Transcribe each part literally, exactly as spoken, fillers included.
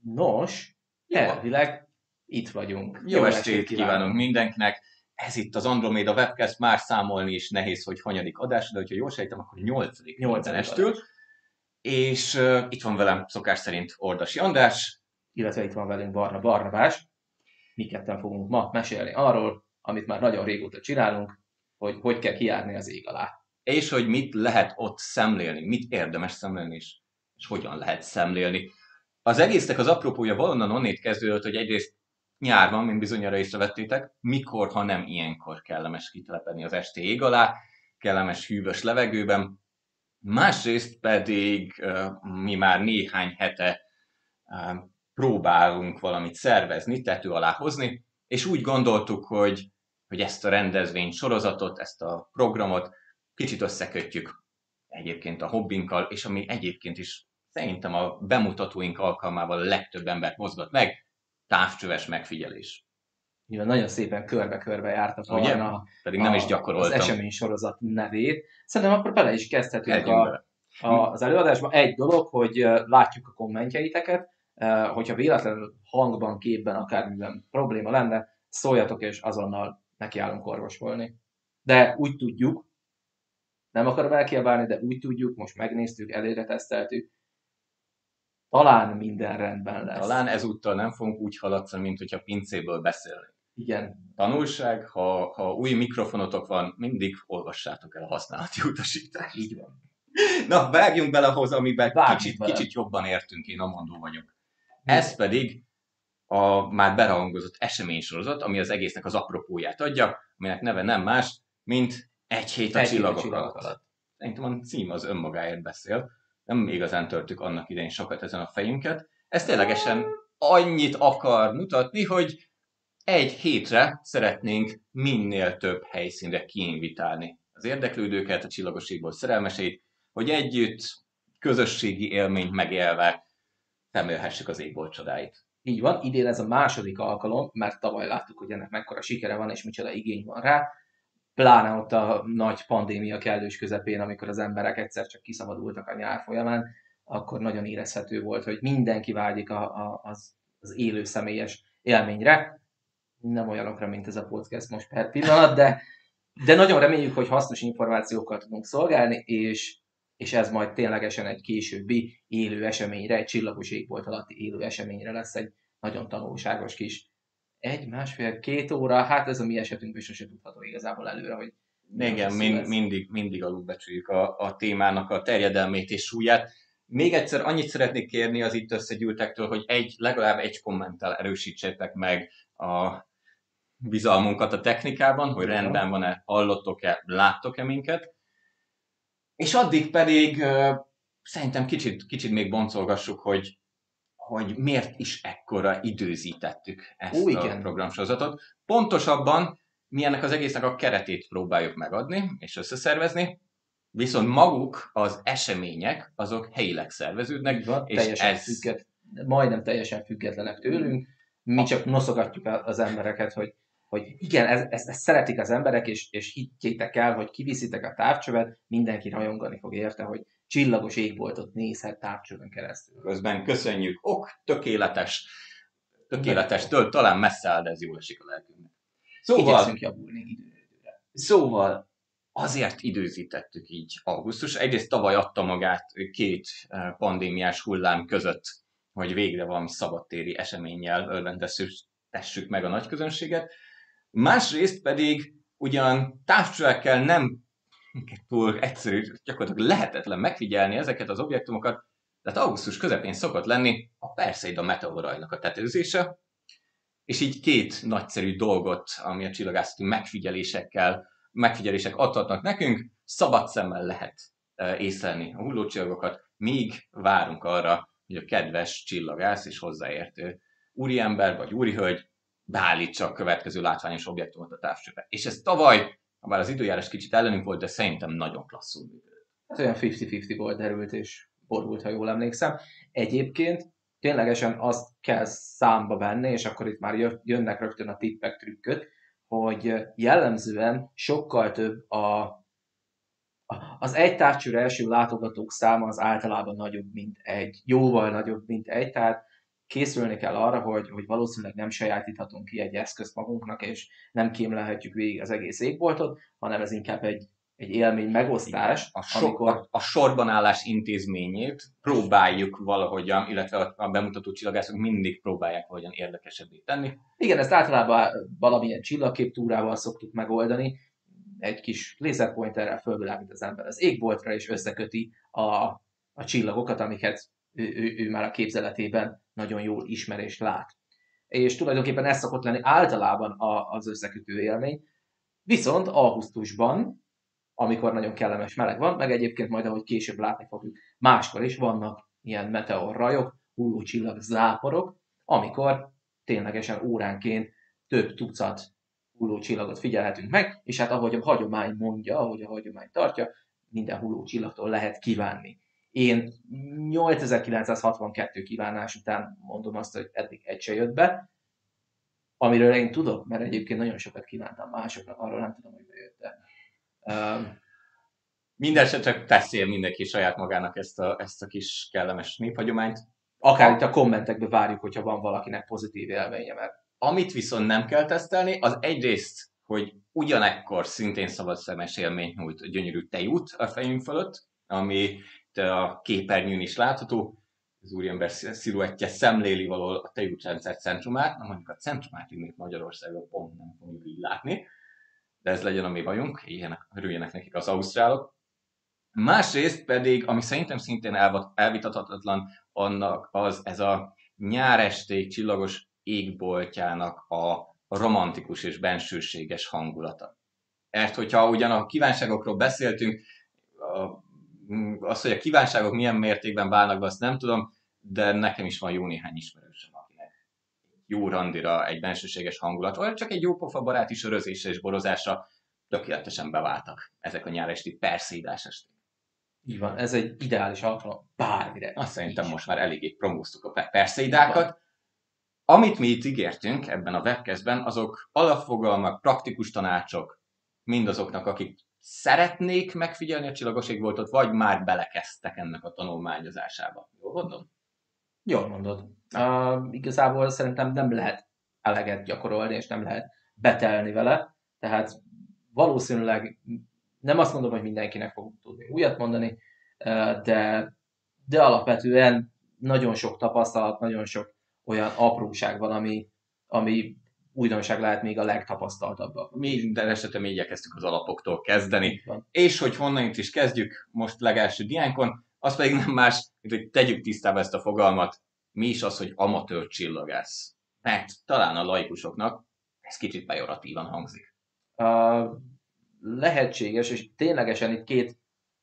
Nos, Jó, elvileg itt vagyunk. jó Jó estét estét kívánunk kívánok! mindenkinek. Ez itt az Andromeda Webcast, már számolni is nehéz, hogy hanyadik adás, de hogyha jól sejtem, akkor nyolcadik Nyolcadik mindenestül. adás. És uh, itt van velem szokás szerint Ordasi András. Illetve itt van velünk Barna Barnabás. Mi ketten fogunk ma mesélni arról, amit már nagyon régóta csinálunk, hogy hogy kell kijárni az ég alá. És hogy mit lehet ott szemlélni, mit érdemes szemlélni, és, és hogyan lehet szemlélni. Az egésznek az apropója valonnan onnét kezdődött, hogy egyrészt nyár van, mint bizonyára észrevettétek, mikor, ha nem ilyenkor kellemes kitelepedni az esti ég alá, kellemes hűvös levegőben. Másrészt pedig uh, mi már néhány hete uh, próbálunk valamit szervezni, tető alá hozni, és úgy gondoltuk, hogy, hogy ezt a rendezvény sorozatot, ezt a programot kicsit összekötjük egyébként a hobbinkkal, és ami egyébként is szerintem a bemutatóink alkalmával a legtöbb embert mozgat meg, távcsöves megfigyelés. Mivel nagyon szépen körbe-körbe járt a Ugye? Barna Pedig nem is a, az gyakoroltam. esemény sorozat nevét. Szerintem akkor bele is kezdhetünk Kezdjünk a, bele. a, az előadásba. Egy dolog, hogy uh, látjuk a kommentjeiteket, uh, hogyha véletlenül hangban, képben, akármiben probléma lenne, szóljatok és azonnal nekiállunk orvosolni. De úgy tudjuk, nem akarom elkiabálni, de úgy tudjuk, most megnéztük, előre teszteltük, talán minden rendben lesz. Talán ezúttal nem fogunk úgy haladni, mint hogyha pincéből beszélnénk. Igen. Tanulság, ha, ha új mikrofonotok van, mindig olvassátok el a használati utasítást. Így van. Na, vágjunk bele ahhoz, amiben kicsit, bele. kicsit jobban értünk, én amondó vagyok. Ez pedig a már berahangozott eseménysorozat, ami az egésznek az apropóját adja, aminek neve nem más, mint Egy hét a Egy csillagok, hét a csillagok alatt. alatt. Szerintem a cím az önmagáért beszél. Nem igazán törtük annak idején sokat ezen a fejünket. Ez ténylegesen annyit akar mutatni, hogy egy hétre szeretnénk minél több helyszínre kiinvitálni az érdeklődőket, a csillagosségból szerelmeseit, hogy együtt közösségi élményt megélve szemlélhessük az égbolt csodáit. Így van, idén ez a második alkalom, mert tavaly láttuk, hogy ennek mekkora sikere van, és micsoda igény van rá. Pláne ott a nagy pandémia kellős közepén, amikor az emberek egyszer csak kiszabadultak a nyár folyamán, akkor nagyon érezhető volt, hogy mindenki vágyik a, a, az, az élő személyes élményre. Nem olyanokra, mint ez a podcast most per pillanat, de, de nagyon reméljük, hogy hasznos információkkal tudunk szolgálni, és, és ez majd ténylegesen egy későbbi élő eseményre, egy csillagos égbolt alatti élő eseményre lesz egy nagyon tanulságos kis egy, másfél, két óra, hát ez a mi esetünkben sose tudható igazából előre, hogy igen, mind, mindig, mindig alulbecsüljük a, a témának a terjedelmét és súlyát. Még egyszer annyit szeretnék kérni az itt összegyűltektől, hogy egy, legalább egy kommenttel erősítsétek meg a bizalmunkat a technikában, hogy rendben van-e, hallottok-e, láttok-e minket. És addig pedig uh, szerintem kicsit, kicsit még boncolgassuk, hogy, hogy miért is ekkora időzítettük ezt Ó, a programsorozatot. Pontosabban mi ennek az egésznek a keretét próbáljuk megadni és összeszervezni, viszont maguk az események, azok helyileg szerveződnek, van, és teljesen ez... függet, majdnem teljesen függetlenek tőlünk. Mi csak noszogatjuk az embereket, hogy, hogy igen, ezt, ezt, ezt szeretik az emberek, és, és higgyétek el, hogy kiviszitek a távcsövet, mindenki rajongani fog érte, hogy csillagos égboltot nézhet távcsövön keresztül. Közben köszönjük, ok, tökéletes, tökéletes, től, talán messze áll, de ez jól esik a lelkünknek. Szóval, igyekszünk javulni időre. Szóval azért időzítettük így augusztus. Egyrészt tavaly adta magát két pandémiás hullám között, hogy végre valami szabadtéri eseménnyel örvendeztessük meg a nagyközönséget. Másrészt pedig ugyan távcsövekkel nem túl egyszerű, gyakorlatilag lehetetlen megfigyelni ezeket az objektumokat, de augusztus közepén szokott lenni a Perseida meteorajnak a tetőzése, és így két nagyszerű dolgot, ami a csillagászati megfigyelésekkel, megfigyelések adhatnak nekünk, szabad szemmel lehet észlelni a hullócsillagokat, míg várunk arra, hogy a kedves csillagász és hozzáértő úriember vagy úrihölgy beállítsa a következő látványos objektumot a távcsőbe. És ez tavaly, bár az időjárás kicsit ellenünk volt, de szerintem nagyon klasszul működött. Hát olyan fifty-fifty volt, derült és borult, ha jól emlékszem. Egyébként ténylegesen azt kell számba venni, és akkor itt már jönnek rögtön a tippek, trükkök, hogy jellemzően sokkal több a, az egy távcsőre első látogatók száma az általában nagyobb, mint egy. Jóval nagyobb, mint egy, tehát készülni kell arra, hogy, hogy valószínűleg nem sajátíthatunk ki egy eszközt magunknak, és nem kémlelhetjük végig az egész égboltot, hanem ez inkább egy, egy élmény megosztás, a, so, amikor... a, a sorban állás intézményét próbáljuk valahogyan, illetve a, a bemutató csillagászok mindig próbálják valahogyan érdekesebbé tenni. Igen, ezt általában valamilyen csillagképtúrával szoktuk megoldani, egy kis lézerpointerrel fölvilágít az ember az égboltra, és összeköti a, a csillagokat, amiket ő, ő, ő már a képzeletében nagyon jól ismer és lát. És tulajdonképpen ez szokott lenni általában a, az összekötő élmény. Viszont augusztusban, amikor nagyon kellemes meleg van, meg egyébként majd, ahogy később látni fogjuk, máskor is vannak ilyen meteorrajok, hullócsillag záporok, amikor ténylegesen óránként több tucat hullócsillagot figyelhetünk meg, és hát ahogy a hagyomány mondja, ahogy a hagyomány tartja, minden hullócsillagtól lehet kívánni. Én nyolcezer-kilencszázhatvankettő kívánás után mondom azt, hogy eddig egy se jött be, amiről én tudok, mert egyébként nagyon sokat kívántam másoknak, arról nem tudom, hogy bejött-e. Um, Mindenesetre csak teszél mindenki saját magának ezt a, ezt a kis kellemes néphagyományt. Akár itt a kommentekbe várjuk, hogyha van valakinek pozitív élménye, mert... Amit viszont nem kell tesztelni, az egyrészt, hogy ugyanekkor szintén szabadszemes élményt nyújt a gyönyörű tejút a fejünk fölött, ami a képernyőn is látható. Az úriember sziluettje szemléli valahol a tejútrendszer centrumát, na mondjuk a centrumát így Magyarországon pont nem fogjuk így látni, de ez legyen a mi bajunk, ilyenek, örüljenek nekik az ausztrálok. Másrészt pedig, ami szerintem szintén elvitathatatlan, annak az ez a nyáresték csillagos égboltjának a romantikus és bensőséges hangulata. Mert hogyha ugyan a kívánságokról beszéltünk, az, hogy a kívánságok milyen mértékben válnak be, azt nem tudom, de nekem is van jó néhány ismerősöm, akinek jó randira egy bensőséges hangulat, vagy csak egy jó pofa baráti sörözésre és borozásra tökéletesen beváltak ezek a nyáresti perszédás esték. Így van, ez egy ideális alkalom bármire. Azt szerintem most már eléggé promóztuk a perszédákat. Amit mi itt ígértünk ebben a webcastben, azok alapfogalmak, praktikus tanácsok mindazoknak, akik szeretnék megfigyelni a csillagos égboltot, vagy már belekezdtek ennek a tanulmányozásába. Jól mondom? Jól mondod. Uh, igazából szerintem nem lehet eleget gyakorolni, és nem lehet betelni vele, tehát valószínűleg nem azt mondom, hogy mindenkinek fogunk tudni újat mondani, de, de alapvetően nagyon sok tapasztalat, nagyon sok olyan apróság van, ami, ami újdonság lehet még a legtapasztaltabbak. Mi minden esetben igyekeztük az alapoktól kezdeni. És hogy honnan itt is kezdjük most legelső diánkon, az pedig nem más, mint hogy tegyük tisztába ezt a fogalmat, mi is az, hogy amatőr csillagász. Mert talán a laikusoknak ez kicsit pejoratívan hangzik. Uh, lehetséges, és ténylegesen itt két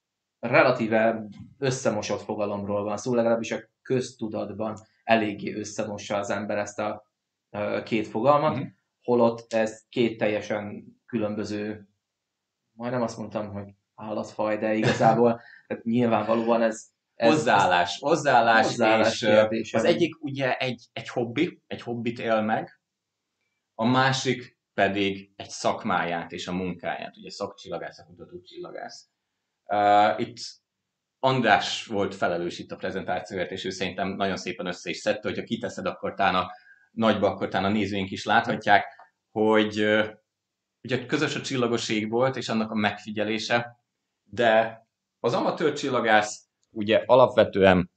relatíve összemosott fogalomról van szó, legalábbis a köztudatban eléggé összemossa az ember ezt a uh, két fogalmat, mm-hmm. holott ez két teljesen különböző, majdnem azt mondtam, hogy állatfaj, de igazából tehát nyilvánvalóan ez, ez hozzáállás, hozzáállás, hozzáállás és az egyik ugye egy, egy hobbi, egy hobbit él meg, a másik pedig egy szakmáját és a munkáját, ugye szakcsillagász, kutató csillagász. Uh, itt András volt felelős itt a prezentációért, és ő szerintem nagyon szépen össze is szedte, hogyha kiteszed, akkor talán a nagyba, akkor talán a nézőink is láthatják, hogy uh, ugye közös a csillagos égbolt és annak a megfigyelése, de az amatőr csillagász ugye alapvetően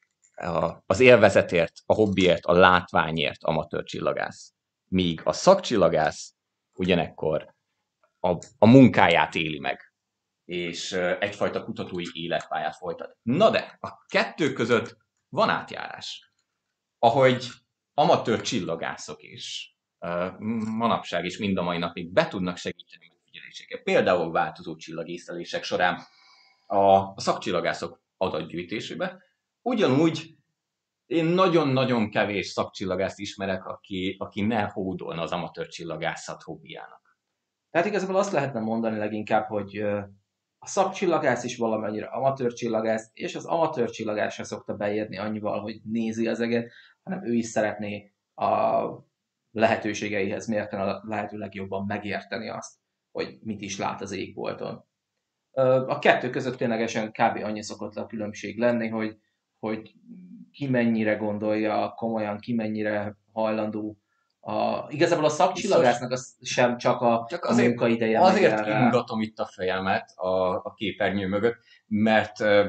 az élvezetért, a hobbiért, a látványért amatőr csillagász. Míg a szakcsillagász ugyanekkor a, a munkáját éli meg, és egyfajta kutatói életpályát folytat. Na de, a kettő között van átjárás. Ahogy amatőr csillagászok is manapság is mind a mai napig be tudnak segíteni megfigyeléseket. Például változó csillagészlelések során a, a szakcsillagászok adatgyűjtésébe. Ugyanúgy én nagyon-nagyon kevés szakcsillagászt ismerek, aki, aki ne hódolna az amatőr csillagászat hobbiának. Tehát igazából azt lehetne mondani leginkább, hogy a szakcsillagász is valamennyire amatőr csillagász, és az amatőr csillagász se szokta beérni annyival, hogy nézi az eget, hanem ő is szeretné a lehetőségeihez mérten a lehető legjobban megérteni azt, hogy mit is lát az égbolton. A kettő között ténylegesen kb. Annyi szokott a különbség lenni, hogy, hogy ki mennyire gondolja komolyan, ki mennyire hajlandó. A, igazából a Biztos, szakcsillagásznak az sem csak a, csak a azért, munkaideje megy azért el rá. ingatom itt a fejemet a, a képernyő mögött, mert uh,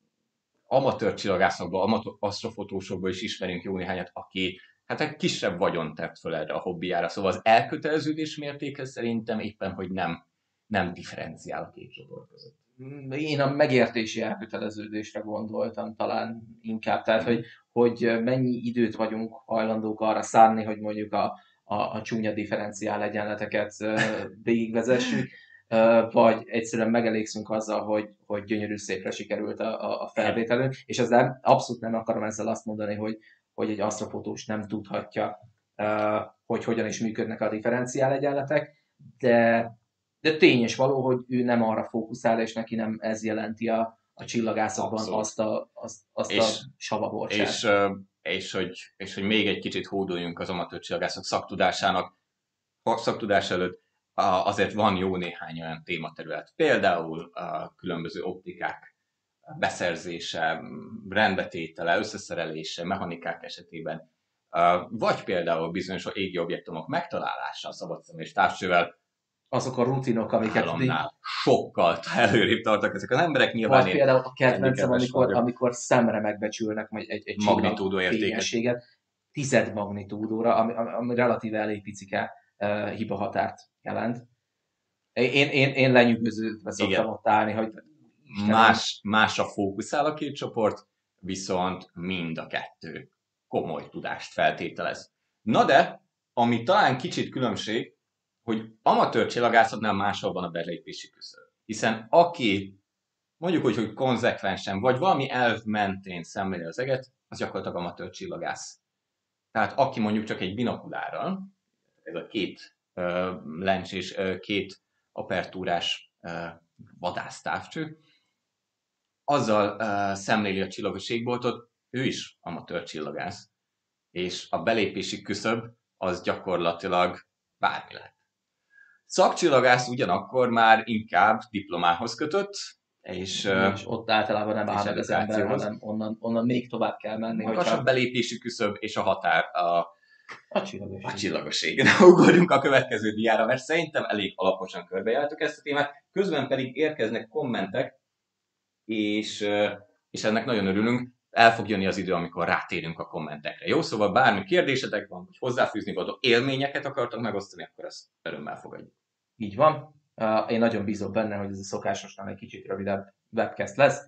amatőr csillagászokból, amatőr asztrofotósokból is ismerünk jó néhányat, aki hát egy kisebb vagyont tett föl erre a hobbiára. Szóval az elköteleződés mértéke szerintem éppen, hogy nem, nem differenciál a két csoport között. Én a megértési elköteleződésre gondoltam talán inkább, tehát Mm. hogy, hogy mennyi időt vagyunk hajlandók arra szánni, hogy mondjuk a, a, a csúnya differenciál egyenleteket végigvezessük, vagy egyszerűen megelégszünk azzal, hogy, hogy gyönyörű szépre sikerült a, a felvételünk, és ezzel abszolút nem akarom ezzel azt mondani, hogy, hogy egy asztrofotós nem tudhatja, hogy hogyan is működnek a differenciál egyenletek, de de tény és való, hogy ő nem arra fókuszál, és neki nem ez jelenti a, a csillagászatban Abszolút. azt a, azt, azt És- a savaborcsát. És, ö, és, hogy, és hogy még egy kicsit hódoljunk az amatőr csillagászok szaktudásának, a szaktudás előtt a- azért van jó néhány olyan tématerület. Például a különböző optikák beszerzése, rendbetétele, összeszerelése, mechanikák esetében, ö, vagy például bizonyos égi objektumok megtalálása a szabadszem és távcsővel Azok a rutinok, amiket... államnál sokkal előrébb tartak ezek az emberek. Nyilván Vagy én például a kedvencem, handicapes amikor, vagyok. amikor szemre megbecsülnek egy, egy, egy csillag Magnitúdó értéket. fényességet, tized magnitúdóra, ami, ami, ami relatíve elég picike uh, hibahatárt jelent. Én, én, én lenyűgöződve szoktam Igen. ott állni, hogy Istenem, Más, másra fókuszál a két csoport, viszont mind a kettő komoly tudást feltételez. Na de, ami talán kicsit különbség, hogy amatőr csillagászatnál máshol van a belépési küszöb. Hiszen aki mondjuk úgy, hogy konzekvensen, vagy valami elv mentén szemléli az eget, az gyakorlatilag amatőr csillagász. Tehát aki mondjuk csak egy binokulárral, ez a két uh, lencs és uh, két apertúrás uh, vadásztávcső, azzal uh, szemléli a csillagos égboltot, ő is amatőr csillagász. És a belépési küszöb az gyakorlatilag bármi lehet. Szakcsillagász ugyanakkor már inkább diplomához kötött, és, uh, és ott általában nem áll meg az ember, edukációhoz. hanem onnan, onnan még tovább kell menni. Magas hogyha... a belépési küszöb és a határ a, a csillagos. a csillagos ég. Ugorjunk a következő diára, mert szerintem elég alaposan körbejártuk ezt a témát, közben pedig érkeznek kommentek, és, és ennek nagyon örülünk. El fog jönni az idő, amikor rátérünk a kommentekre. Jó, szóval bármi kérdésetek van, hogy hozzáfűzni való élményeket akartak megosztani, akkor ezt örömmel fogadjuk. Így van. Én nagyon bízom benne, hogy ez a szokásosnál egy kicsit rövidebb webcast lesz.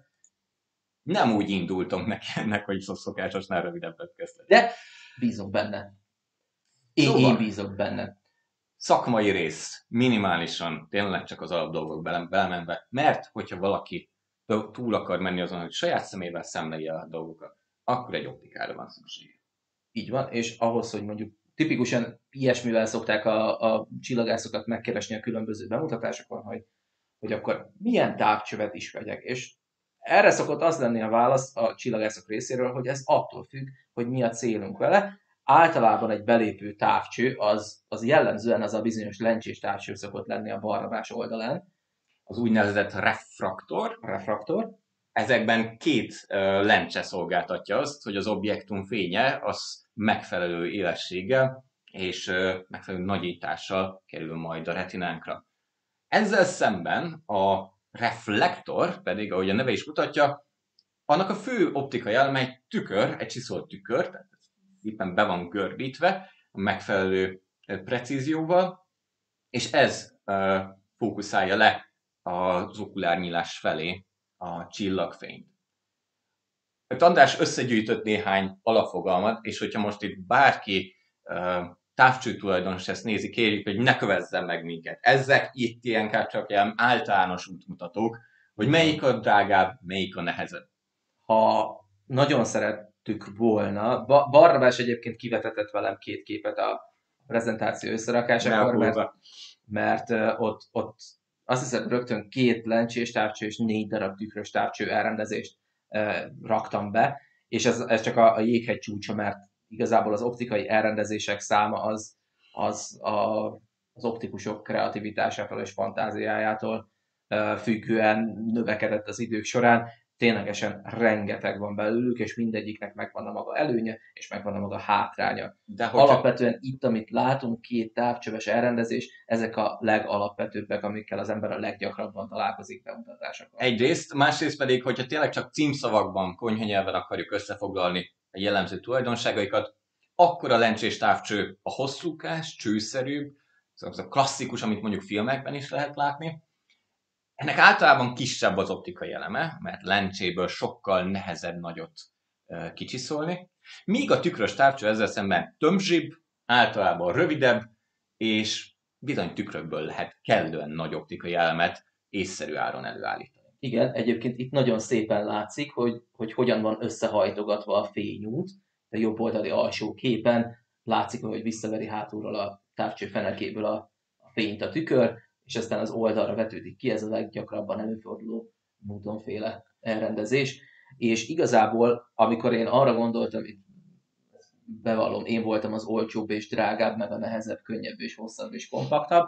Nem úgy indultam neki ennek, hogy szokásosnál rövidebb webcast lesz. De bízom benne. Én, Szóval, én bízok benne. Szakmai rész, minimálisan, tényleg csak az alapdolgok bele, belemenve, mert hogyha valaki túl akar menni azon, hogy saját szemével szemlelje a dolgokat, akkor egy optikára van szükség. Így van, és ahhoz, hogy mondjuk tipikusan ilyesmivel szokták a, a csillagászokat megkeresni a különböző bemutatásokon, hogy, hogy akkor milyen távcsövet is vegyek. És erre szokott az lenni a válasz a csillagászok részéről, hogy ez attól függ, hogy mi a célunk vele. Általában egy belépő távcső az, az jellemzően az a bizonyos lencsés távcső szokott lenni a balrabás oldalán. Az úgynevezett refraktor. Refraktor. Ezekben két uh, lencse szolgáltatja azt, hogy az objektum fénye az megfelelő élességgel és uh, megfelelő nagyítással kerül majd a retinánkra. Ezzel szemben a reflektor pedig, ahogy a neve is mutatja, annak a fő optikai eleme egy tükör, egy csiszolt tükör, tehát éppen be van gördítve a megfelelő precízióval, és ez uh, fókuszálja le az okulárnyílás felé a csillagfényt. András összegyűjtött néhány alapfogalmat, és hogyha most itt bárki uh, távcső tulajdonos ezt nézi, kérjük, hogy ne kövezzen meg minket. Ezek itt ilyenkor csak ilyen általános útmutatók, hogy melyik a drágább, melyik a nehezebb. Ha nagyon szerettük volna, ba- Barnabás egyébként kivetetett velem két képet a prezentáció összerakásakor, mert, mert uh, ott, ott azt hiszem rögtön két lencsés távcső és négy darab tükrös távcső elrendezést uh, raktam be, és ez, ez csak a, a jéghegy csúcsa, mert igazából az optikai elrendezések száma az, az a, az optikusok kreativitásától és fantáziájától uh, függően növekedett az idők során. ténylegesen rengeteg van belőlük, és mindegyiknek megvan a maga előnye, és megvan a maga hátránya. De hogyha... Alapvetően itt, amit látunk, két távcsöves elrendezés, ezek a legalapvetőbbek, amikkel az ember a leggyakrabban találkozik bemutatásokon. Egyrészt, másrészt pedig, hogyha tényleg csak címszavakban, konyhanyelven akarjuk összefoglalni a jellemző tulajdonságaikat, akkor a lencsés távcső a hosszúkás, csőszerűbb, az a klasszikus, amit mondjuk filmekben is lehet látni. Ennek általában kisebb az optikai eleme, mert lencséből sokkal nehezebb nagyot kicsiszolni, míg a tükrös távcső ezzel szemben tömzsibb, általában rövidebb, és bizony tükrökből lehet kellően nagy optikai elemet észszerű áron előállítani. Igen, egyébként itt nagyon szépen látszik, hogy, hogy hogyan van összehajtogatva a fényút. A jobb oldali alsó képen látszik, hogy visszaveri hátulról a távcső fenekéből a, a fényt a tükör, és aztán az oldalra vetődik ki, ez a leggyakrabban előforduló Newton-féle elrendezés. És igazából, amikor én arra gondoltam, itt bevallom, én voltam az olcsóbb és drágább, meg a nehezebb, könnyebb és hosszabb és kompaktabb,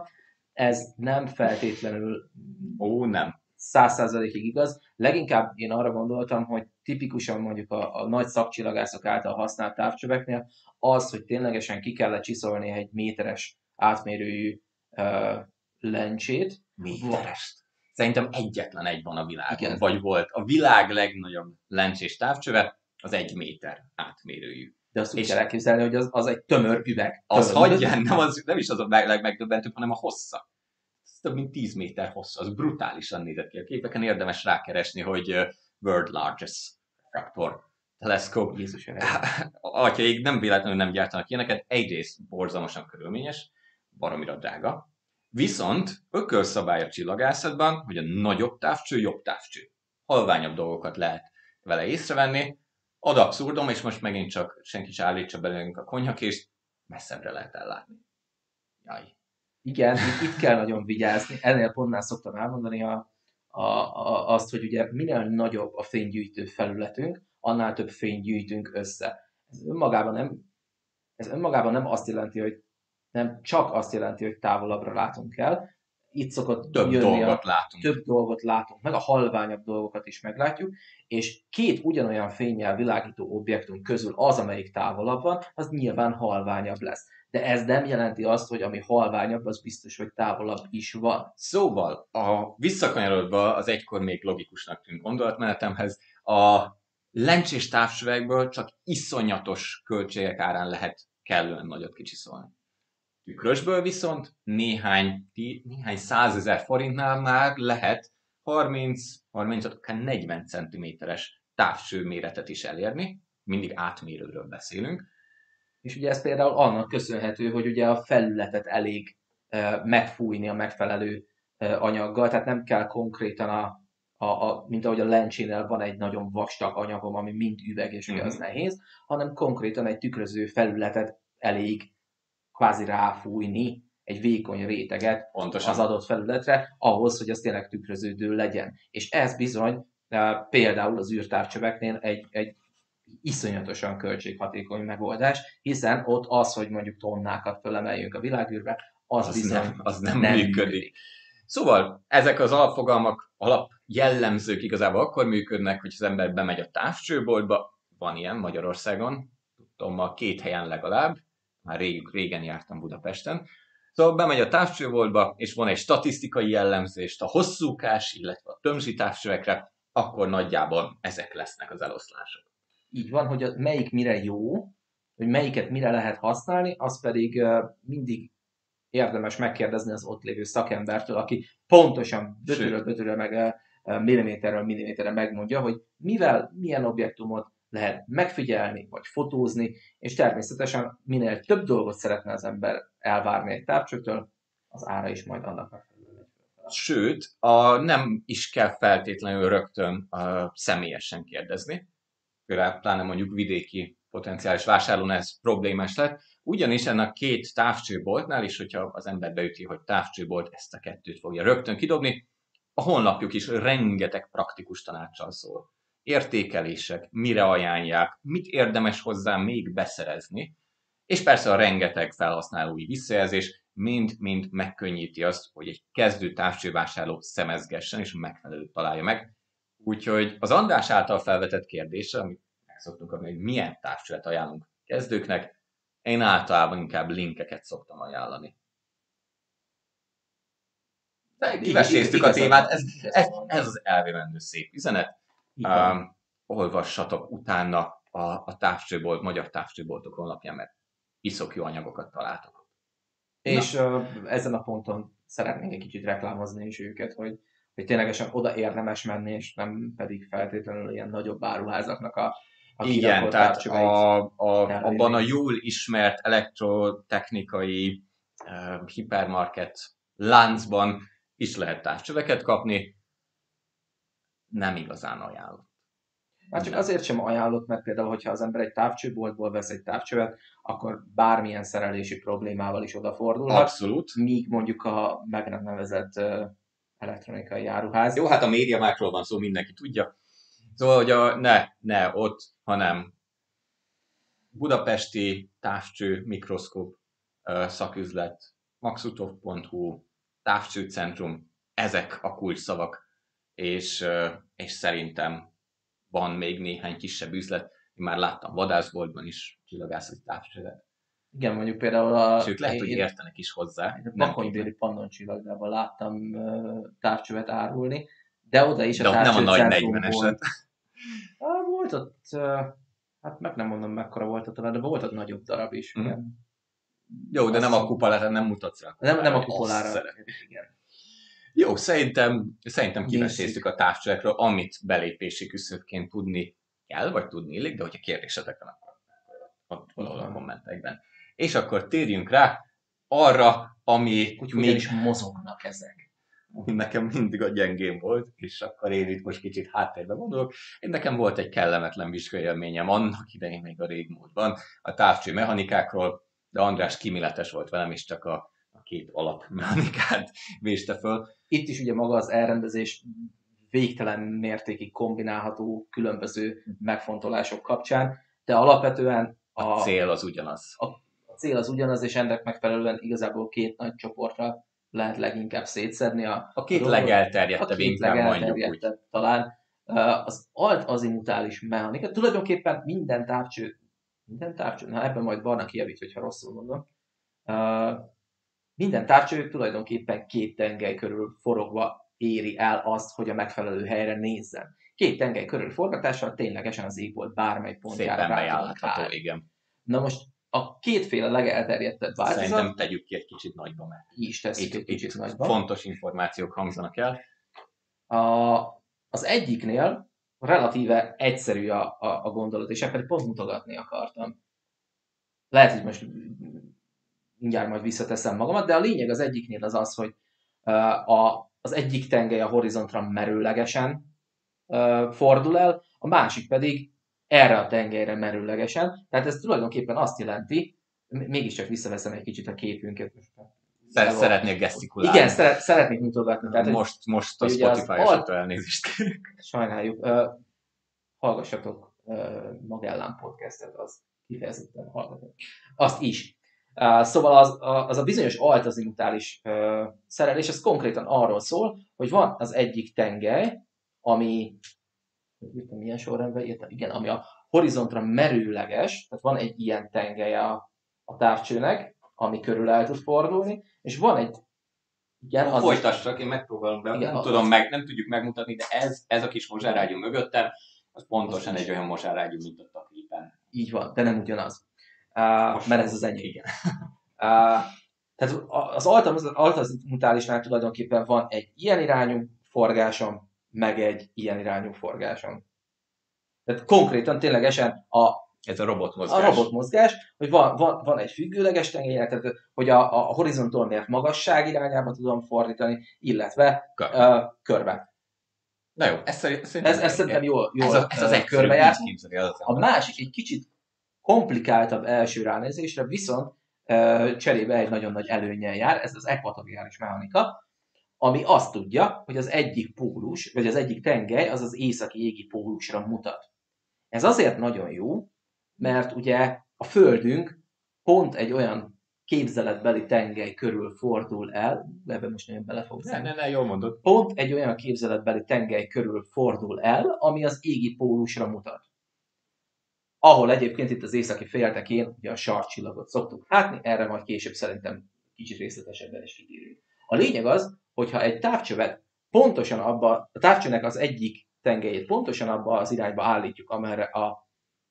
ez nem feltétlenül Ó, nem. száz százalékig igaz. Leginkább én arra gondoltam, hogy tipikusan mondjuk a, a nagy szakcsillagászok által használt távcsöveknél az, hogy ténylegesen ki kellett csiszolni egy méteres átmérőjű uh, lencsét. Méterest? Szerintem egyetlen egy van a világon, Igen. Vagy volt. A világ legnagyobb lencsés távcsöve az egy méter átmérőjű. De azt úgy kell elképzelni, hogy az, az egy tömör üveg. Az hagyján, nem, az, nem is az a legmegdöbbentőbb, hanem a hossza. Ez több mint tíz méter hosszú, az brutálisan nézett ki a képeken, érdemes rákeresni, hogy uh, World Largest Refractor Telescope. Jézus, Atyaik nem véletlenül nem gyártanak ilyeneket, egyrészt borzalmasan körülményes, baromira drága, viszont ökölszabály a csillagászatban, hogy a nagyobb távcső jobb távcső. Halványabb dolgokat lehet vele észrevenni, ad abszurdum, és most megint csak senki sem állítsa belőlünk a konyhakést, messzebbre lehet ellátni. Jaj. Igen, itt, itt kell nagyon vigyázni. Ennél pontnál szoktam elmondani a, a, a, azt, hogy ugye minél nagyobb a fénygyűjtő felületünk, annál több fényt gyűjtünk össze. Ez önmagában nem, ez önmagában nem azt jelenti, hogy nem csak azt jelenti, hogy távolabbra látunk el. Itt szokott több jönni dolgot a, látunk. Több dolgot látunk, meg a halványabb dolgokat is meglátjuk, és két ugyanolyan fénnyel világító objektum közül az, amelyik távolabb van, az nyilván halványabb lesz. De ez nem jelenti azt, hogy ami halványabb, az biztos, hogy távolabb is van. Szóval, a visszakanyarodva az egykor még logikusnak tűnt gondolatmenetemhez, a lencsés távcsövekből csak iszonyatos költségek árán lehet kellően nagyot kicsiszolni. Tükrösből viszont néhány, néhány százezer forintnál már lehet harminc, harmincöt, akár negyven centiméteres távcső méretet is elérni, mindig átmérőről beszélünk. És ugye ez például annak köszönhető, hogy ugye a felületet elég uh, megfújni a megfelelő uh, anyaggal, tehát nem kell konkrétan a, a, a, mint ahogy a lencsénél van egy nagyon vastag anyagom, ami mind üveg, és ugye az nehéz, hanem konkrétan egy tükröző felületet elég kvázi ráfújni, egy vékony réteget Pontosan. Az adott felületre, ahhoz, hogy az tényleg tükröződő legyen. És ez bizony uh, például az űrtávcsöveknél egy, egy iszonyatosan költséghatékony megoldás, hiszen ott az, hogy mondjuk tonnákat fölemeljünk a világűrbe, az, az bizony nem, az nem, nem működik. működik. Szóval ezek az alapfogalmak, alap jellemzők igazából akkor működnek, hogy az ember bemegy a távcsőboltba, van ilyen Magyarországon, tudom, a két helyen legalább, már rég, régen jártam Budapesten, szóval bemegy a távcsőboltba, és van egy statisztikai jellemzést a hosszúkás, illetve a tömzsi távcsövekre, akkor nagyjából ezek lesznek az eloszlások. Így van, hogy a, melyik mire jó, hogy melyiket mire lehet használni, az pedig uh, mindig érdemes megkérdezni az ott lévő szakembertől, aki pontosan bötörről bötörről meg uh, milliméterről milliméterre megmondja, hogy mivel, milyen objektumot lehet megfigyelni, vagy fotózni, és természetesen minél több dolgot szeretne az ember elvárni egy távcsőtől, az ára is majd annak megfelelően. Sőt, a, nem is kell feltétlenül rögtön uh, személyesen kérdezni, pláne mondjuk vidéki potenciális vásárlónál ez problémás lett, ugyanis ennek két távcsőboltnál is, hogyha az ember beüti, hogy távcsőbolt, ezt a kettőt fogja rögtön kidobni, a honlapjuk is rengeteg praktikus tanáccsal szól. Értékelések, mire ajánlják, mit érdemes hozzá még beszerezni, és persze a rengeteg felhasználói visszajelzés mind-mind megkönnyíti azt, hogy egy kezdő távcsővásárló szemezgessen és megfelelőt találja meg. Úgyhogy az András által felvetett kérdése, amit meg szoktunk kapni, hogy milyen távcsövet ajánlunk kezdőknek, én általában inkább linkeket szoktam ajánlani. De kiveséztük a témát, ez, ez, ez az elvégendő szép üzenet. Um, olvassatok utána a, a távcsőbolt, magyar távcsőboltok honlapján, mert iszok jó anyagokat találtok. És uh, ezen a ponton szeretnénk egy kicsit reklámozni is őket, hogy, hogy ténylegesen oda érdemes menni, és nem pedig feltétlenül ilyen nagyobb áruházaknak a, a igen, tehát a, a, abban a jól ismert elektrotechnikai uh, hipermarket láncban is lehet távcsöveket kapni, nem igazán ajánlott. Hát csak azért sem ajánlott, mert például, hogyha az ember egy távcsőboltból vesz egy távcsövet, akkor bármilyen szerelési problémával is odafordulhat. Abszolút. Míg mondjuk a meg nem nevezett uh, elektronikai áruház. Jó, hát a MediaMarktról van szó, mindenki tudja. Szóval, hogy a, ne, ne ott, hanem budapesti távcső, mikroszkóp, uh, szaküzlet, maxutov pont hu, távcsőcentrum, ezek a kulcsszavak, és, uh, és szerintem van még néhány kisebb üzlet. Én már láttam vadászboltban is csillagászati távcsövet. Igen, mondjuk például a... Sőt, lehet, hogy értenek is hozzá. A Bakonybéli Pannoncsillagdában láttam uh, távcsövet árulni, de oda is a távcsőcentrumból... nem a nagy negyveneset. Volt ott, uh, hát meg nem mondom mekkora volt ott, de volt ott nagyobb darab is. Mm. Igen. Jó, de azt nem a kupalára, nem mutatsz rá. Nem, nem a kupalára. Igen. Jó, szerintem, szerintem kiveséztük a távcsövekről, amit belépési küszöbként tudni kell, vagy tudni illik, de hogyha kérdésetek van, akkor ott valahol a kommentekben. És akkor térjünk rá arra, ami úgy, még is mozognak ezek. Nekem mindig a gyengém volt, és akkor én itt most kicsit háttérbe gondolok. Én nekem volt egy kellemetlen vizsgaélményem annak idején még a régmúltban a távcső mechanikákról, de András kíméletes volt velem, és csak a, a két alapmechanikát véste föl. Itt is ugye maga az elrendezés végtelen mértékig kombinálható különböző megfontolások kapcsán, de alapvetően a, a cél az ugyanaz. A, a cél az ugyanaz, és ennek megfelelően igazából két nagy csoportra lehet leginkább szétszedni. A, a két legelterjedtebb, inkább mondjuk úgy. Talán az alt-azimutális mechanika, tulajdonképpen minden távcső, minden távcső, na ebben majd Barna kijavít, hogyha rosszul mondom, minden távcső tulajdonképpen két tengely körül forogva éri el azt, hogy a megfelelő helyre nézzen. Két tengely körül forgatással ténylegesen az égbolt bármely pontjára rá igen. Na most a kétféle legelterjedtebb változat... Szerintem tegyük ki egy kicsit nagyba, mert is tesszük egy kicsit nagyba. Fontos információk hangzanak el. A, az egyiknél relatíve egyszerű a, a, a gondolat, és ebben pont mutogatni akartam. Lehet, hogy most mindjárt majd visszateszem magamat, de a lényeg az egyiknél az az, hogy a, az egyik tengely a horizontra merőlegesen fordul el, a másik pedig erre a tengelyre merőlegesen. Tehát ez tulajdonképpen azt jelenti, mégiscsak visszaveszem egy kicsit a képünket. Szeretnék gesztikulálni. Igen, szeret, szeretnék mutogatni. Tehát most, ez, most a Spotify-osatól elnézést kérek. Sajnáljuk. Uh, hallgassatok uh, Magellán podcastet, az kifejezetten hallgatok. Azt is. Uh, szóval az, az a bizonyos altazimutális uh, szerelés, az konkrétan arról szól, hogy van az egyik tengely, ami írtam milyen sorrendben, írtam, igen, ami a horizontra merőleges, tehát van egy ilyen tengely a, a távcsőnek, ami körül el tud fordulni, és van egy... Igen, az folytassak, én megpróbálom be, igen, nem, az tudom meg, nem tudjuk megmutatni, de ez, ez a kis mozsárágyú mögöttem, az pontosan az egy olyan mozsárágyú, mint ott a képen. Így van, de nem ugyanaz. Uh, mert ez az enyém. Igen. Uh, tehát az altazimutálisnál tulajdonképpen van egy ilyen irányú forgásom, meg egy ilyen irányú forgásom. Tehát konkrétan ténylegesen a ez a robotmozgás. A robotmozgás, hogy van, van, van egy függőleges tengely, tehát hogy a, a horizonton mért magasság irányába tudom fordítani, illetve körbe. Uh, körbe. Na jó, ez, szerintem, ez, ez szerintem jól, jól ez, a, ez az egy körbe járt. A másik egy kicsit komplikáltabb első ránézésre, viszont uh, cserébe egy nagyon nagy előnnyel jár, ez az ekvatoriális mechanika, ami azt tudja, hogy az egyik pólus, vagy az egyik tengely, az az északi égi pólusra mutat. Ez azért nagyon jó, mert ugye a Földünk pont egy olyan képzeletbeli tengely körül fordul el, ebben most nagyon bele fogsz Ne, ne, ne, jól mondod. Pont egy olyan képzeletbeli tengely körül fordul el, ami az égi pólusra mutat. Ahol egyébként itt az északi féltekén ugye a sarkcsillagot szoktuk látni, erre majd később szerintem kicsit részletesebben is kitérünk. A lényeg az, hogyha egy távcsövet pontosan abba, a távcsőnek az egyik tengelyét pontosan abba az irányba állítjuk, amerre a,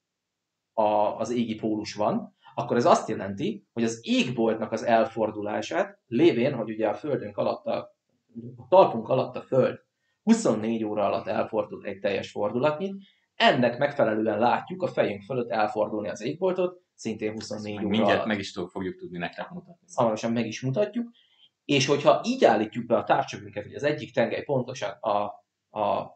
a, az égi pólus van, akkor ez azt jelenti, hogy az égboltnak az elfordulását, lévén, hogy ugye a földünk alatt, a, a talpunk alatt a föld huszonnégy óra alatt elfordul egy teljes fordulatnyit, ennek megfelelően látjuk a fejünk fölött elfordulni az égboltot, szintén huszonnégy óra mindjárt alatt. meg is fogjuk tudni nektek mutatni. Hamarosan meg is mutatjuk, és hogyha így állítjuk be a távcsövünket, hogy az egyik tengely pontosan a, a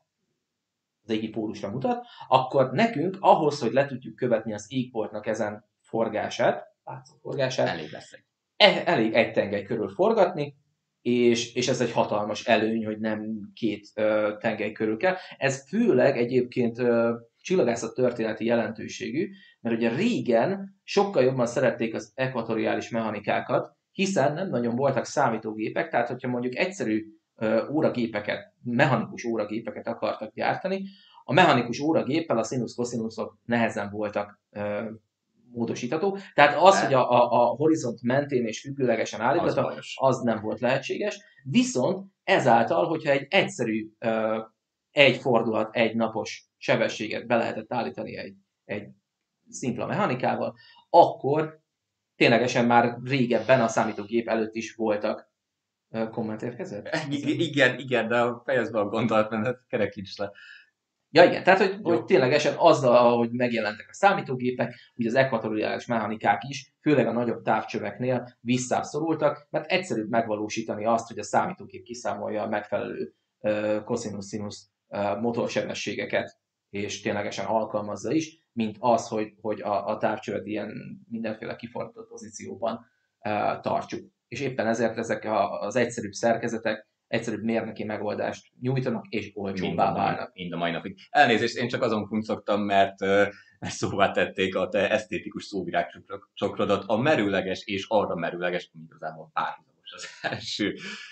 az égi pólusra mutat, akkor nekünk ahhoz, hogy le tudjuk követni az égboltnak ezen forgását, látszó forgását, elég lesz egy. Elég egy tengely körül forgatni, és, és ez egy hatalmas előny, hogy nem két uh, tengely körül kell. Ez főleg egyébként uh, csillagászat történeti jelentőségű, mert ugye régen sokkal jobban szerették az ekvatoriális mechanikákat, hiszen nem nagyon voltak számítógépek, tehát hogyha mondjuk egyszerű uh, óragépeket, mechanikus óragépeket akartak gyártani, a mechanikus óragéppel a színusz-koszinuszok nehezen voltak uh, módosítható. Tehát az, hogy a, a, a horizont mentén és függőlegesen állítottak, az, az nem volt lehetséges. Viszont ezáltal, hogyha egy egyszerű uh, egy fordulat, egy napos sebességet be lehetett állítani egy, egy szimpla mechanikával, akkor ténylegesen már régebben a számítógép előtt is voltak uh, komment érkezett? Igen, igen, de fejezd be a gondolatmenet, kerekíts le. Ja igen, tehát hogy, hogy ténylegesen azzal, hogy megjelentek a számítógépek, ugye az ekvatoriális mechanikák is, főleg a nagyobb távcsöveknél visszább szorultak, mert egyszerűbb megvalósítani azt, hogy a számítógép kiszámolja a megfelelő uh, koszinusz-szinusz uh, motorsebességeket, és ténylegesen alkalmazza is, mint az, hogy, hogy a, a távcsövet ilyen mindenféle kifordított pozícióban uh, tartsuk. És éppen ezért ezek a, az egyszerűbb szerkezetek egyszerűbb mérnöki megoldást nyújtanak, és olcsóbbá válnak. Mind a mai napig. Elnézést, én csak azon kuncogtam, mert, mert szóvá tették a te esztétikus szóvirágcsokrodat, a merőleges és arra merőleges, hogy igazából párhuzamos az első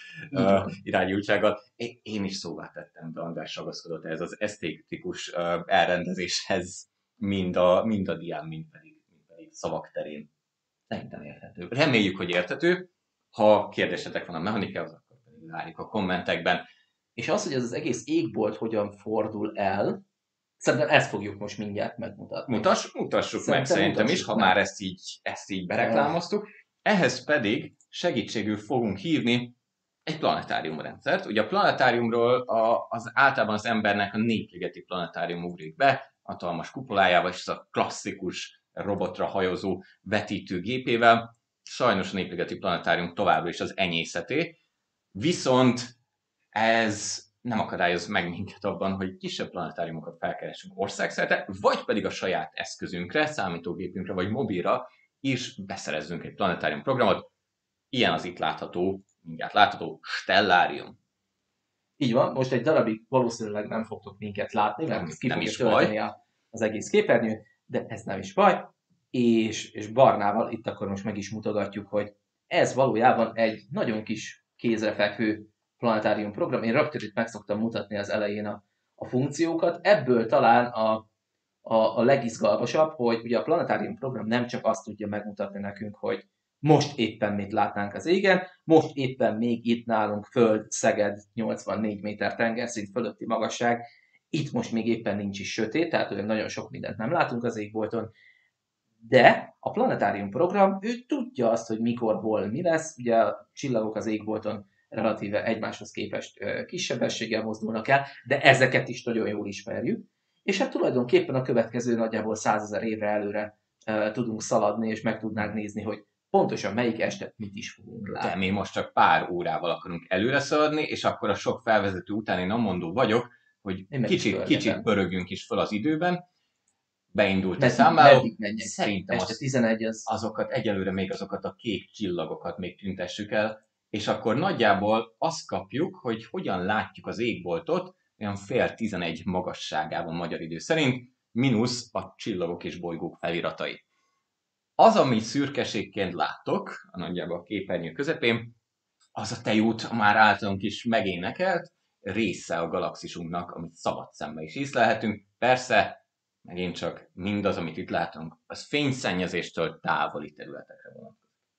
uh, irányultsággal. Én, én is szóvá tettem, de András ragaszkodott ehhez az esztétikus uh, elrendezéshez, mind a, mind a dián, mind pedig, mind pedig szavak terén. Szerintem érthető. Reméljük, hogy érthető. Ha kérdésetek van a mechanikához, várjuk a kommentekben. És az, hogy ez az egész égbolt hogyan fordul el, szerintem ezt fogjuk most mindjárt megmutatni. Mutas, mutassuk szerintem meg szerintem is, ha meg. Már ezt így, ezt így bereklámoztuk. Ehhez pedig segítségül fogunk hívni egy planetáriumrendszert. Ugye a planetáriumról a, az általában az embernek a Népligeti planetárium ugrik be, hatalmas kupolájával és az a klasszikus robotra hajozó vetítőgépével. Sajnos a Népligeti planetárium továbbra is az enyészeté. Viszont ez nem akadályoz meg minket abban, hogy kisebb planetáriumokat felkeressünk országszerte, vagy pedig a saját eszközünkre, számítógépünkre vagy mobilra is beszerezzünk egy planetárium programot. Ilyen az itt látható, mindjárt látható Stellárium. Így van, most egy darabig valószínűleg nem fogtok minket látni, mert nem, ki fogja tölteni a, az egész képernyőt, de ez nem is baj. És, és Barnával itt akkor most meg is mutogatjuk, hogy ez valójában egy nagyon kis kézrefekvő planetárium program. Én rögtön itt meg szoktam mutatni az elején a, a funkciókat. Ebből talán a, a, a legizgalmasabb, hogy ugye a planetárium program nem csak azt tudja megmutatni nekünk, hogy most éppen mit látnánk az égen, most éppen még itt nálunk Föld, Szeged, nyolcvannégy méter tengerszint fölötti magasság, itt most még éppen nincs is sötét, tehát olyan nagyon sok mindent nem látunk az égbolton, de a planetárium program, ő tudja azt, hogy mikor, hol, mi lesz. Ugye a csillagok az égbolton relatíve egymáshoz képest kis sebességgel mozdulnak el, de ezeket is nagyon jól ismerjük. És hát tulajdonképpen a következő nagyjából százezer évre előre uh, tudunk szaladni, és meg tudnánk nézni, hogy pontosan melyik este mit is fogunk látni. De mi most csak pár órával akarunk előre szaladni, és akkor a sok felvezető után én amondó vagyok, hogy kicsit, kicsit pörögjünk is fel az időben. Beindult a számláló. Szerintem este tizenegy az... azokat, egyelőre még azokat a kék csillagokat még tüntessük el, és akkor nagyjából azt kapjuk, hogy hogyan látjuk az égboltot olyan fél tizenegy magasságában magyar idő szerint, mínusz a csillagok és bolygók feliratai. Az, amit szürkeségként láttok, a nagyjából a képernyő közepén, az a tejút már általunk is megénekelt része a galaxisunknak, amit szabad szemmel is észlelhetünk. Persze, megint csak mindaz, amit itt látunk, az fényszennyezéstől távoli területekre vonatkozik.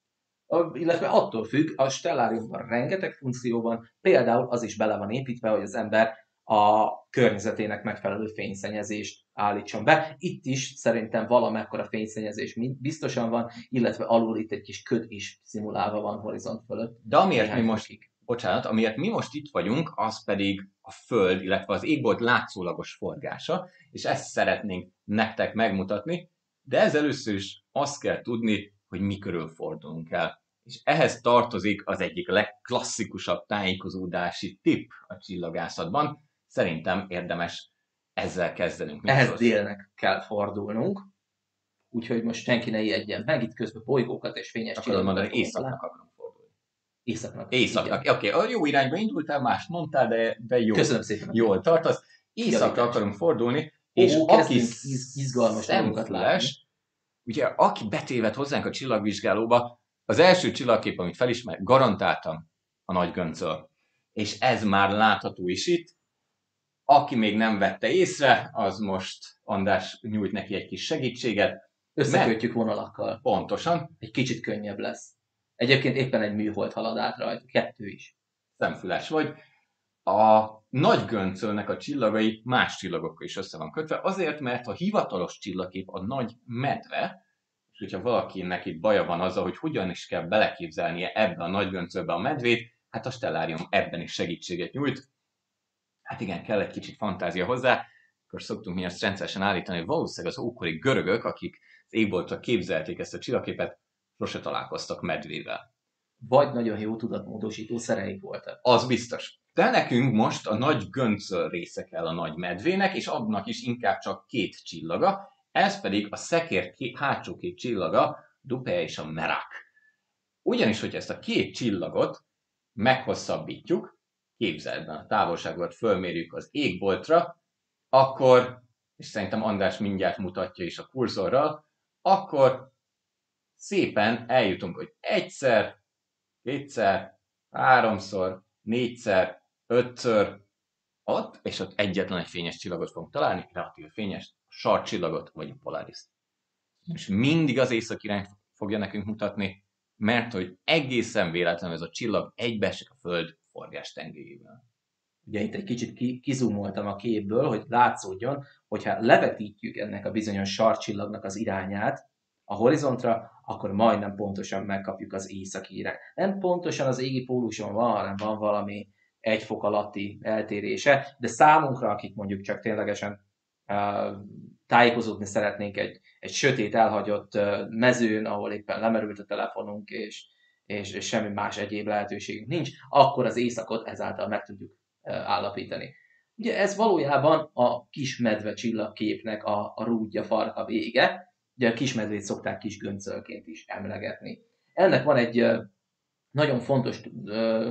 A- illetve attól függ, a stelláriumban rengeteg funkció van, például az is bele van építve, hogy az ember a környezetének megfelelő fényszennyezést állítson be. Itt is szerintem valamekkora fényszennyezés mi- biztosan van, illetve alul itt egy kis köd is szimulálva van horizont fölött. De amiért mi Néhány most, fokig. bocsánat, amiért mi most itt vagyunk, az pedig a Föld, illetve az égbolt látszólagos forgása, és ezt szeretnénk nektek megmutatni, de ez először is azt kell tudni, hogy mi körül fordulunk el. És ehhez tartozik az egyik legklasszikusabb tájékozódási tipp a csillagászatban. Szerintem érdemes ezzel kezdenünk. Mit Ehhez szólsz? délnek kell fordulnunk, úgyhogy most senki ne ijedjen meg, itt közben bolygókat és fényes Akarod mondani, fogunk északnak találni. akarunk fordulni. Északnak. Északnak. igen. Oké, okay, a jó irányba indultál, mást mondtál, de, de jó. Köszönöm szépen. Jól tartasz. Északra Javítás. akarunk fordulni, és Ó, aki kezdünk iz- izgalmas dolgokat látni. szemfüles, ugye aki betéved hozzánk a csillagvizsgálóba, az első csillagkép, amit felismer, garantáltan a nagy göncöl. És ez már látható is itt. Aki még nem vette észre, az most András nyújt neki egy kis segítséget. Összekötjük vonalakkal. Pontosan, Egy kicsit könnyebb lesz. Egyébként éppen egy műhold halad át rajta, kettő is. szemfüles vagy. A nagy göncölnek a csillagai más csillagokkal is össze van kötve, azért, mert a hivatalos csillagkép a nagy medve, és hogyha valakinek itt baja van azzal, hogy hogyan is kell beleképzelnie ebbe a nagy göncölbe a medvét, hát a stellárium ebben is segítséget nyújt. Hát igen, kell egy kicsit fantázia hozzá, akkor szoktunk mi azt rendszeresen állítani, hogy valószínűleg az ókori görögök, akik az égboltra képzelték ezt a csillagképet, sose találkoztak medvével. Vagy nagyon jó tudatmódosító szereik voltak. Az biztos. De nekünk most a nagy göncöl része kell a nagy medvének, és annak is inkább csak két csillaga, ez pedig a szekér ké- hátsó két csillaga, Dupea és a Merak. Ugyanis, hogy ezt a két csillagot meghosszabbítjuk, képzeld a távolságot fölmérjük az égboltra, akkor, és szerintem András mindjárt mutatja is a kurzorral, akkor szépen eljutunk, hogy egyszer, kétszer, háromszor, négyszer, ötször, ott, és ott egyetlen egy fényes csillagot fogunk találni, relatív fényes, a sarkcsillagot, vagy a Polaris-t. És mindig az észak irányt fogja nekünk mutatni, mert hogy egészen véletlenül ez a csillag egybeesik a Föld forgás tengelyével. Ugye itt egy kicsit ki, kizumoltam a képből, hogy látszódjon, hogyha levetítjük ennek a bizonyos sarkcsillagnak az irányát a horizontra, akkor majdnem pontosan megkapjuk az északi irányt. Nem pontosan az égi póluson van, hanem van valami egy fok alatti eltérése, de számunkra, akik mondjuk csak ténylegesen uh, tájékozódni szeretnénk egy, egy sötét, elhagyott uh, mezőn, ahol éppen lemerült a telefonunk, és, és, és semmi más egyéb lehetőségünk nincs, akkor az északot ezáltal meg tudjuk uh, állapítani. Ugye ez valójában a kis medve csillagképnek a, a rúdja, farka vége, ugye a kismedvét szokták kis göncölként is emlegetni. Ennek van egy uh, nagyon fontos uh,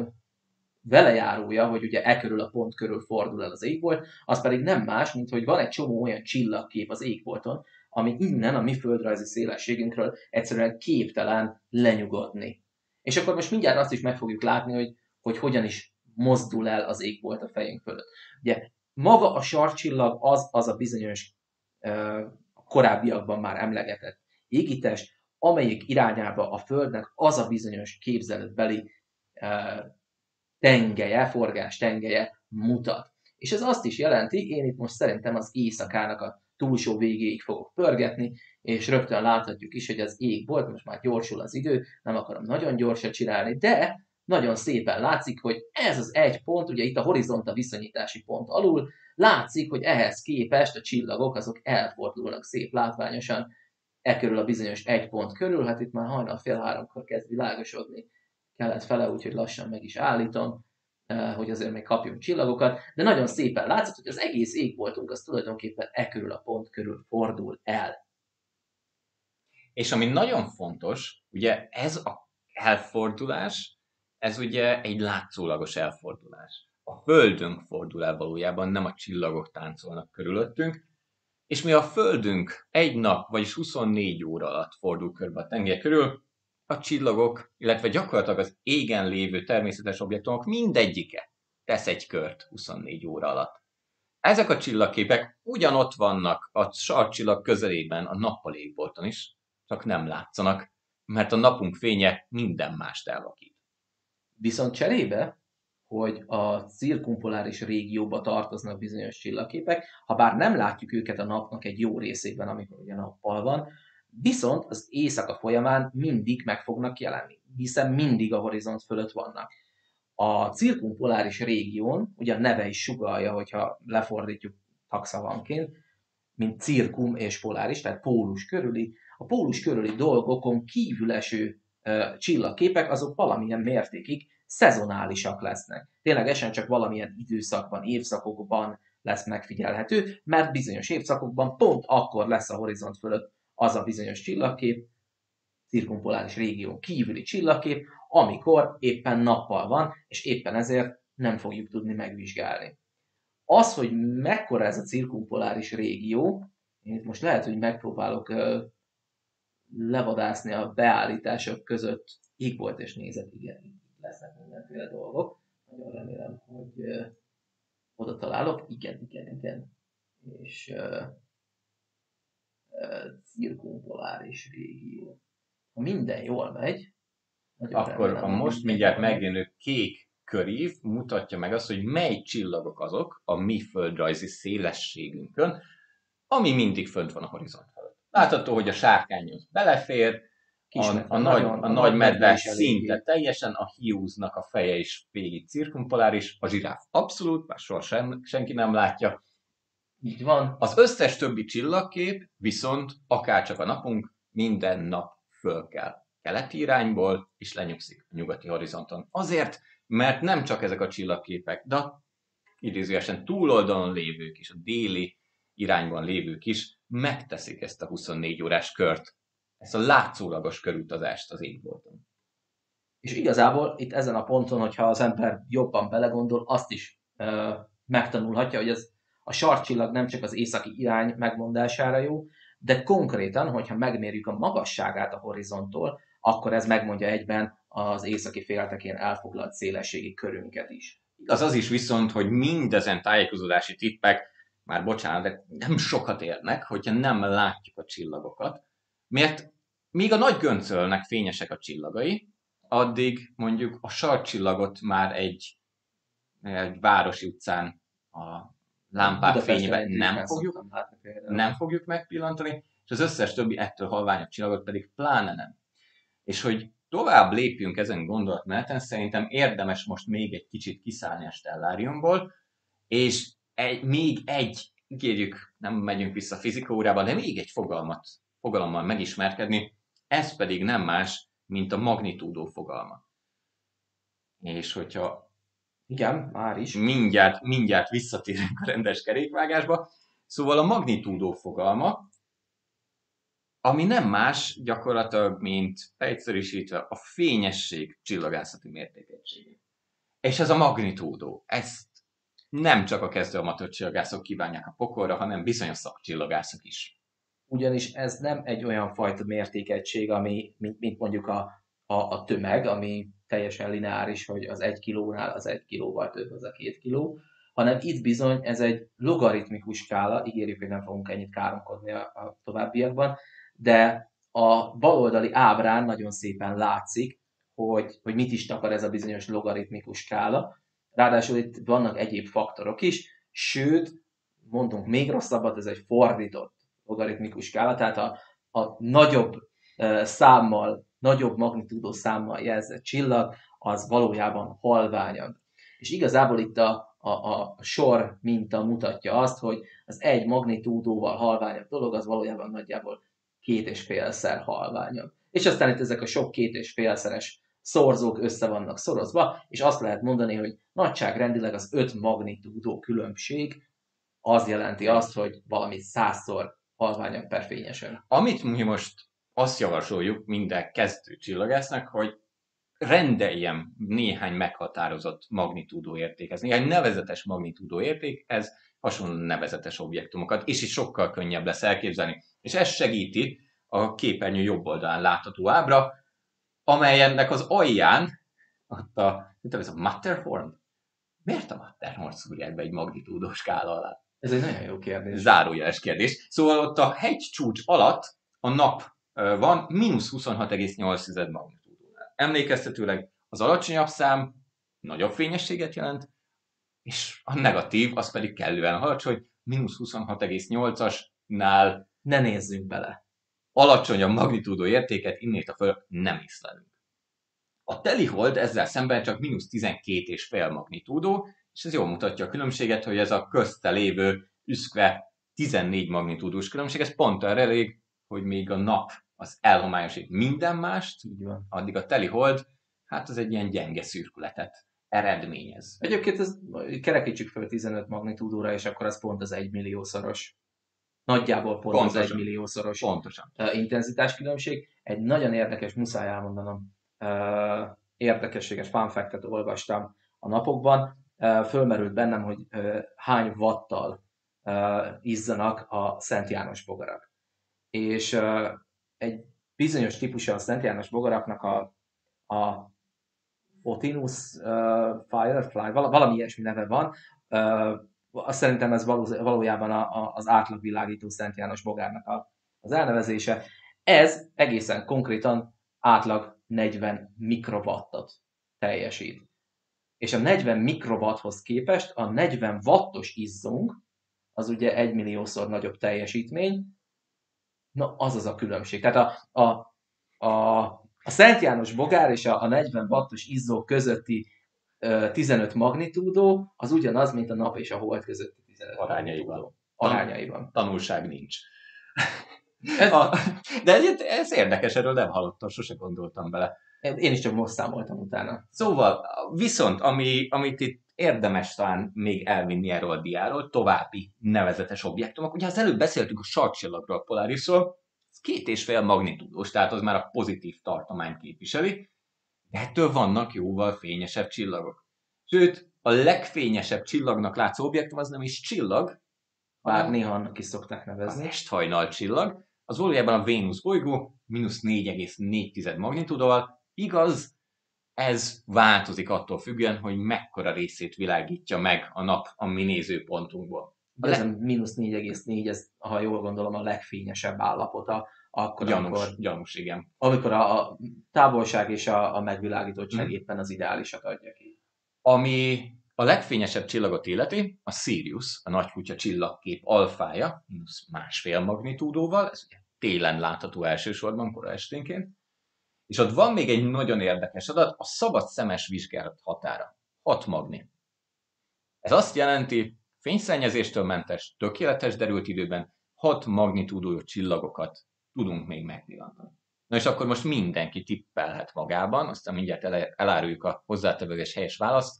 velejárója, hogy ugye e körül a pont körül fordul el az égbolt, az pedig nem más, mint hogy van egy csomó olyan csillagkép az égbolton, ami innen a mi földrajzi szélességünkről egyszerűen képtelen lenyugodni. És akkor most mindjárt azt is meg fogjuk látni, hogy, hogy hogyan is mozdul el az égbolt a fejünk fölött. Ugye maga a sarkcsillag az, az a bizonyos uh, korábbiakban már emlegetett égitest, amelyik irányába a Földnek az a bizonyos képzeletbeli uh, tengelye, forgás tengelye mutat. És ez azt is jelenti, én itt most szerintem az éjszakának a túlsó végéig fogok pörgetni, és rögtön láthatjuk is, hogy az égbolt, most már gyorsul az idő, nem akarom nagyon gyorsan csinálni, de nagyon szépen látszik, hogy ez az egy pont, ugye itt a horizont a viszonyítási pont alul, látszik, hogy ehhez képest a csillagok azok elfordulnak szép látványosan e körül a bizonyos egy pont körül, hát itt már hajnal fél háromkor kezd világosodni kelet fele, úgyhogy lassan meg is állítom, hogy azért még kapjunk csillagokat, de nagyon szépen látszott, hogy az egész égboltunk az tulajdonképpen e körül a pont körül fordul el. És ami nagyon fontos, ugye ez a elfordulás, ez ugye egy látszólagos elfordulás. A Földünk fordul el valójában, nem a csillagok táncolnak körülöttünk, És mi a Földünk egy nap, vagyis huszonnégy óra alatt fordul körbe a tenger körül, a csillagok, illetve gyakorlatilag az égen lévő természetes objektumok mindegyike tesz egy kört huszonnégy óra alatt. Ezek a csillagképek ugyanott vannak a sarkcsillag közelében, a nappali égbolton is, csak nem látszanak, mert a napunk fénye minden mást elvakít. Viszont cserébe, hogy a cirkumpoláris régióba tartoznak bizonyos csillagképek, ha bár nem látjuk őket a napnak egy jó részében, amikor ugye nappal van, viszont az éjszaka folyamán mindig meg fognak jelenni, hiszen mindig a horizont fölött vannak. A cirkumpoláris régión, ugye a neve is sugallja, hogyha lefordítjuk tagszavanként, mint cirkum és poláris, tehát pólus körüli, a pólus körüli dolgokon kívül eső uh, csillagképek, azok valamilyen mértékig szezonálisak lesznek. Ténylegesen csak valamilyen időszakban, évszakokban lesz megfigyelhető, mert bizonyos évszakokban pont akkor lesz a horizont fölött az a bizonyos csillagkép, cirkumpoláris régión kívüli csillagkép, amikor éppen nappal van, és éppen ezért nem fogjuk tudni megvizsgálni. Az, hogy mekkora ez a cirkumpoláris régió, én itt most lehet, hogy megpróbálok uh, levadászni a beállítások között égbolt és nézet, igen, lesznek mindenféle dolgok. Nagyon remélem, hogy uh, oda találok. Igen, igen, igen. És uh, uh, cirkumpoláris régió. Ha minden jól megy, akkor remélem, a most mindjárt megjelenő kék körív mutatja meg azt, hogy mely csillagok azok a mi földrajzi szélességünkön, ami mindig fönt van a horizont felett. Látható, hogy a sárkány az belefér, a, a, a, nagy, a nagy medve szinte teljesen, a hiúznak a feje is végig cirkumpoláris, a zsiráf abszolút, már soha sem, senki nem látja. Így van. Az összes többi csillagkép viszont, akárcsak a napunk, minden nap föl kell keleti irányból, és lenyugszik a nyugati horizonton. Azért, mert nem csak ezek a csillagképek, de idézőesen túloldalon lévők is, a déli irányban lévők is megteszik ezt a huszonnégy órás kört, ezt a látszólagos körutazást az égbolton. És igazából itt ezen a ponton, hogyha az ember jobban belegondol, azt is ö, megtanulhatja, hogy ez a sarkcsillag nem csak az északi irány megmondására jó, de konkrétan, hogyha megmérjük a magasságát a horizonttól, akkor ez megmondja egyben az északi féltekén elfoglalt szélességi körünket is. Az az is viszont, hogy mindezen tájékozódási tippek, már bocsánat, de nem sokat érnek, hogyha nem látjuk a csillagokat, mert míg a nagy göncölnek fényesek a csillagai, addig mondjuk a sarkcsillagot már egy, egy városi utcán a lámpák fényében nem fogjuk, nem fogjuk megpillantani, és az összes többi ettől halványabb csillagot pedig pláne nem. És hogy tovább lépjünk ezen gondolatmeneten, szerintem érdemes most még egy kicsit kiszállni a stelláriumból, és egy, még egy, kérjük, nem megyünk vissza fizika órába, de még egy fogalmat, fogalommal megismerkedni, ez pedig nem más, mint a magnitúdó fogalma. És hogyha igen, már is. Mindjárt, mindjárt visszatérünk a rendes kerékvágásba. Szóval a magnitúdó fogalma, ami nem más gyakorlatilag, mint egyszerűsítve a fényesség csillagászati mértékegysége. És ez a magnitúdó, ezt nem csak a kezdő amatőr csillagászok kívánják a pokolra, hanem bizonyos szakcsillagászok is. Ugyanis ez nem egy olyan fajta mértékegység, ami, mint, mint mondjuk a, a, a tömeg, ami teljesen lineáris, hogy az egy kilónál az egy kilóval több az a két kiló, hanem itt bizony ez egy logaritmikus skála, ígérjük, hogy nem fogunk ennyit káromkodni a, a továbbiakban, de a baloldali ábrán nagyon szépen látszik, hogy, hogy mit is takar ez a bizonyos logaritmikus skála. Ráadásul itt vannak egyéb faktorok is, sőt, mondunk még rosszabbat, ez egy fordított logaritmikus skála, tehát a, a nagyobb uh, számmal, nagyobb magnitúdó számmal jelzett csillag, az valójában halványabb. És igazából itt a, a, a sor minta mutatja azt, hogy az egy magnitúdóval halványabb dolog, az valójában nagyjából két és félszer halványabb. És aztán itt ezek a sok két és félszeres szorzók össze vannak szorozva, és azt lehet mondani, hogy nagyságrendileg az öt magnitúdó különbség az jelenti azt, hogy valami százszor halványabb per fényesen. Amit mi most azt javasoljuk minden kezdő csillagásznak, hogy rendeljem néhány meghatározott magnitúdó értékhez. Néhány nevezetes magnitúdó érték, ez hasonló nevezetes objektumokat, és is sokkal könnyebb lesz elképzelni. És ez segíti a képernyő jobb oldalán látható ábra, amelyennek az alján, ott a, mint ez a Matterhorn? Miért a Matterhorn szúrják be egy magnitúdós skála alá? Ez egy nagyon jó kérdés. Zárójeles kérdés. Szóval ott a hegycsúcs alatt a nap van mínusz huszonhat egész nyolc magnitúdónál. Emlékeztetőleg az alacsonyabb szám nagyobb fényességet jelent, és a negatív, az pedig kellően alacsony, mínusz huszonhat egész nyolcasnál ne nézzünk bele. Alacsonyabb magnitúdó értéket innét a föl nem észlelünk. A telihold ezzel szemben csak mínusz tizenkét egész öt magnitúdó, és ez jól mutatja a különbséget, hogy ez a közte lévő üszkve tizennégy magnitúdós különbség, ez pont arra elég, hogy még a nap az elhomályosít minden mást, így van. Addig a telihold, hát az egy ilyen gyenge szürkületet eredményez. Egyébként ez, kerekítsük fel tizenöt magnitúdóra, és akkor az pont az egymilliószoros. Nagyjából pont pontosan, az egymilliószoros pontosan. intenzitás különbség. Egy nagyon érdekes, muszáj elmondanom, érdekességes fun fact-et olvastam a napokban. Fölmerült bennem, hogy hány watttal izzanak a Szent János bogarak. És egy bizonyos típusa a Szent János bogaraknak a, a Photinus uh, Firefly, valami ilyesmi neve van. Uh, azt szerintem ez való, valójában a, a, az átlagvilágító Szent János bogárnak a, az elnevezése. Ez egészen konkrétan átlag negyven mikrowattot teljesít. És a negyven mikrowatthoz képest a negyven wattos izzónk, az ugye egymilliószor nagyobb teljesítmény, na az az a különbség. Tehát a, a, a A Szent János bogár és a negyven wattos izzó közötti uh, tizenöt magnitúdó az ugyanaz, mint a nap és a hold közötti tizenöt arányaiban. Arányaiban. Tanulság nincs. ez, a, de ez, ez érdekes, erről nem hallottam, sose gondoltam bele. Én is csak most számoltam utána. Szóval, viszont ami, amit itt érdemes talán még elvinni erről a diáról, további nevezetes objektumok. Ugye az előbb beszéltünk a sarkcsillagról, a Polarisról, két és fél magnitúdós, tehát az már a pozitív tartományt képviseli, de ettől vannak jóval fényesebb csillagok. Sőt, a legfényesebb csillagnak látszó objektum az nem is csillag, bár néha annak is szokták nevezni. Az esthajnal csillag, az valójában a Vénusz bolygó, mínusz négy egész négy magnitúdóval, igaz, ez változik attól függően, hogy mekkora részét világítja meg a nap a mi nézőpontunkból. De ez a mínusz négy egész négy, ez, ha jól gondolom, a legfényesebb állapota. Akkor, gyanús, amikor, gyanús, igen. Amikor a, a távolság és a, a megvilágítottság mm. éppen az ideálisat adja ki. Ami a legfényesebb csillagot illeti, a Sirius, a nagykutya csillagkép alfája, mínusz másfél magnitúdóval, ez ugye télen látható elsősorban, kora esténként. És ott van még egy nagyon érdekes adat, a szabad szemes vizsgálat határa. hat magni. Ez azt jelenti, fényszennyezéstől mentes, tökéletes derült időben hat magnitúdójú csillagokat tudunk még megpillantani. Na és akkor most mindenki tippelhet magában, aztán mindjárt eláruljuk a hozzátevőges helyes választ.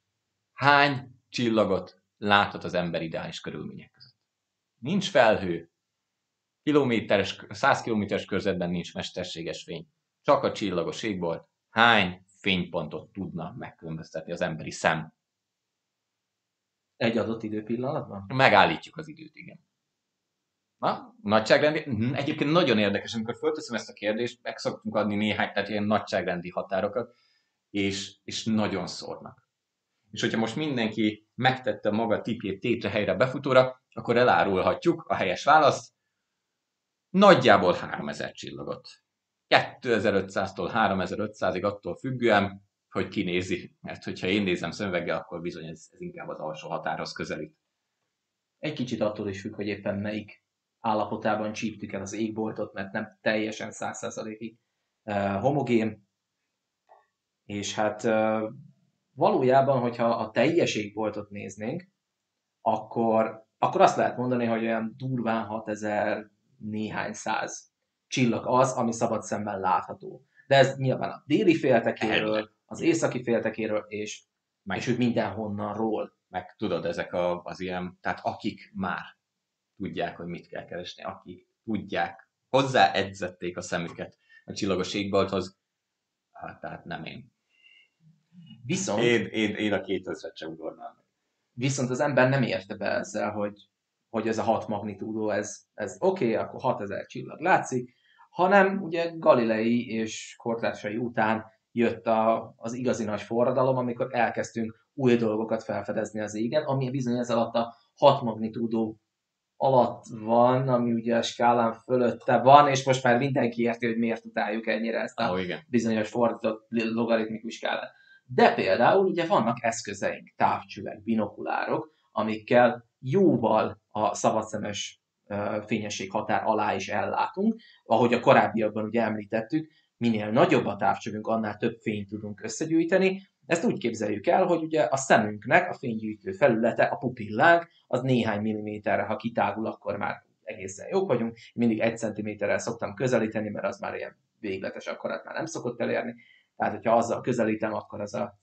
Hány csillagot láthat az ember ideális körülmények között? Nincs felhő, kilométeres, száz kilométeres körzetben nincs mesterséges fény, csak a csillagos égbolt. Hány fénypontot tudna megkülönböztetni az emberi szem? Egy adott időpillanatban? Megállítjuk az időt, igen. Na, nagyságrendi, egyébként nagyon érdekes, amikor fölteszem ezt a kérdést, meg szoktunk adni néhány, tehát ilyen nagyságrendi határokat, és, és nagyon szórnak. És hogyha most mindenki megtette maga tippjét tétre helyre befutóra, akkor elárulhatjuk a helyes választ, nagyjából háromezer csillagot. kétezer-ötszáztól háromezer-ötszázig attól függően, hogy ki nézi, mert hogyha én nézem szemüveggel, akkor bizony ez, ez inkább az alsó határhoz közelít. Egy kicsit attól is függ, hogy éppen melyik állapotában csíptük el az égboltot, mert nem teljesen száz százalékig uh, homogén. És hát uh, valójában, hogyha a teljes égboltot néznénk, akkor, akkor azt lehet mondani, hogy olyan durván hatezer néhány száz csillag az, ami szabad szemben látható. De ez nyilván a déli féltekéről, az északi féltekéről, és, meg, és úgy mindenhonnanról. Meg tudod, ezek a, az ilyen, tehát akik már tudják, hogy mit kell keresni, akik tudják, hozzáedzették a szemüket a csillagos égbolthoz, hát tehát nem én. Viszont... Én, én, én a kétezret sem ugornám meg. Viszont az ember nem érte be ezzel, hogy, hogy ez a hat magnitúdó, ez, ez oké, okay, akkor hatezer csillag látszik, hanem ugye Galilei és kortársai után jött a, az igazi nagy forradalom, amikor elkezdtünk új dolgokat felfedezni az égen, ami bizony ez alatt a hat magnitúdó alatt van, ami ugye a skálán fölötte van, és most már mindenki érti, hogy miért utáljuk ennyire ezt a oh, igen. bizonyos fordított logaritmikus skálát. De például ugye vannak eszközeink, távcsövek, binokulárok, amikkel jóval a szabadszemes fényesség határ alá is ellátunk. Ahogy a korábbiakban ugye említettük, minél nagyobb a távcsövünk, annál több fényt tudunk összegyűjteni. Ezt úgy képzeljük el, hogy ugye a szemünknek a fénygyűjtő felülete, a pupillánk, az néhány milliméterre, ha kitágul, akkor már egészen jók vagyunk. Mindig egy centiméterrel szoktam közelíteni, mert az már ilyen végletes akkorát már nem szokott elérni. Tehát, hogyha azzal közelítem, akkor az a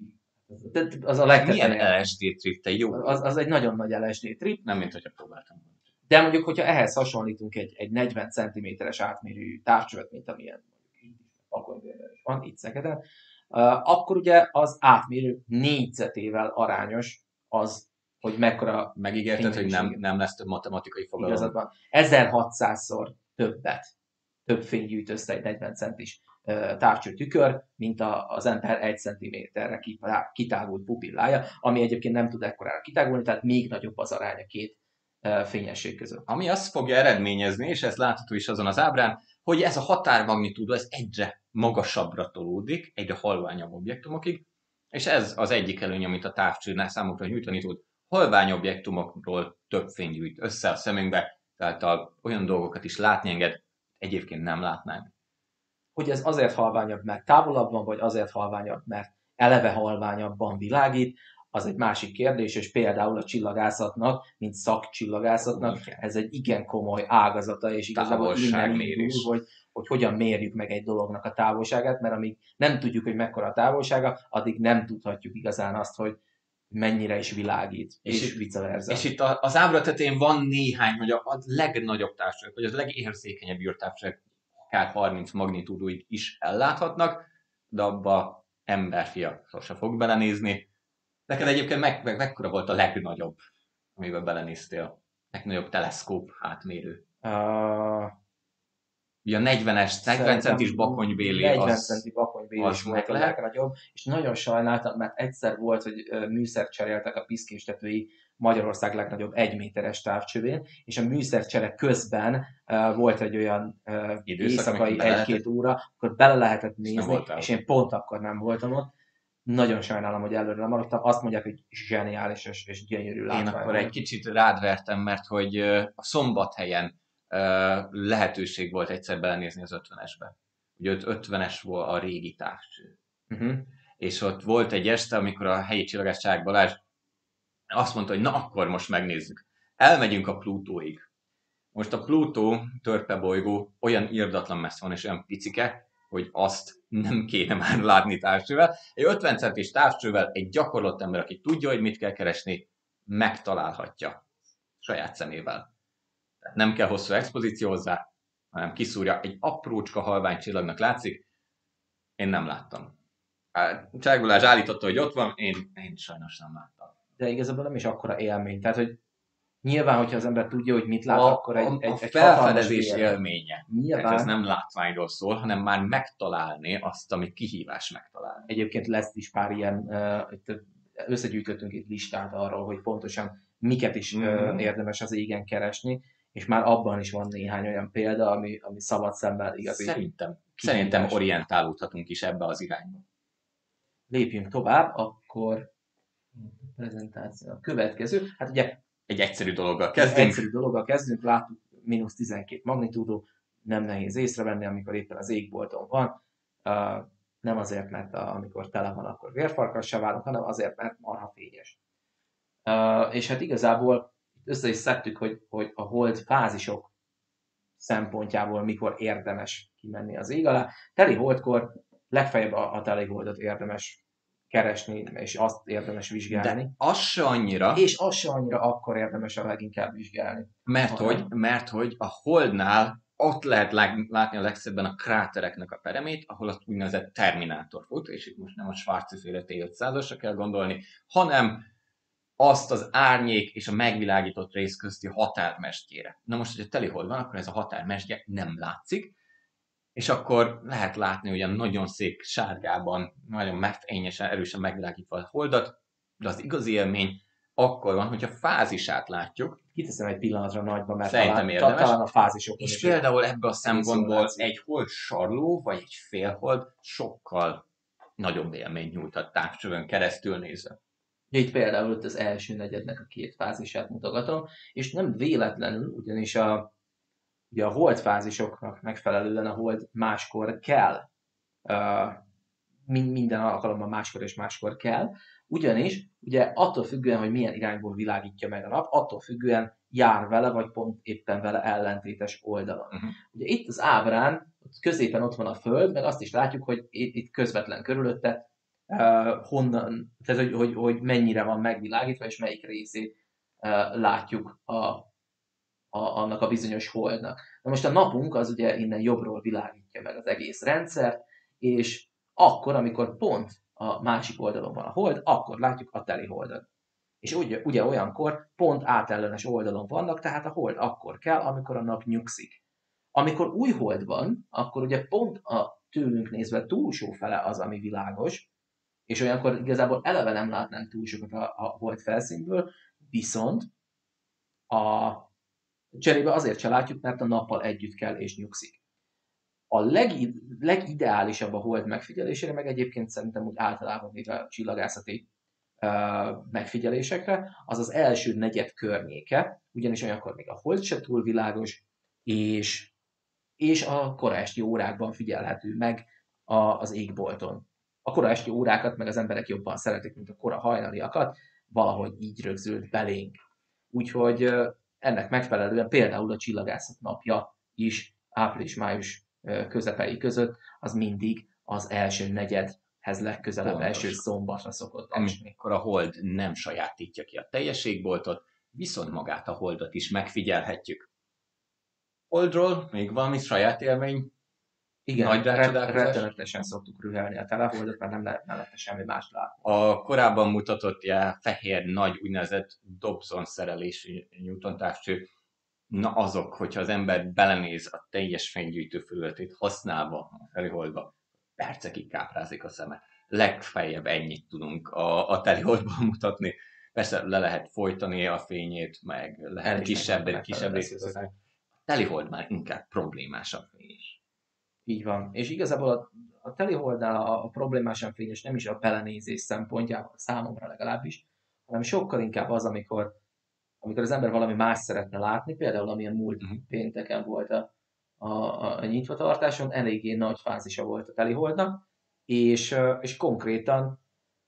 az a legtetején. Milyen el es dé trip, te jó? Az, az egy nagyon nagy el es dé trip. Nem, mint hogyha próbáltam. De mondjuk, hogyha ehhez hasonlítunk egy, egy negyven centiméteres átmérőjű távcsövet, mint amilyen Pakonyvérben is van, itt Szegeden, uh, akkor ugye az átmérő négyzetével arányos az, hogy mekkora... Megígérted, hogy nem, nem lesz több matematikai fogalom. Igazad van. ezerhatszázszor többet, több fényt gyűjt össze egy negyven centis uh, távcső tükör, mint a, az ember egy centiméterre kitágult pupillája, ami egyébként nem tud ekkorára kitágulni, tehát még nagyobb az arány a két uh, fényesség között. Ami azt fogja eredményezni, és ez látható is azon az ábrán, hogy ez a határmagnitúdó ez egyre magasabbra tolódik, egyre halványabb objektumokig, és ez az egyik előny, amit a távcsőnál számunkra nyújtani tud. Halvány objektumokról több fény gyűjt össze a szemünkbe, tehát a, olyan dolgokat is látni enged, egyébként nem látnánk. Hogy ez azért halványabb, mert távolabb van, vagy azért halványabb, mert eleve halványabban világít, az egy másik kérdés, és például a csillagászatnak, mint szakcsillagászatnak, igen. Ez egy igen komoly ágazata, és igazából innen indul, hogy, hogy hogyan mérjük meg egy dolognak a távolságát, mert amíg nem tudjuk, hogy mekkora a távolsága, addig nem tudhatjuk igazán azt, hogy mennyire is világít, és, és vice versa. És itt az ábra tetején van néhány, hogy a, a legnagyobb távcsövek, vagy a legérzékenyebb űrtávcsövek, akár harminc magnitúdóig is elláthatnak, de abba emberfia sose fog belenézni. Neked egyébként meg, meg, mekkora volt a legnagyobb, amiben belenéztél? Legnagyobb teleszkóp átmérő? Uh, Ugye a negyvenes, negyven centis bakonybéli negyven centi bakonybéli az volt a legnagyobb, és nagyon sajnáltam, mert egyszer volt, hogy műszert cseréltek a piszkéstetői Magyarország legnagyobb egyméteres távcsövén, és a műszercsere közben uh, volt egy olyan uh, éjszakai egy-két óra, akkor bele lehetett nézni, és én pont akkor nem voltam ott. Nagyon sajnálom, hogy előre nem maradtam. Azt mondják, hogy zseniális és, és gyönyörű látvány. Én akkor egy kicsit rád vertem, mert hogy a Szombathelyen lehetőség volt egyszer belenézni az ötvenesbe. Ugye ötvenes volt a régi távcső. Uh-huh. És ott volt egy este, amikor a helyi csillagász Csák Balázs azt mondta, hogy na akkor most megnézzük. Elmegyünk a Plutóig. Most a Plutó törpebolygó olyan irdatlan messze van, és olyan picike, hogy azt nem kéne már látni távcsővel. Egy ötven centis távcsővel egy gyakorlott ember, aki tudja, hogy mit kell keresni, megtalálhatja saját szemével. Tehát nem kell hosszú expozíció hozzá, hanem kiszúrja. Egy aprócska halvány csillagnak látszik. Én nem láttam. Csák Balázs állította, hogy ott van, én, én sajnos nem láttam. De igazából nem is akkora élmény. Tehát, hogy nyilván, hogyha az ember tudja, hogy mit lát, a, akkor egy, a, egy, a egy felfedezés élménye. Nyilván. Tehát ez nem látványról szól, hanem már megtalálni azt, amit kihívás megtalálni. Egyébként lesz is pár ilyen, uh, összegyűjtöttünk itt listát arról, hogy pontosan miket is mm-hmm. uh, érdemes az égen keresni, és már abban is van néhány olyan példa, ami, ami szabad szemmel igazi. Szerintem, szerintem orientálódhatunk is ebbe az irányba. Lépjünk tovább, akkor prezentáció. A következő, hát ugye egy egyszerű dologgal kezdünk. Egyszerű dologgal kezdünk, láttuk mínusz tizenkét magnitúdó, nem nehéz észrevenni, amikor éppen az égbolton van. Uh, nem azért, mert a, amikor tele van, akkor vérfarkassá válunk, hanem azért, mert marha fényes. Uh, és hát igazából össze is szedtük, hogy, hogy a hold fázisok szempontjából mikor érdemes kimenni az ég alá. Teli holdkor legfeljebb a, a teli holdot érdemes keresni, és azt érdemes vizsgálni. De az se annyira. És az se annyira akkor érdemes a leginkább vizsgálni. Mert hogy, mert hogy a holdnál ott lehet látni a legszebben a krátereknek a peremét, ahol az úgynevezett terminátor fut, és itt most nem a Schwarzy-féle té ötszázasra kell gondolni, hanem azt az árnyék és a megvilágított rész közti határmestjére. Na most, hogyha telihold van, akkor ez a határmestje nem látszik, és akkor lehet látni ugyan nagyon szép sárgában, nagyon megfényesen, erősen megvilágítva a holdat, de az igazi élmény akkor van, hogyha fázisát látjuk. Kiteszem egy pillanatra nagyba, mert Szerintem talán, érdemes. talán a fázisokon És is például ebből a szempontból látszik. egy hold sarló, vagy egy félhold sokkal nagyobb élményt nyújthat távcsövön keresztül nézve. Itt például ott az első negyednek a két fázisát mutogatom, és nem véletlenül, ugyanis a, ugye a hold fázisoknak megfelelően a hold máskor kell. Uh, minden alkalommal máskor és máskor kell, ugyanis ugye attól függően, hogy milyen irányból világítja meg a nap, attól függően jár vele, vagy pont éppen vele ellentétes oldalon. Uh-huh. Ugye itt az ábrán, középen ott van a Föld, meg azt is látjuk, hogy itt közvetlen körülötte uh, honnan, tehát hogy, hogy, hogy mennyire van megvilágítva, és melyik részét uh, látjuk a, a, annak a bizonyos holdnak. Na most a napunk az ugye innen jobbról világítja meg az egész rendszert, és akkor, amikor pont a másik oldalon van a hold, akkor látjuk a teli holdat. És ugye, ugye olyankor pont átellenes oldalon vannak, tehát a hold akkor kell, amikor a nap nyugszik. Amikor új hold van, akkor ugye pont a tőlünk nézve túlsó fele az, ami világos, és olyankor igazából eleve nem látnánk túl sokat a, a hold felszínből, viszont a cserébe azért se látjuk, mert a nappal együtt kell és nyugszik. A legid, legideálisabb a hold megfigyelésére, meg egyébként szerintem úgy általában véve a csillagászati uh, megfigyelésekre, az az első negyed környéke, ugyanis olyankor még a hold se túl világos, és, és a kora esti órákban figyelhető meg a, az égbolton. A kora esti órákat meg az emberek jobban szeretik, mint a kora hajnaliakat, valahogy így rögzült belénk. Úgyhogy uh, ennek megfelelően például a csillagászat napja is április-május közepei között, az mindig az első negyedhez legközelebb Pontos. első szombatra szokott esni. Amikor a hold nem sajátítja ki a teljes égboltot, viszont magát a holdat is megfigyelhetjük. Holdról még valami saját élmény? Igen, Nagy ret- rettenetesen szoktuk rühelni a teleholdat, mert nem lehet mellette semmi más látni. A korábban mutatott ja, fehér nagy úgynevezett Dobson szerelésű Newton távcső, na azok, hogyha az ember belenéz a teljes fénygyűjtő felületét használva a teliholdba, percekig káprázik a szeme. Legfeljebb ennyit tudunk a, a teliholdban mutatni. Persze le lehet folytani a fényét, meg lehet kisebb, kisebb részt. A telihold már inkább problémásabb fényes. Így van. És igazából a, a teliholdnál a, a problémásabb fényes nem is a belenézés szempontjából, számomra legalábbis, hanem sokkal inkább az, amikor amikor az ember valami más szeretne látni, például amilyen múlt uh-huh. pénteken volt a, a, a nyitvatartáson, eléggé nagy fázisa volt a teliholdnak, és, és konkrétan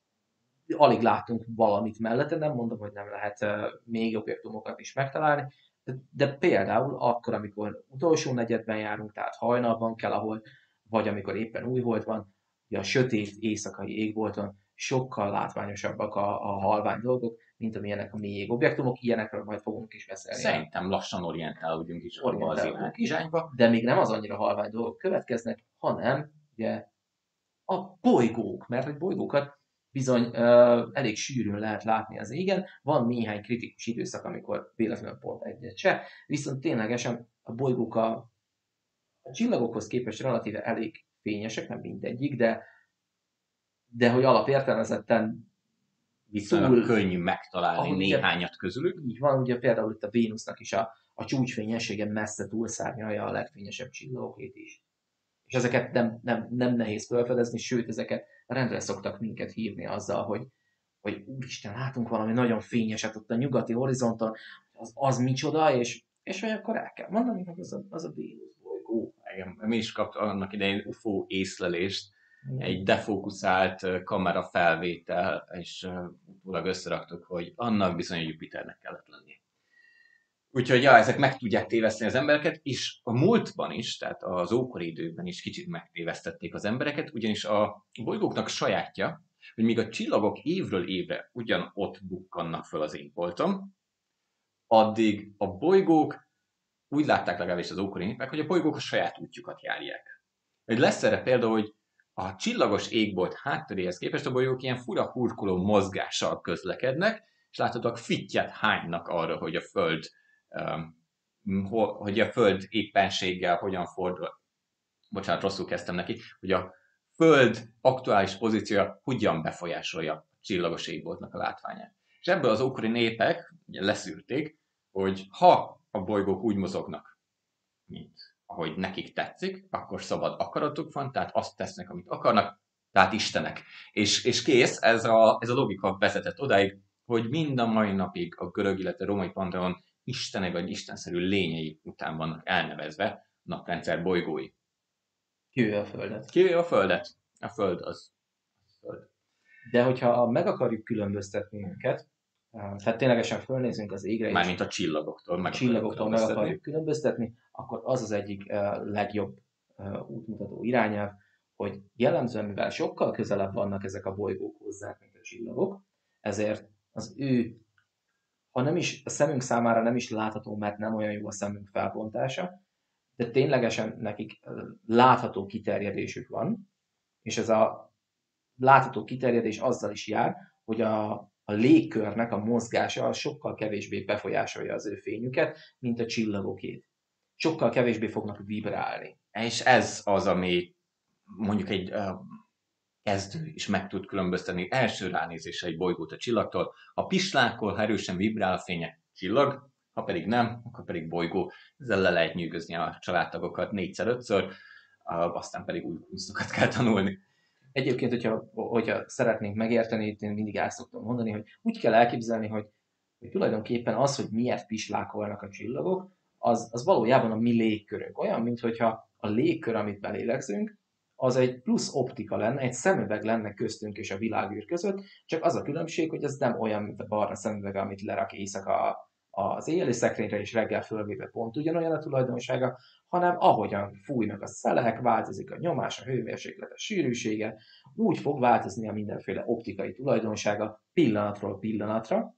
alig láttunk valamit mellette, nem mondom, hogy nem lehet még objektumokat is megtalálni, de, de például akkor, amikor utolsó negyedben járunk, tehát hajnalban kell, ahol, vagy amikor éppen új volt van, a sötét éjszakai égbolton sokkal látványosabbak a, a halvány dolgok, mint amilyenek a mély objektumok, ilyenekről majd fogunk is beszélni. Szerintem lassan orientálódjunk is orientálódunk az irányba, de még nem az annyira halvány dolgok következnek, hanem ugye a bolygók, mert egy bolygókat bizony uh, elég sűrűn lehet látni az égen, van néhány kritikus időszak, amikor véletlenül pont egyet se, viszont ténylegesen a bolygók a, a csillagokhoz képest relatíve elég fényesek, nem mindegyik, de, de hogy alapértelmezetten viszonylag túl, könnyű megtalálni néhányat ugye, közülük. Így van, ugye például itt a Vénusznak is a, a csúcsfényessége messze túlszárnyalja a legfényesebb csillagokét is. És ezeket nem, nem, nem nehéz felfedezni, sőt, ezeket rendre szoktak minket hívni azzal, hogy, hogy úristen, látunk valami nagyon fényeset ott a nyugati horizonton, az, az micsoda, és, és olyankor el kell mondani, hogy az a, az a Vénusz bolygó. Igen, mi is kaptuk annak idején u f o észlelést, egy defókuszált kamera felvétel, és utólag összeraktuk, hogy annak bizony a Jupiternek kellett lennie. Úgyhogy ja, ezek meg tudják téveszteni az embereket, és a múltban is, tehát az ókori időben is kicsit megtévesztették az embereket, ugyanis a bolygóknak sajátja, hogy míg a csillagok évről évre ugyanott bukkannak föl az égbolton, addig a bolygók úgy látták legalábbis az ókori népek, hogy a bolygók a saját útjukat járják. Hogy lesz erre például, hogy a csillagos égbolt hátteréhez képest a bolygók ilyen fura hurkoló mozgással közlekednek, és láthatóak fittyet hánynak arra, hogy a Föld, hogy a Föld éppenséggel hogyan fordul. Bocsánat, rosszul kezdtem neki, hogy a Föld aktuális pozíciója hogyan befolyásolja a csillagos égboltnak a látványát. És ebből az ókori népek ugye leszűrték, hogy ha a bolygók úgy mozognak, mint ahogy nekik tetszik, akkor szabad akaratuk van, tehát azt tesznek, amit akarnak, tehát istenek. És, és kész, ez a, ez a logika vezetett odáig, hogy mind a mai napig a görög, illetve romai panteon istenek vagy istenszerű lényei után vannak elnevezve a naprendszer bolygói. Kivéve a Földet. Kivéve a Földet. A Föld az Föld. De hogyha meg akarjuk különböztetni őket, tehát ténylegesen fölnézünk az égre, mármint a csillagoktól, meg a csillagoktól meg akarjuk különböztetni, akkor az az egyik legjobb útmutató irányelv, hogy jellemzően, mivel sokkal közelebb vannak ezek a bolygók hozzá, mint a csillagok, ezért az ő, ha nem is a szemünk számára nem is látható, mert nem olyan jó a szemünk felbontása, de ténylegesen nekik látható kiterjedésük van, és ez a látható kiterjedés azzal is jár, hogy a, a légkörnek a mozgása sokkal kevésbé befolyásolja az ő fényüket, mint a csillagokét. Sokkal kevésbé fognak vibrálni. És ez az, ami mondjuk egy uh, kezdő is meg tud különböztetni első ránézésre egy bolygót a csillagtól. Ha pislákol, ha erősen vibrál a fénye, csillag, ha pedig nem, akkor pedig bolygó. Ezzel le lehet nyűgözni a családtagokat négyszer-ötször, uh, aztán pedig új kunstokat kell tanulni. Egyébként, hogyha, hogyha szeretnénk megérteni, én mindig el szoktam mondani, hogy úgy kell elképzelni, hogy, hogy tulajdonképpen az, hogy miért pislákolnak a csillagok, az, az valójában a mi légkörünk. Olyan, mintha a légkör, amit belélegzünk, az egy plusz optika lenne, egy szemüveg lenne köztünk és a világűr között, csak az a különbség, hogy ez nem olyan, mint a barna szemüveg, amit lerak éjszaka az éjjeli szekrényre, és reggel fölvéve pont ugyanolyan a tulajdonsága, hanem ahogyan fújnak a szelek, változik a nyomás, a hőmérséklet, a sűrűsége, úgy fog változni a mindenféle optikai tulajdonsága pillanatról pillanatra,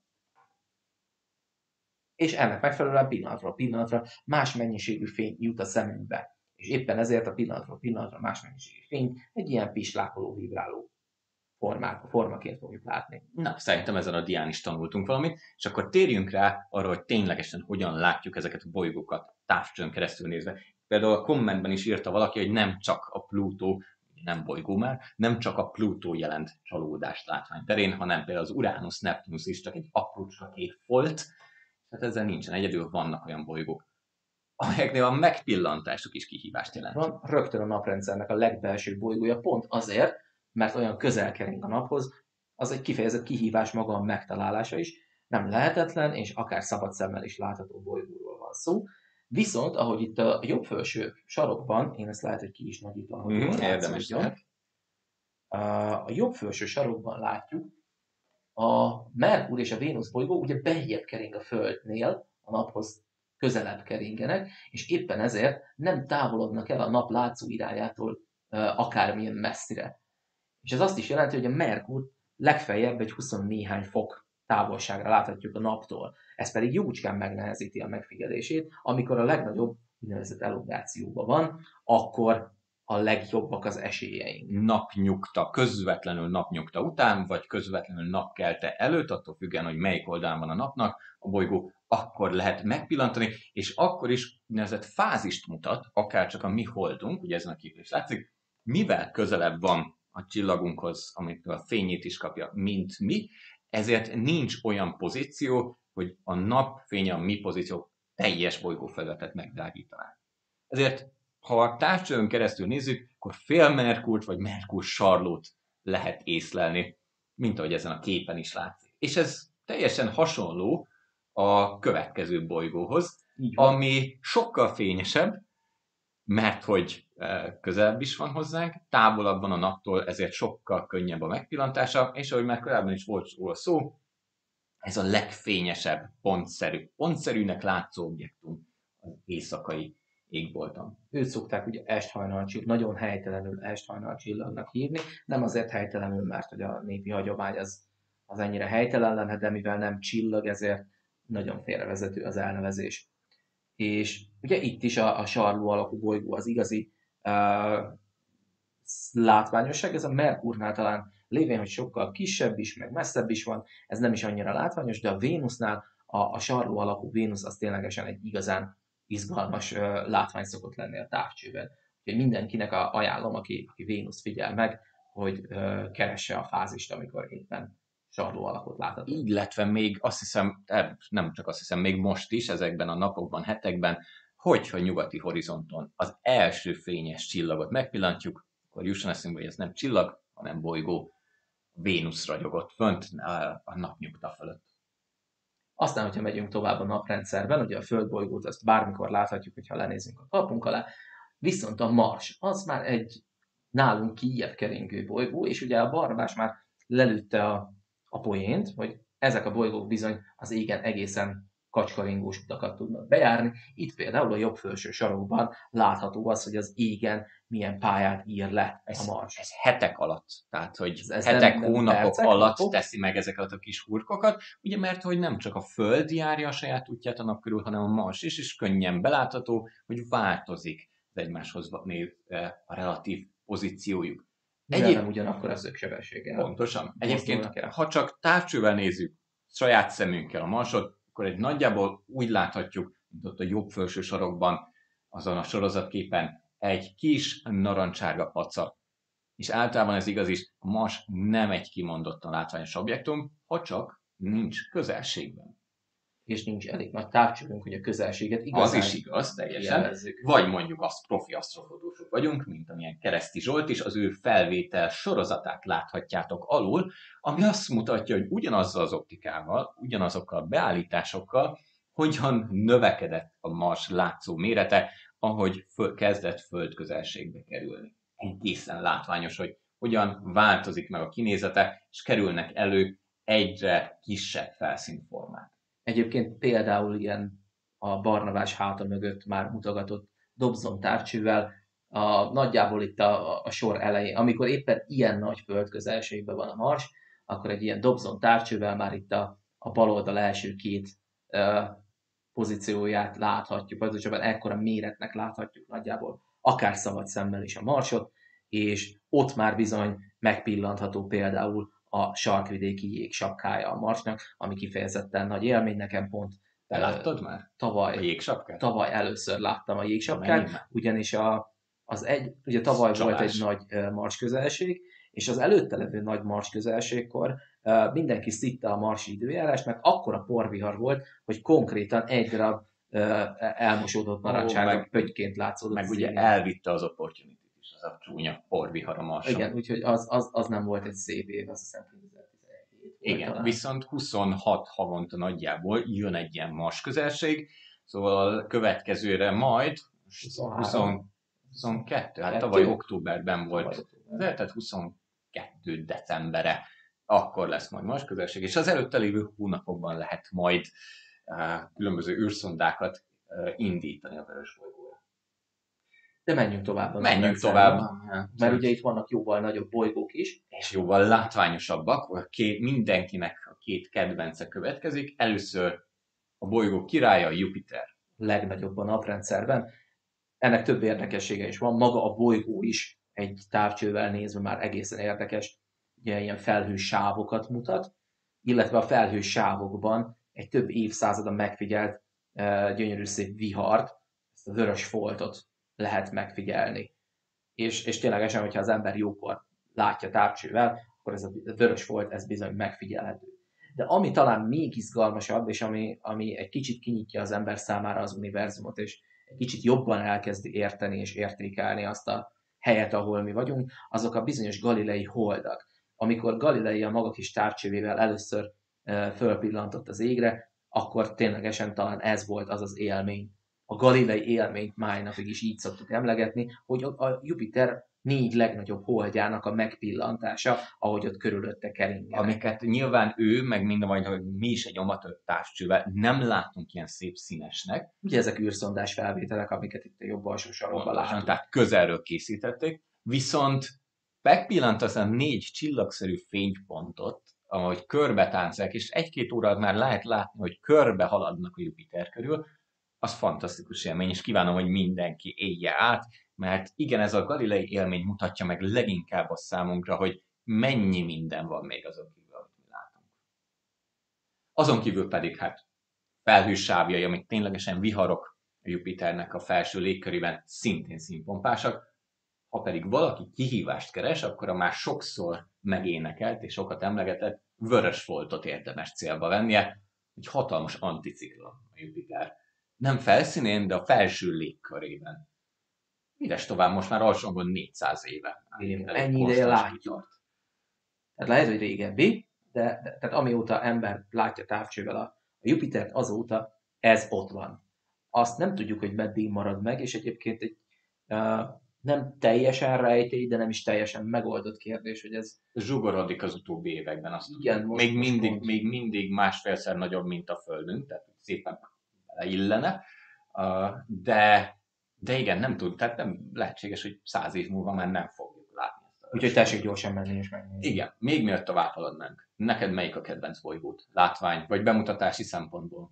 és ennek megfelelően pillanatról pillanatra más mennyiségű fény jut a szemünkbe. És éppen ezért a pillanatról pillanatra más mennyiségű fény egy ilyen pislákoló, vibráló formák, formaként fogjuk látni. Na, szerintem ezen a dián is tanultunk valamit, és akkor térjünk rá arra, hogy ténylegesen hogyan látjuk ezeket a bolygókat távcsőn keresztül nézve. Például a kommentben is írta valaki, hogy nem csak a Plutó, nem bolygó már, nem csak a Plutó jelent csalódást látvány terén, hanem például az Uranus, Neptunus is csak egy aprócska két folt, tehát ezzel nincsen egyedül, vannak olyan bolygók, amelyeknél a megpillantásuk is kihívást jelent. Van rögtön a naprendszernek a legbelsőbb bolygója, pont azért, mert olyan közel kering a naphoz, az egy kifejezett kihívás maga a megtalálása is, nem lehetetlen, és akár szabad szemmel is látható bolygóról van szó. Viszont, ahogy itt a jobb felső sarokban, én ezt lehet, hogy ki is nagyítom, hogy mm, jól érdemes lehet. A jobb felső sarokban látjuk, a Merkur és a Vénusz bolygó ugye beljebb kering a Földnél, a naphoz közelebb keringenek, és éppen ezért nem távolodnak el a nap látszó irányától akármilyen messzire. És ez azt is jelenti, hogy a Merkur legfeljebb egy húsz néhány fok távolságra láthatjuk a naptól. Ez pedig jócskán megnehezíti a megfigyelését, amikor a legnagyobb úgynevezett elongációban van, akkor a legjobbak az esélyeink. Napnyugta, közvetlenül napnyugta után, vagy közvetlenül napkelte előtt, attól függően, hogy melyik oldalon van a napnak, a bolygó akkor lehet megpillantani, és akkor is úgynevezett fázist mutat, akár csak a mi holdunk, ugye ezen a képen is látszik, mivel közelebb van a csillagunkhoz, amitől a fényét is kapja, mint mi, ezért nincs olyan pozíció, hogy a napfénye a mi pozíció teljes bolygófelületet megdrágítaná. Ezért, ha a távcsőn keresztül nézzük, akkor fél Merkurt vagy Merkur sarlót lehet észlelni, mint ahogy ezen a képen is látszik. És ez teljesen hasonló a következő bolygóhoz, ami sokkal fényesebb, mert hogy közelebb is van hozzánk, távolabb van a naptól, ezért sokkal könnyebb a megpillantása, és ahogy már korábban is volt róla szó, ez a legfényesebb, pontszerű, pontszerűnek látszó objektum az éjszakai égbolton. Őt szokták ugye esthajnalcsillag, nagyon helytelenül esthajnalcsillagnak hívni, nem azért helytelenül, mert hogy a népi hagyomány az, az ennyire helytelen lenne, de mivel nem csillag, ezért nagyon félrevezető az elnevezés. És ugye itt is a, a sarló alakú bolygó az igazi uh, látványosság, ez a Merkurnál talán lévén, hogy sokkal kisebb is, meg messzebb is van, ez nem is annyira látványos, de a Vénusznál a, a sarló alakú Vénusz az ténylegesen egy igazán izgalmas ö, látvány szokott lenni a távcsőben. Úgyhogy mindenkinek a, ajánlom, aki, aki Vénusz figyel meg, hogy ö, keresse a fázist, amikor éppen sarló alakot láthatunk. Illetve még azt hiszem, nem csak azt hiszem, még most is, ezekben a napokban, hetekben, hogyha nyugati horizonton az első fényes csillagot megpillantjuk, akkor jusson eszünkbe, hogy ez nem csillag, hanem bolygó. Vénusz ragyogott fönt a napnyugta fölött. Aztán, hogyha megyünk tovább a naprendszerben, ugye a földbolygót azt bármikor láthatjuk, hogyha lenézünk a kalapunk alá, viszont a Mars, az már egy nálunk kijebb keringő bolygó, és ugye a Barnabás már lelőtte a, a poént, hogy ezek a bolygók bizony az égen egészen kacskaringós utakat tudnak bejárni. Itt például a jobb felső sarokban látható az, hogy az égen milyen pályát ír le ez, a Mars. Ez hetek alatt, tehát hogy ez, ez nem, hetek, nem hónapok percek, alatt napok. teszi meg ezeket a kis hurkokat, ugye mert hogy nem csak a Föld járja a saját útját a nap körül, hanem a Mars is, és könnyen belátható, hogy változik az egymáshoz a relatív pozíciójuk. Egyéb... nem ugyanakkor az sebességgel. Pontosan. Egyébként, ha csak távcsővel nézzük saját szemünkkel a Marsot, akkor egy nagyjából úgy láthatjuk, mint ott a jobb felső sarokban, azon a sorozatképen, egy kis narancsárga paca. És általában ez igaz is, a Mars nem egy kimondottan látványos objektum, ha csak nincs közelségben. És nincs elég nagy távcsövünk, hogy a közelséget igazán... Az is igaz, teljesen. Vagy mondjuk azt profi asztrofotósok vagyunk, mint amilyen Kereszti Zsolt is, az ő felvétel sorozatát láthatjátok alul, ami azt mutatja, hogy ugyanazzal az optikával, ugyanazokkal a beállításokkal, hogyan növekedett a Mars látszó mérete, ahogy föl, kezdett földközelségbe kerülni. Egészen látványos, hogy hogyan változik meg a kinézete, és kerülnek elő egyre kisebb felszínformák. Egyébként például ilyen a Barnabás háta mögött már mutogatott Dobson távcsővel, a, nagyjából itt a, a sor elején, amikor éppen ilyen nagy földközelségben van a Mars, akkor egy ilyen Dobson távcsővel már itt a, a bal oldal első két uh, pozícióját láthatjuk, pontosabban ekkora méretnek láthatjuk nagyjából, akár szabad szemmel is a Marsot, és ott már bizony megpillantható például a sarkvidéki jégsapkája a Marsnak, ami kifejezetten nagy élmény, nekem pont. Te láttad már Tavaly, a jégsapkát? Tavaly először láttam a jégsapkát, ugyanis a, az egy, ugye tavaly Csalás. Volt egy nagy Mars közelség, és az előtte levő nagy Mars közelségkor uh, mindenki szitta a marsi időjárás, mert akkora porvihar volt, hogy konkrétan egy darab uh, elmosódott narancsárga oh, pöttyként látszódott. Meg ugye elvitte az opportunity is, az a csúnya porvihar a Marson. Igen, úgyhogy az, az, az nem volt egy szép év, azt hiszem kétezer-tizenhét. Igen, talán. Viszont huszonhat havonta nagyjából jön egy ilyen Mars közelség, szóval a következőre majd huszonkettő, hát tavaly októberben volt, de tehát huszonkettő decemberre akkor lesz majd Mars közelség, és az előtte lévő hónapokban lehet majd uh, különböző űrszondákat uh, indítani a vörösbolygóra. De menjünk tovább. Menjünk tovább. Mert ugye itt vannak jóval nagyobb bolygók is. És jóval látványosabbak. A két, mindenkinek a két kedvence következik. Először a bolygó királya, a Jupiter. Legnagyobb a naprendszerben. Ennek több érdekessége is van. Maga a bolygó is egy távcsővel nézve már egészen érdekes. Ugye ilyen felhős sávokat mutat, illetve a felhős sávokban egy több évszázada megfigyelt uh, gyönyörű szép vihart, ezt a vörös foltot lehet megfigyelni. És, és ténylegesen, hogyha az ember jókor látja távcsővel, akkor ez a vörös folt, ez bizony megfigyelhető. De ami talán még izgalmasabb, és ami, ami egy kicsit kinyitja az ember számára az univerzumot, és egy kicsit jobban elkezdi érteni és értékelni azt a helyet, ahol mi vagyunk, azok a bizonyos galilei holdak. Amikor Galilei a maga kis távcsövével először e, fölpillantott az égre, akkor ténylegesen talán ez volt az az élmény. A galilei élményt máj napig is így szoktuk emlegetni, hogy a Jupiter négy legnagyobb holdjának a megpillantása, ahogy ott körülötte keringenek. Amiket nyilván ő, meg mind majd, hogy mi is egy amatőr távcsővel nem látunk ilyen szép színesnek. Ugye ezek űrszondás felvételek, amiket itt a jobb alsó sarokban látunk. Tehát közelről készítették, viszont megpillantasz a négy csillagszerű fénypontot, ahogy körbe táncolják, és egy-két óra már lehet látni, hogy körbe haladnak a Jupiter körül, az fantasztikus élmény, és kívánom, hogy mindenki élje át, mert igen, ez a galilei élmény mutatja meg leginkább a számunkra, hogy mennyi minden van még azon kívül, amit mi látunk. Azon kívül pedig hát felhősávjai, amik ténylegesen viharok a Jupiternek a felső légkörében, szintén színpompásak. Ha pedig valaki kihívást keres, akkor a már sokszor megénekelt és sokat emlegetett vörös foltot érdemes célba vennie, egy hatalmas anticiklon a Jupiter. Nem felszínén, de a felső légkörében. Mides tovább, most már alsóhangon négyszáz éve. Ennyi ideje látjuk. Tehát lehet, hogy régebbi, de, de tehát amióta ember látja távcsővel a, a Jupitert, azóta ez ott van. Azt nem tudjuk, hogy meddig marad meg, és egyébként egy uh, nem teljesen rejtély, de nem is teljesen megoldott kérdés, hogy ez... Zsugorodik az utóbbi években, azt igen, most, még, most mindig, most. még mindig másfélszer nagyobb, mint a Földünk, tehát szépen beleillene, uh, de, de igen, nem tud, tehát nem lehetséges, hogy száz év múlva már nem fogjuk látni ezt. Úgyhogy tessék gyorsan menni és megnézni. Igen, még mielőtt tovább haladnánk. Neked melyik a kedvenc bolygót? Látvány, vagy bemutatási szempontból?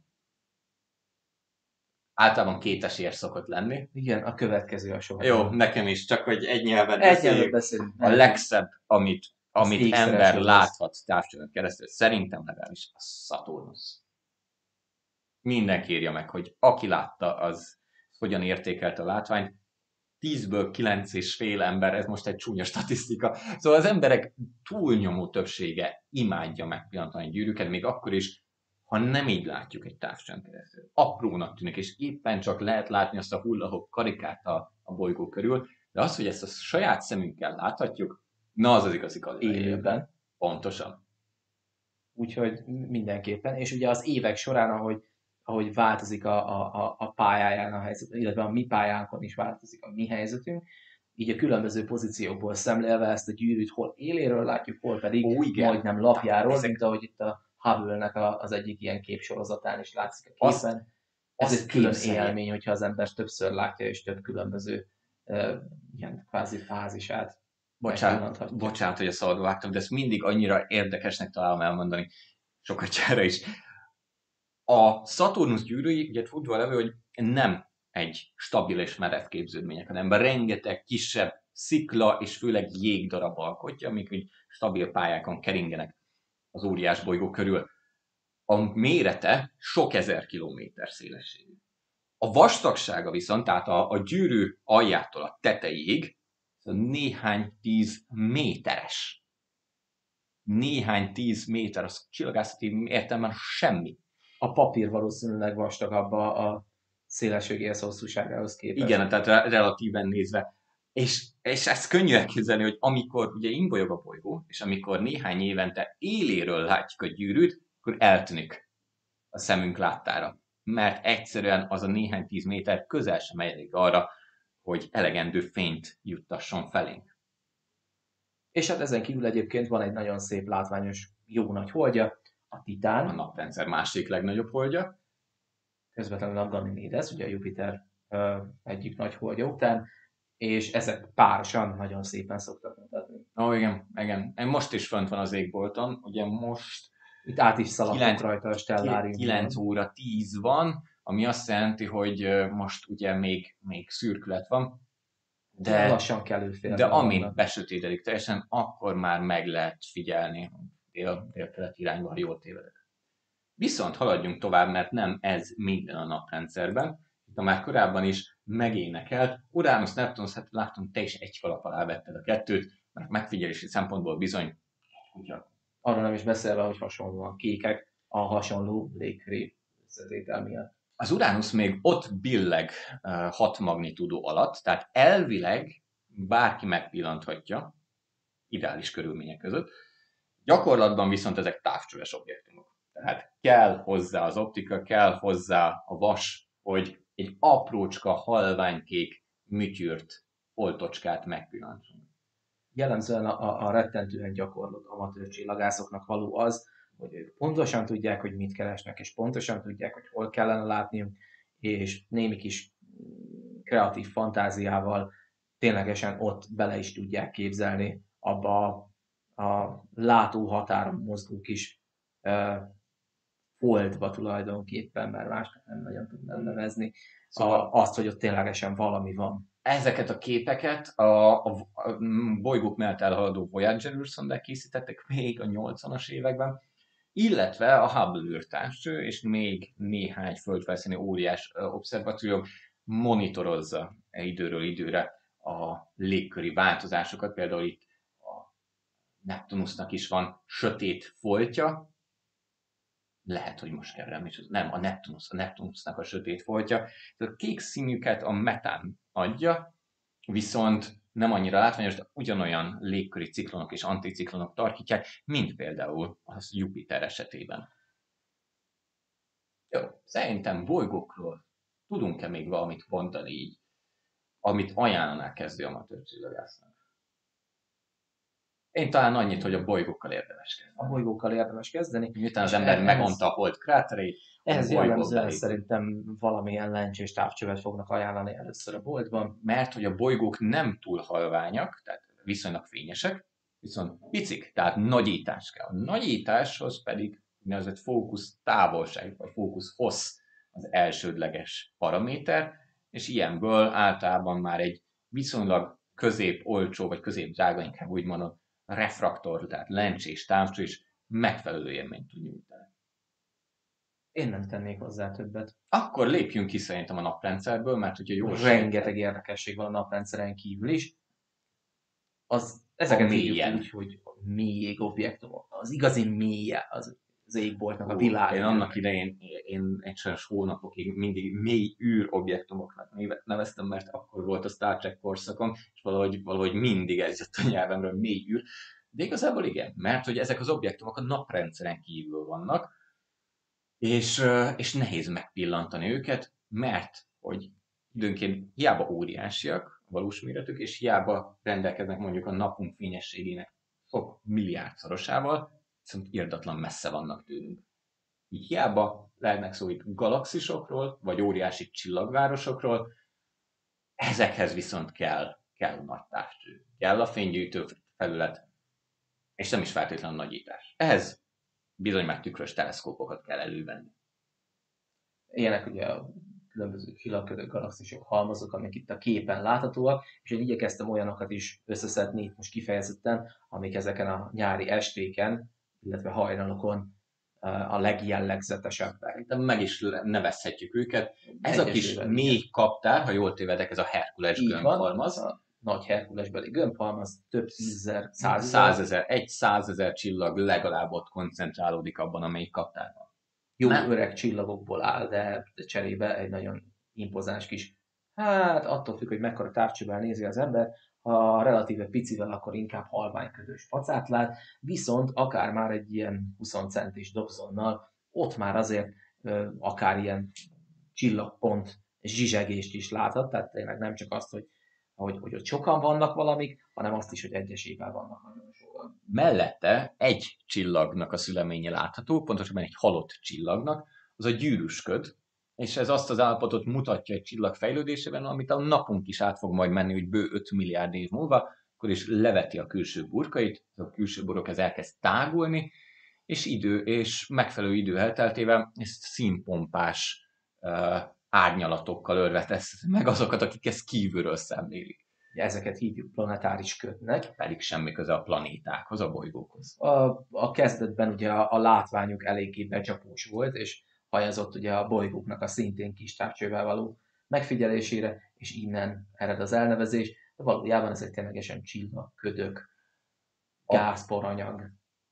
Általában két esélyes szokott lenni. Igen, a következő a soha. Jó, nekem is, csak hogy egy nyelven egy nyelven beszélünk. A legszebb, amit, amit ember lesz. láthat távcsőn keresztül, szerintem legalábbis a Saturnus. Mindenki írja meg, hogy aki látta, az hogyan értékelte a látványt. tízből kilenc és fél ember, ez most egy csúnya statisztika. Szóval az emberek túlnyomó többsége imádja megpillantani gyűrűket, még akkor is, ha nem így látjuk egy távcsőn keresztül. Aprónak tűnik, és éppen csak lehet látni azt a hullahop karikát a, a bolygó körül, de az, hogy ezt a saját szemünkkel láthatjuk, na az az igazi élőben. Pontosan. Úgyhogy mindenképpen. És ugye az évek során, ahogy, ahogy változik a, a, a pályáján a helyzet, illetve a mi pályánkon is változik a mi helyzetünk, így a különböző pozíciókból szemlélve ezt a gyűrűt hol éléről látjuk, hol pedig Ó, majdnem lapjáról, Ezek... mint ahogy itt a Hubble-nek a, az egyik ilyen képsorozatán is látszik a képen. Azt, Ez egy külön képzelje. élmény, hogyha az ember többször látja, és több különböző uh, ilyen kvázi fázisát. Bocsánat, bocsánat, hogy a szabadba vágtam, de ezt mindig annyira érdekesnek találom elmondani, sokat csára is. A Saturnus gyűrűi, ugye tudva levő, hogy nem egy stabil és merev képződmények, hanem rengeteg kisebb szikla és főleg jégdarab alkotja, amik úgy stabil pályákon keringenek az óriás bolygó körül. A mérete sok ezer kilométer szélességű. A vastagsága viszont, tehát a, a gyűrű aljától a tetejéig, néhány tíz méteres. Néhány tíz méter, az csillagászati értelemben semmi. A papír valószínűleg vastagabb a, a szélességéhez, hosszúságához képest. Igen, tehát relatíven nézve. És, és ezt könnyű elképzelni, hogy amikor ugye imbolyog a bolygó, és amikor néhány évente éléről látjuk a gyűrűt, akkor eltűnik a szemünk láttára. Mert egyszerűen az a néhány tíz méter közel sem elég arra, hogy elegendő fényt juttasson felénk. És hát ezen kívül egyébként van egy nagyon szép látványos, jó nagy holdja, a Titán. A naprendszer másik legnagyobb holdja. Közvetlenül a Ganymedes, ugye a Jupiter uh, egyik nagy holdja után, és ezek párosan nagyon szépen szoktak mutatni. Ó, igen, igen. Most is fönt van az égbolton, ugye most... Itt át is szaladunk rajta a stelláriumban. kilenc óra tíz van, ami azt jelenti, hogy most ugye még, még szürkület van. De lassan kell De amint besötétedik teljesen, akkor már meg lehet figyelni dél, dél-kelet irányba, ha jól tévedek. Viszont haladjunk tovább, mert nem ez minden a naprendszerben. Itt a már korábban is megénekelt Uranus, Neptunus, hát láttunk, te is egy kalap alá vetted a kettőt, mert megfigyelési szempontból bizony ugye. Arról nem is beszélve, hogy hasonlóan kékek a hasonló légköri összetétel miatt. Az Uranus még ott billeg uh, hat magnitúdó alatt, tehát elvileg bárki megpillanthatja, ideális körülmények között. Gyakorlatban viszont ezek távcsöves objektumok. Tehát kell hozzá az optika, kell hozzá a vas, hogy egy aprócska, halványkék, műtyűrt foltocskát megpillantsunk. Jellemzően a, a rettentően gyakorlott amatőr csillagászoknak való az, hogy ők pontosan tudják, hogy mit keresnek, és pontosan tudják, hogy hol kellene látniuk, és némi kis kreatív fantáziával ténylegesen ott bele is tudják képzelni abba a, a látóhatáron mozgó kis uh, foldba tulajdonképpen, mert másnak nem nagyon tudnám nevezni, szóval a, azt, hogy ott ténylegesen valami van. ezeket a képeket a, a, a bolygók mellett elhaladó Voyager űrszondák készítettek még a nyolcvanas években, illetve a Hubble űrtávcső és még néhány földfelszíni óriás obszervatórium monitorozza időről időre a légköri változásokat. Például itt a Neptunusnak is van sötét foltja, lehet, hogy most keverem, és nem, a Neptunus, a Neptunusnak a sötét foltja. A kék színüket a metán adja, viszont nem annyira látványos, de ugyanolyan légköri ciklonok és anticiklonok tarkítják, mint például az Jupiter esetében. Jó, szerintem bolygókról tudunk-e még valamit mondani így, amit ajánlanák kezdő amatőr csillagásznak? Én talán annyit, hogy a bolygókkal érdemes kezdeni. A bolygókkal érdemes kezdeni. Miután az ember megmondta a hold krátereit, ehhez jellemzően szerintem valamilyen lencsés távcsövet fognak ajánlani először a boltban. Mert hogy a bolygók nem túl halványak, tehát viszonylag fényesek, viszont picik, tehát nagyítás kell. A nagyításhoz pedig úgynevezett fókusz távolság, vagy fókusz hossz az elsődleges paraméter, és ilyenből általában már egy viszonylag közép olcsó, vagy közép drága, inkább úgy mondom, refraktor, tehát lencsés távcső is megfelelő élményt tud nyújtani. Én nem tennék hozzá többet. Akkor lépjünk ki szerintem a naprendszerből, mert hogyha jó rengeteg sejt... érdekesség van a naprendszeren kívül is. Az, ezeket hívjuk úgy, hogy mély égobjektumok. Az igazi mélye az, az égboltnak, a világ. Én annak idején, én egy sajnos hónapokig mindig mély űrobjektumoknak neveztem, mert akkor volt a Star Trek korszakom, és valahogy, valahogy mindig ez jött a nyelvemről, mély űr. De igazából igen, mert hogy ezek az objektumok a naprendszeren kívül vannak, és, és nehéz megpillantani őket, mert hogy időnként hiába óriásiak a valós méretük, és hiába rendelkeznek mondjuk a napunk fényességének sok milliárdszorosával, viszont irdatlan messze vannak tőlünk. Így hiába lehetnek szó itt galaxisokról, vagy óriási csillagvárosokról, ezekhez viszont kell, kell nagy távcső, kell a fénygyűjtő felület, és nem is feltétlenül nagyítás. Ehhez bizony meg tükrös teleszkópokat kell elővenni. Ilyenek ugye a különböző csillagködök, galaxisok, halmazok, amik itt a képen láthatóak, és én igyekeztem olyanokat is összeszedni itt most kifejezetten, amik ezeken a nyári estéken, illetve hajnalokon a legjellegzetesebbek. De meg is nevezhetjük őket. Ez Egyes a kis mély kaptár, ha jól tévedek, ez a Herkules gömbhalmaz. A nagy Herkulesbeli gömbhalmaz, több tízezer, százezer. Százezer, egy százezer csillag legalább ott koncentrálódik abban a mély kaptárban. Jó nem. Öreg csillagokból áll, de cserébe egy nagyon impozáns kis, hát attól függ, hogy mekkora távcsővel nézi az ember, ha relatíve picivel, akkor inkább halványködős pacát lát, viszont akár már egy ilyen húsz centis dobzonnal, ott már azért ö, akár ilyen csillagpont zsizsegést is láthat, tehát tényleg nem csak azt, hogy, hogy, hogy ott sokan vannak valamik, hanem azt is, hogy egyesével vannak nagyon sokan. Mellette egy csillagnak a szüleménye látható, pontosabban egy halott csillagnak, az a gyűrűsköd, és ez azt az állapotot mutatja egy csillag fejlődésében, amit a napunk is át fog majd menni, hogy bő öt milliárd év múlva, akkor is leveti a külső burkait, a külső burok ez elkezd tágulni, és idő és megfelelő idő elteltével ezt színpompás uh, árnyalatokkal örvetesz meg azokat, akik ezt kívülről szemlélik. Ezeket hívjuk planetáris ködnek. Pedig semmi köze a planétákhoz, a bolygókhoz. A, a kezdetben ugye a, a látványuk eléggé becsapós volt, és hajazott ugye a bolygóknak a szintén kis távcsővel való megfigyelésére, és innen ered az elnevezés, de valójában ezek ténylegesen csillagködök, gázporanyag.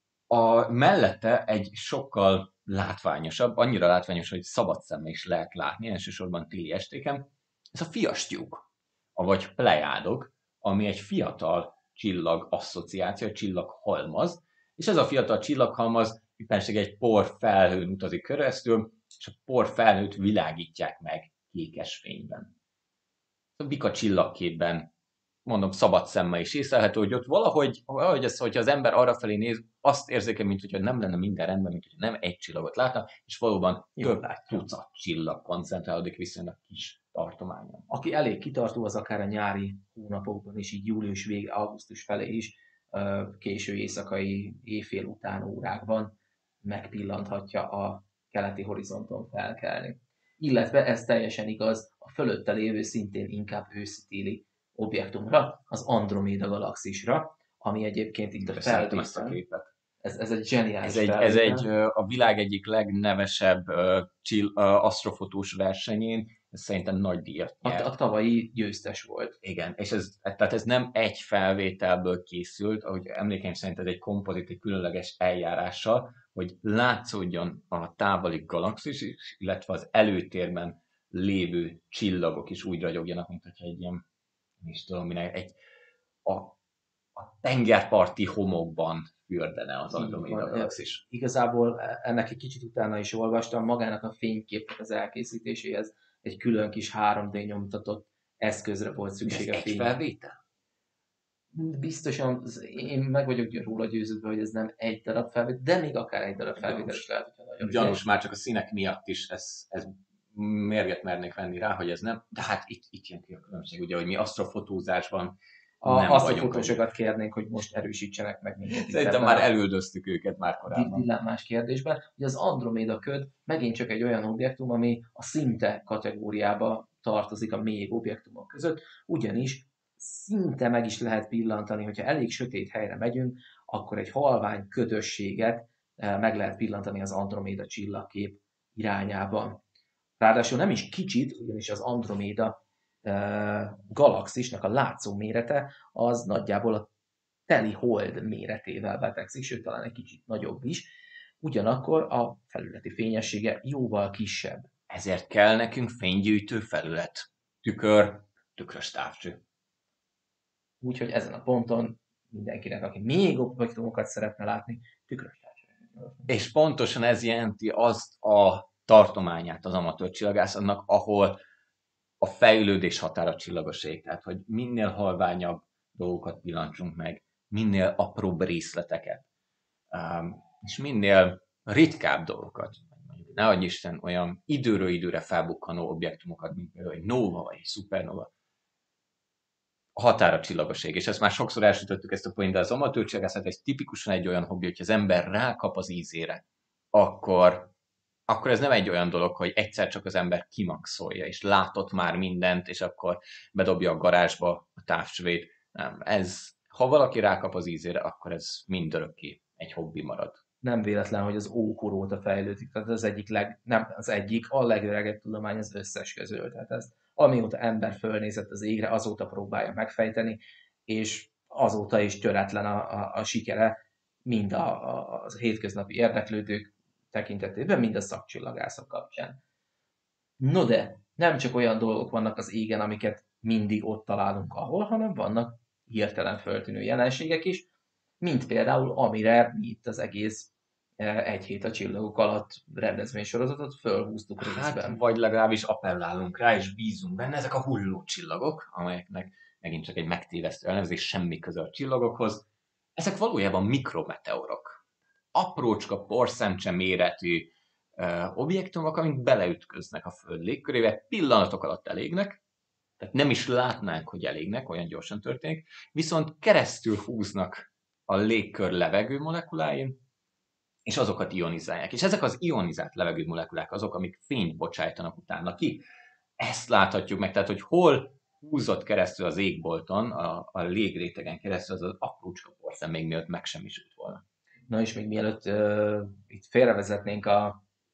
A mellette egy sokkal látványosabb, annyira látványos, hogy szabad szemmel is lehet látni, elsősorban téli estéken, ez a fiastyúk, vagy plejádok, ami egy fiatal csillag asszociáció, csillag halmaz, és ez a fiatal csillaghalmaz éppenséggel egy por felhőn utazik keresztül, és a por felhőt világítják meg kékes fényben. A bika csillagképben, mondom, szabad szemmel is észlelhető, hogy ott valahogy, valahogy ez, hogyha az ember arrafelé néz, azt érzékel, mint hogyha nem lenne minden rendben, mint hogyha nem egy csillagot látna, és valóban több tucat csillag koncentrálódik viszonylag kis tartományon. Aki elég kitartó, az akár a nyári hónapokban is, így július vége, augusztus felé is, késő éjszakai éjfél után órákban megpillanthatja a keleti horizonton felkelni. illetve ez teljesen igaz a fölötte lévő szintén inkább őszi-téli objektumra, az Androméda galaxisra, ami egyébként itt a Szerettem ezt a felvétel, képet. ez, ez egy Ez zseniális egy, ez egy felvétel. ö, a világ egyik legnevesebb ö, csill, ö, asztrofotós versenyén, ez szerintem nagy díjat A, nyert. a tavalyi győztes volt. Igen, és ez, tehát ez nem egy felvételből készült, ahogy emlékeim szerint ez egy kompozit, egy különleges eljárással, hogy látszódjon a távoli galaxis, is, illetve az előtérben lévő csillagok is úgy ragyogjanak, mint hogyha egy ilyen, nem is tudom, minek, egy, a, a tengerparti homokban fürdene az Így Andromeda van. galaxis. Igazából ennek egy kicsit utána is olvastam, magának a fényképnek az elkészítéséhez egy külön kis három dé nyomtatott eszközre volt Ez szükség a egy fény. felvétel? Biztosan, én meg vagyok róla győződve, hogy ez nem egy darab felvétel, de még akár egy darab felvétel is lehet, hogyha nagyon Gyanús, már csak a színek miatt is ez, ez mérget mernék venni rá, hogy ez nem. De hát itt, itt jön ki a különbség, ugye, hogy mi asztrofotózásban A, nem azt a vagyunk. fotósokat kérnénk, hogy most erősítsenek meg minket. Szerintem már elüldöztük őket már korábban. Dilemmás kérdésben, hogy az Androméda köd megint csak egy olyan objektum, ami a szinte kategóriába tartozik a még objektumok között, ugyanis szinte meg is lehet pillantani, hogyha elég sötét helyre megyünk, akkor egy halvány ködösséget meg lehet pillantani az Androméda csillagkép irányában. Ráadásul nem is kicsit, ugyanis az Androméda galaxisnak a látszó mérete az nagyjából a teli hold méretével betegszik, sőt talán egy kicsit nagyobb is, ugyanakkor a felületi fényessége jóval kisebb. Ezért kell nekünk fénygyűjtő felület. Tükör, tükrös távcső. Úgyhogy ezen a ponton mindenkinek, aki még objektumokat szeretne látni, tükrös távcső. És pontosan ez jelenti azt a tartományát az amatőr csillagászatnak, ahol a fejlődés határa csillagoség. Tehát, hogy minél halványabb dolgokat pillantsunk meg, minél apróbb részleteket, um, és minél ritkább dolgokat. Ne adj Isten olyan időről időre felbukkanó objektumokat, mint például egy nova vagy egy szupernova. A határa csillagoség. És ezt már sokszor elsütöttük ezt a poént, de az amatőr csillagászat egy tipikusan egy olyan hobbi, hogy az ember rákap az ízére, akkor akkor ez nem egy olyan dolog, hogy egyszer csak az ember kimaxolja, és látott már mindent, és akkor bedobja a garázsba a távcsövét. Nem, ez, ha valaki rákap az ízére, akkor ez mindörökké egy hobbi marad. Nem véletlen, hogy az ókor óta fejlődik, tehát az egyik leg, nem az egyik, a legöregebb tudomány az összes közül. Tehát ezt amióta ember fölnézett az égre, azóta próbálja megfejteni, és azóta is töretlen a, a, a sikere, mind a, a, a hétköznapi érdeklődők tekintetében, mind a szakcsillagászok kapcsán. No de, nem csak olyan dolgok vannak az égen, amiket mindig ott találunk ahol, hanem vannak hirtelen föltűnő jelenségek is, mint például amire mi itt az egész egy hét a csillagok alatt rendezvénysorozatot fölhúztuk részben. Hát, vagy legalábbis appellálunk rá, és bízunk benne, ezek a hulló csillagok, amelyeknek megint csak egy megtévesztő elnevezés, semmi köze a csillagokhoz. Ezek valójában mikrometeorok. Aprócska porszemcse méretű uh, objektumok, amik beleütköznek a Föld légkörébe, pillanatok alatt elégnek, tehát nem is látnánk, hogy elégnek, olyan gyorsan történik, viszont keresztül húznak a légkör levegő molekuláin, és azokat ionizálják. És ezek az ionizált levegő molekulák azok, amik fényt bocsájtanak utána ki. Ezt láthatjuk meg, tehát hogy hol húzott keresztül az égbolton, a, a légrétegen keresztül az az aprócska porszem, még mielőtt megsemmisült volna. Na és még mielőtt uh, itt félrevezetnénk a,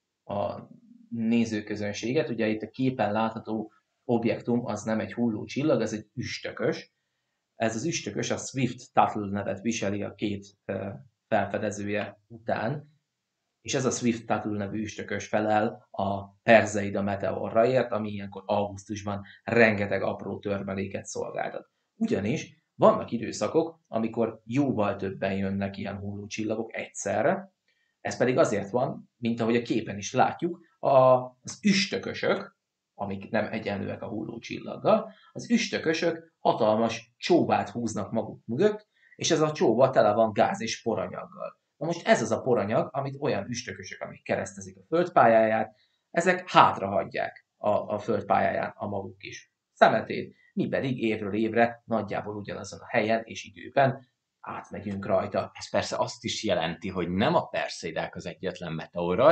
a nézőközönséget, ugye itt a képen látható objektum az nem egy hulló csillag, ez egy üstökös. Ez az üstökös a Swift-Tuttle nevet viseli a két uh, felfedezője után, és ez a Swift-Tuttle nevű üstökös felel a Perseida meteorraért, ami ilyenkor augusztusban rengeteg apró törmeléket szolgáltat. Ugyanis vannak időszakok, amikor jóval többen jönnek ilyen hulló csillagok egyszerre, ez pedig azért van, mint ahogy a képen is látjuk, az üstökösök, amik nem egyenlőek a hulló csillaggal, az üstökösök hatalmas csóvát húznak maguk mögött, és ez a csóva tele van gáz és poranyaggal. Na most ez az a poranyag, amit olyan üstökösök, amik keresztezik a Föld pályáját, ezek hátrahagyják a, a Föld pályáján a maguk is szemetét, mi pedig évről évre nagyjából ugyanazon a helyen és időben átmegyünk rajta. Ez persze azt is jelenti, hogy nem a Perseidák az egyetlen meteorraj,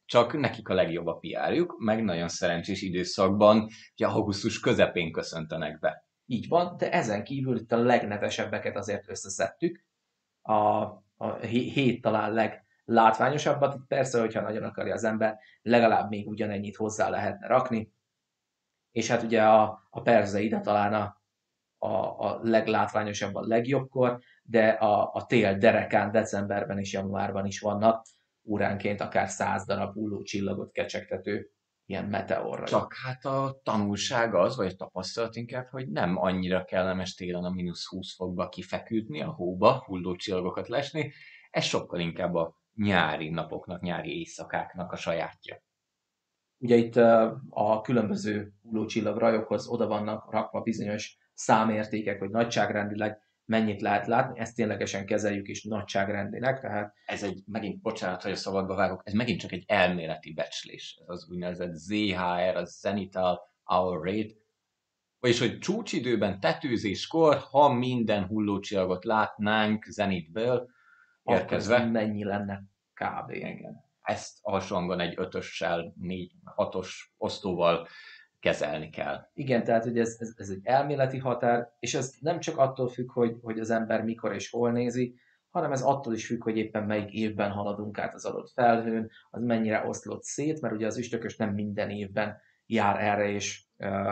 csak nekik a legjobb a pé er-juk, meg nagyon szerencsés időszakban, hogy augusztus közepén köszöntenek be. Így van, de ezen kívül itt a legnevesebbeket azért összeszedtük. A, a hét talán leglátványosabbat, itt persze, hogyha nagyon akarja az ember, legalább még ugyanennyit hozzá lehetne rakni. És hát ugye a, a Perseide talán a, a, a leglátványosabb, a legjobbkor, de a, a tél derekán decemberben és januárban is vannak óránként akár száz darab hulló csillagot kecsegtető ilyen meteorra. Csak hát a tanulság az, vagy a tapasztalat inkább, hogy nem annyira kellemes télen a mínusz húsz fokba kifeküdni, a hóba, hulló csillagokat lesni, ez sokkal inkább a nyári napoknak, nyári éjszakáknak a sajátja. Ugye itt a különböző hullócsillagrajokhoz oda vannak rakva bizonyos számértékek, hogy nagyságrendileg mennyit lehet látni, ezt ténylegesen kezeljük is nagyságrendileg, tehát... Ez egy, megint, bocsánat, hogy a szabadba vágok, ez megint csak egy elméleti becslés, ez az úgynevezett zé há er, a Zenithal Hour Rate, vagyis, hogy csúcsidőben, tetőzéskor, ha minden hullócsillagot látnánk zenitből érkezve... Akkor mennyi lenne kb. Igen. Ezt alsóhangon egy ötössel, négy, hatos osztóval kezelni kell. Igen, tehát hogy ez, ez, ez egy elméleti határ, és ez nem csak attól függ, hogy, hogy az ember mikor és hol nézi, hanem ez attól is függ, hogy éppen melyik évben haladunk át az adott felhőn, az mennyire oszlott szét, mert ugye az üstökös nem minden évben jár erre, és,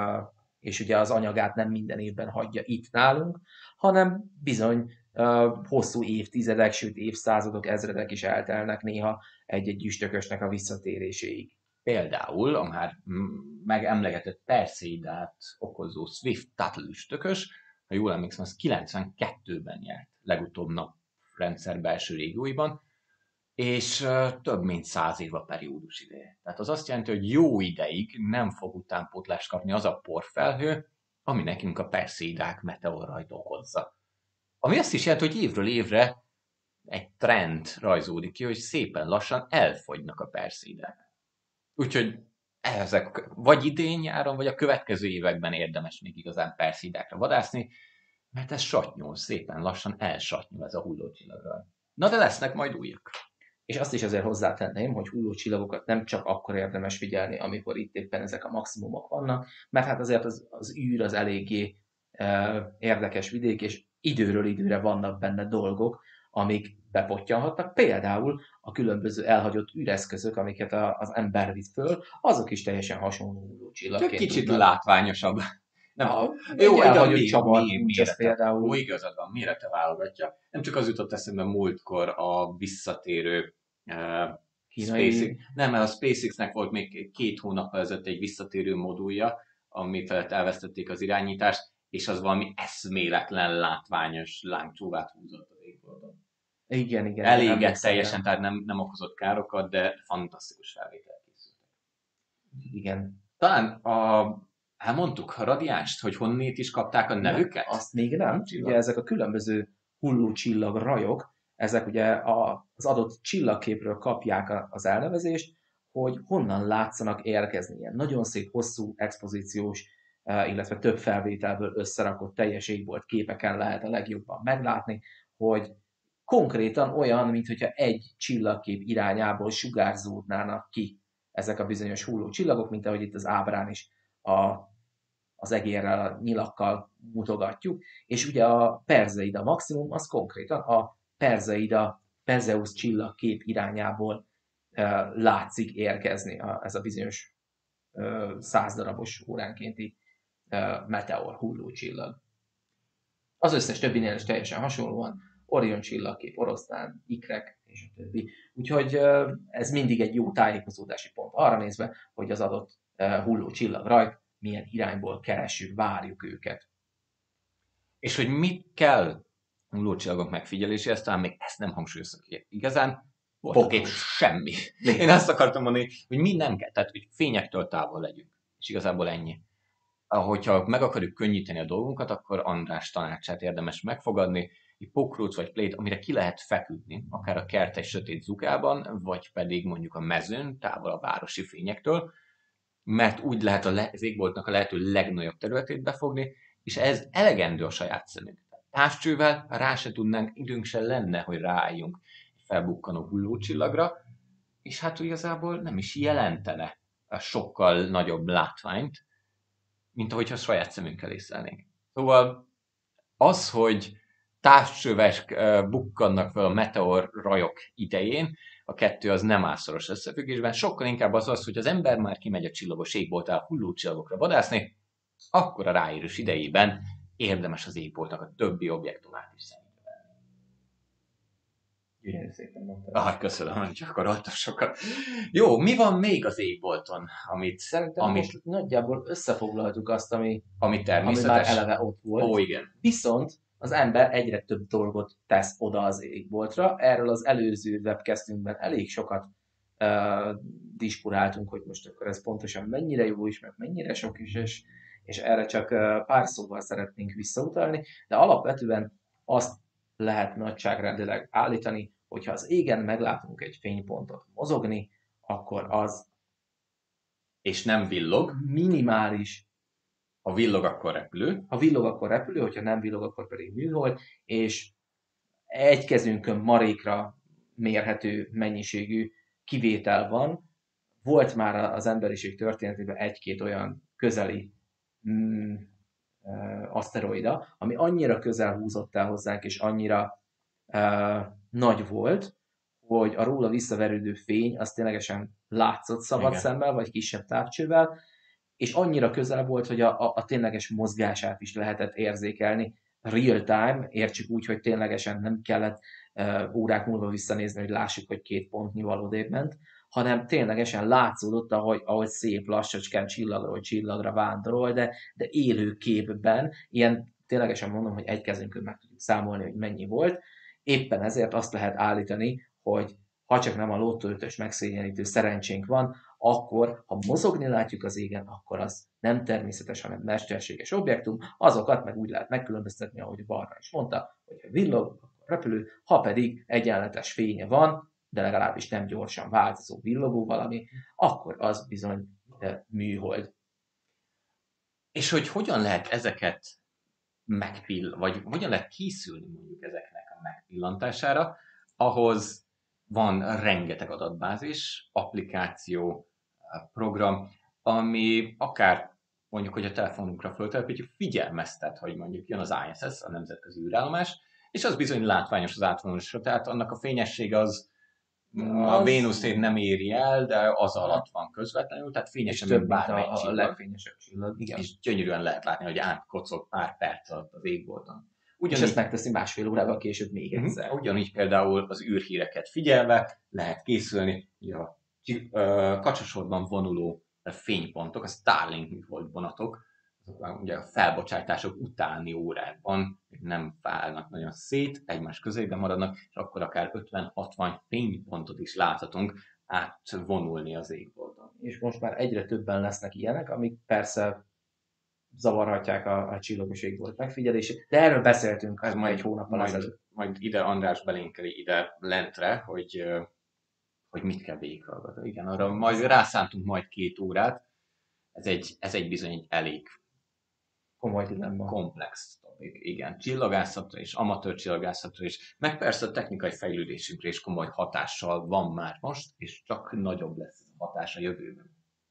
és ugye az anyagát nem minden évben hagyja itt nálunk, hanem bizony hosszú évtizedek, sőt évszázadok, ezredek is eltelnek néha egy-egy üstökösnek a visszatéréséig. Például a már megemlegetett Perseidát okozó Swift-Tuttle üstökös, ha jól emlékszem, az kilencvenkettőben járt legutóbb naprendszer belső régióiban, és több mint száz év a periódus ideje. Tehát az azt jelenti, hogy jó ideig nem fog utánpótlást kapni az a porfelhő, ami nekünk a Perseidák meteorrajt okozza. Ami azt is jelenti, hogy évről évre egy trend rajzódik ki, hogy szépen lassan elfogynak a Perseidák. Úgyhogy ezek vagy idén nyáron, vagy a következő években érdemes még igazán Perseidákra vadászni, mert ez satnyol, szépen lassan elsatnyol ez a hullócsillagrajz. Na de lesznek majd újak. És azt is azért hozzátenném, hogy hullócsillagokat nem csak akkor érdemes figyelni, amikor itt éppen ezek a maximumok vannak, mert hát azért az, az űr az eléggé e, érdekes vidék, és időről időre vannak benne dolgok, amik bepottyanhatnak. Például a különböző elhagyott űreszközök, amiket a, az ember vitt föl, azok is teljesen hasonló hullócsillagként. Csak kicsit tudnak. Látványosabb. Nem, a, jó, elhagyott csavar, mérete. Például. Ó, igazad van, mérete válogatja. Nem csak az jutott eszembe múltkor a visszatérő uh, SpaceX. Nem, mert a SpaceX-nek volt még két hónap ezelőtt egy visszatérő modulja, ami felett elvesztették az irányítást, és az valami eszméletlen látványos lángcsóvát húzott az égboldon. Igen, igen. Elégett teljesen, tehát nem, nem okozott károkat, de fantasztikus felvétel készültek. Igen. Talán a, elmondtuk a radiánst, hogy honnét is kapták a nevüket? Nem, azt még nem. Ugye ezek a különböző hullócsillag rajok, ezek ugye a, az adott csillagképről kapják az elnevezést, hogy honnan látszanak érkezni. Ilyen nagyon szép, hosszú expozíciós, illetve több felvételből összerakott teljes égbolt képeken lehet a legjobban meglátni, hogy konkrétan olyan, mintha egy csillagkép irányából sugárzódnának ki ezek a bizonyos hulló csillagok, mint ahogy itt az ábrán is a, az egérrel, a nyilakkal mutogatjuk, és ugye a Perseida maximum az konkrétan a Perseida, Perseus csillagkép irányából e, látszik érkezni a, ez a bizonyos e, száz darabos óránkénti e, meteor hulló csillag. Az összes többinél is teljesen hasonlóan, Orion csillagkép, oroszlán, ikrek, és a többi. Úgyhogy ez mindig egy jó tájékozódási pont arra nézve, hogy az adott hulló csillagrajt milyen irányból keressük, várjuk őket. És hogy mit kell hullócsillagok megfigyeléséhez, talán még ezt nem hangsúlyozok ki. Igazán voltak épp semmi. Én azt akartam mondani, hogy mi nem kell, tehát hogy fényektől távol legyünk. És igazából ennyi. Hogyha meg akarjuk könnyíteni a dolgunkat, akkor András tanácsát érdemes megfogadni, egy pokróc vagy plét, amire ki lehet feküdni, akár a kert egy sötét zugában, vagy pedig mondjuk a mezőn, távol a városi fényektől, mert úgy lehet az égboltnak a lehető legnagyobb területét befogni, és ez elegendő a saját szemünk. Távcsővel rá se tudnánk, időnk se lenne, hogy ráálljunk egy felbukkanó hullócsillagra, és hát igazából nem is jelentene sokkal nagyobb látványt, mint ahogyha a saját szemünkkel észlelnénk. Szóval az, hogy távcsövek bukkannak fel a meteor rajok idején, a kettő az nem áll szoros összefüggésben, sokkal inkább az az, hogy az ember már kimegy a csillagos égboltál hulló csillagokra vadászni, akkor a ráérős idejében érdemes az égboltnak a többi objektumát is szemlélni. Gyönyörű szépen mondtad. Ah, köszönöm, hogy gyakoroltam sokat. Jó, mi van még az égbolton, amit, Szerintem amit, most nagyjából összefoglaltuk azt, ami, ami ami természetes. már eleve ott volt. Ó, igen. Viszont az ember egyre több dolgot tesz oda az égboltra. Erről az előző webcastünkben elég sokat uh, diskuráltunk, hogy most akkor ez pontosan mennyire jó is, meg mennyire sok is, és, és erre csak uh, pár szóval szeretnénk visszautalni, de alapvetően azt lehet nagyságrendileg állítani, hogyha az égen meglátunk egy fénypontot mozogni, akkor az És nem villog. minimális. Ha villog, akkor repülő. Ha villog, akkor repülő, hogyha nem villog, akkor pedig műhold, és egy kezünkön marékra mérhető mennyiségű kivétel van. Volt már az emberiség történetében egy-két olyan közeli mm, aszteroida, ami annyira közel húzott el hozzánk, és annyira uh, nagy volt, hogy a róla visszaverődő fény az ténylegesen látszott szabad Igen. szemmel, vagy kisebb távcsővel, és annyira közel volt, hogy a, a, a tényleges mozgását is lehetett érzékelni. Real time, értsük úgy, hogy ténylegesen nem kellett uh, órák múlva visszanézni, hogy lássuk, hogy két pontnyival odébb ment, hanem ténylegesen látszódott, ahogy, ahogy szép lassacskán csillagról csillagra vándorol, de, de élő képben, ilyen ténylegesen mondom, hogy egy kezünkön meg tudjuk számolni, hogy mennyi volt. Éppen ezért azt lehet állítani, hogy ha csak nem a lottó-ötös megszégyenítő szerencsénk van, akkor, ha mozogni látjuk az égen, akkor az nem természetes, hanem mesterséges objektum, azokat meg úgy lehet megkülönböztetni, ahogy Barna is mondta, hogy ha villog, akkor repülő, ha pedig egyenletes fénye van, de legalábbis nem gyorsan változó, villogó valami, akkor az bizony műhold. És hogy hogyan lehet ezeket megpill, vagy hogyan lehet készülni mondjuk ezeknek a megpillantására, ahhoz van rengeteg adatbázis, applikáció, program, ami akár mondjuk, hogy a telefonunkra föltelepítjük, figyelmeztet, hogy mondjuk jön az I S S, a Nemzetközi űrállomás, és az bizony látványos az átvonulásra, tehát annak a fényessége az a Vénuszét nem éri el, de az alatt van közvetlenül, tehát fényesebb, mint bármely a, a legfényesebb csillag. Igen. És gyönyörűen lehet látni, hogy átkocog pár perc alatt az égbolton. Ugyanígy, és ezt megteszi másfél órával később még egyszer. Uh-huh. Ugyanígy például az űrhíreket figyelve lehet készülni, a kacsasorban vonuló fénypontok, a Starlink volt vonatok, azok ugye a felbocsátások utáni órákban nem válnak nagyon szét, egymás közében maradnak, és akkor akár ötven-hatvan fénypontot is láthatunk átvonulni az égbolton. És most már egyre többen lesznek ilyenek, amik persze zavarhatják a, a csillagos égbolt megfigyelését, de erről beszéltünk ez majd egy hónappal majd, ezelőtt. Majd ide András belénkeli ide lentre, hogy, hogy mit kell végighallgatni. Igen, arra majd rászántunk majd két órát. Ez egy, ez egy bizony egy elég komoly dilemma. Komplex topik, igen. Csillagászatra és amatőr csillagászatra is, meg persze a technikai fejlődésünkre is komoly hatással van már most, és csak nagyobb lesz a hatás a jövőben.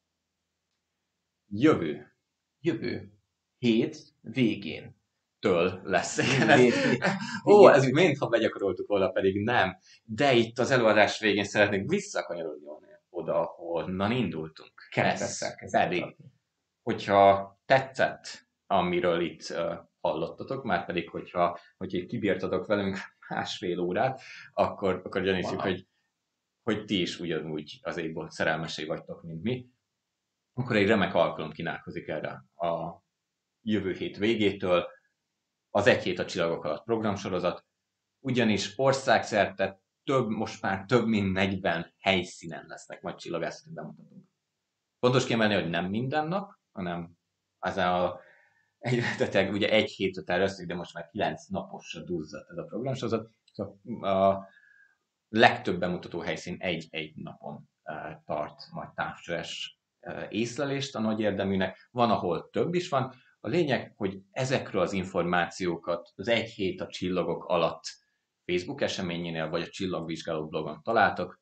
Jövő. Jövő. Hét végén. Től lesz. Ó, ez mintha begyakoroltuk volna, pedig nem. De itt az előadás végén szeretnék visszakanyarodni oda, honnan indultunk. Keretesszel pedig, hogyha tetszett, amiről itt uh, hallottatok, már pedig, hogyha, hogyha kibírtatok velünk másfél órát, akkor, akkor gyanítsuk, hogy, hogy ti is ugyanúgy az égbolt szerelmesé vagytok, mint mi. Akkor egy remek alkalom kínálkozik erre a jövő hét végétől. Az Egy hét a csillagok alatt programsorozat, ugyanis országszerte több, most már több mint negyven helyszínen lesznek majd csillagászati bemutatók. Fontos kiemelni, hogy nem minden nap, hanem az a egy, ugye egy hétre terveztük, de most már kilenc naposra duzzadt ez a programsorozat. Szóval a legtöbb bemutató helyszín egy-egy napon tart majd távcsöves észlelést a nagy érdeműnek. Van, ahol több is van. A lényeg, hogy ezekről az információkat az Egy hét a csillagok alatt Facebook eseményénél, vagy a Csillagvizsgáló blogon találtok,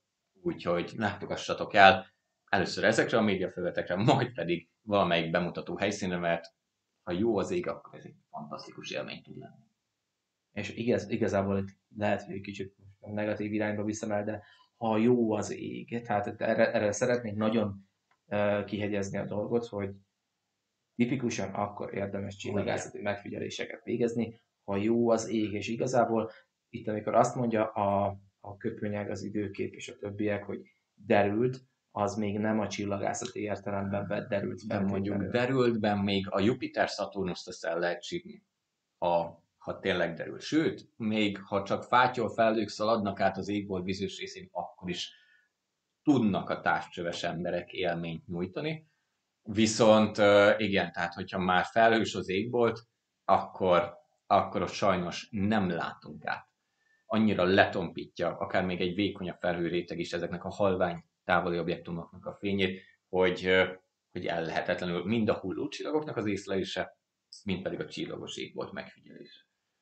úgyhogy látogassatok el először ezekre a médiafelületekre, majd pedig valamelyik bemutató helyszínre, mert ha jó az ég, akkor ez egy fantasztikus élmény tud lenni. És igaz, igazából itt lehet, hogy egy kicsit negatív irányba viszem el, de ha jó az ég, tehát erre, erre szeretnék nagyon uh, kihegyezni a dolgot, hogy tipikusan akkor érdemes csillagászati megfigyeléseket végezni, ha jó az ég, és igazából itt, amikor azt mondja a, a köpönyeg, az időkép és a többiek, hogy derült, az még nem a csillagászati értelemben vett derült. De mondjuk derültben még a Jupiter-Saturnust azt el lehet csípni, ha, ha tényleg derül. Sőt, még ha csak fátyol felhők szaladnak át az égbolt bizonyos részén, akkor is tudnak a távcsöves emberek élményt nyújtani. Viszont igen, tehát hogyha már felhős az égbolt, akkor, akkor ott sajnos nem látunk át. Annyira letompítja, akár még egy vékonyabb felhőréteg is ezeknek a halvány távoli objektumoknak a fényét, hogy, hogy ellehetetlenül mind a hullócsillagoknak az észlelése, mind pedig a csillagos égbolt megfigyelése.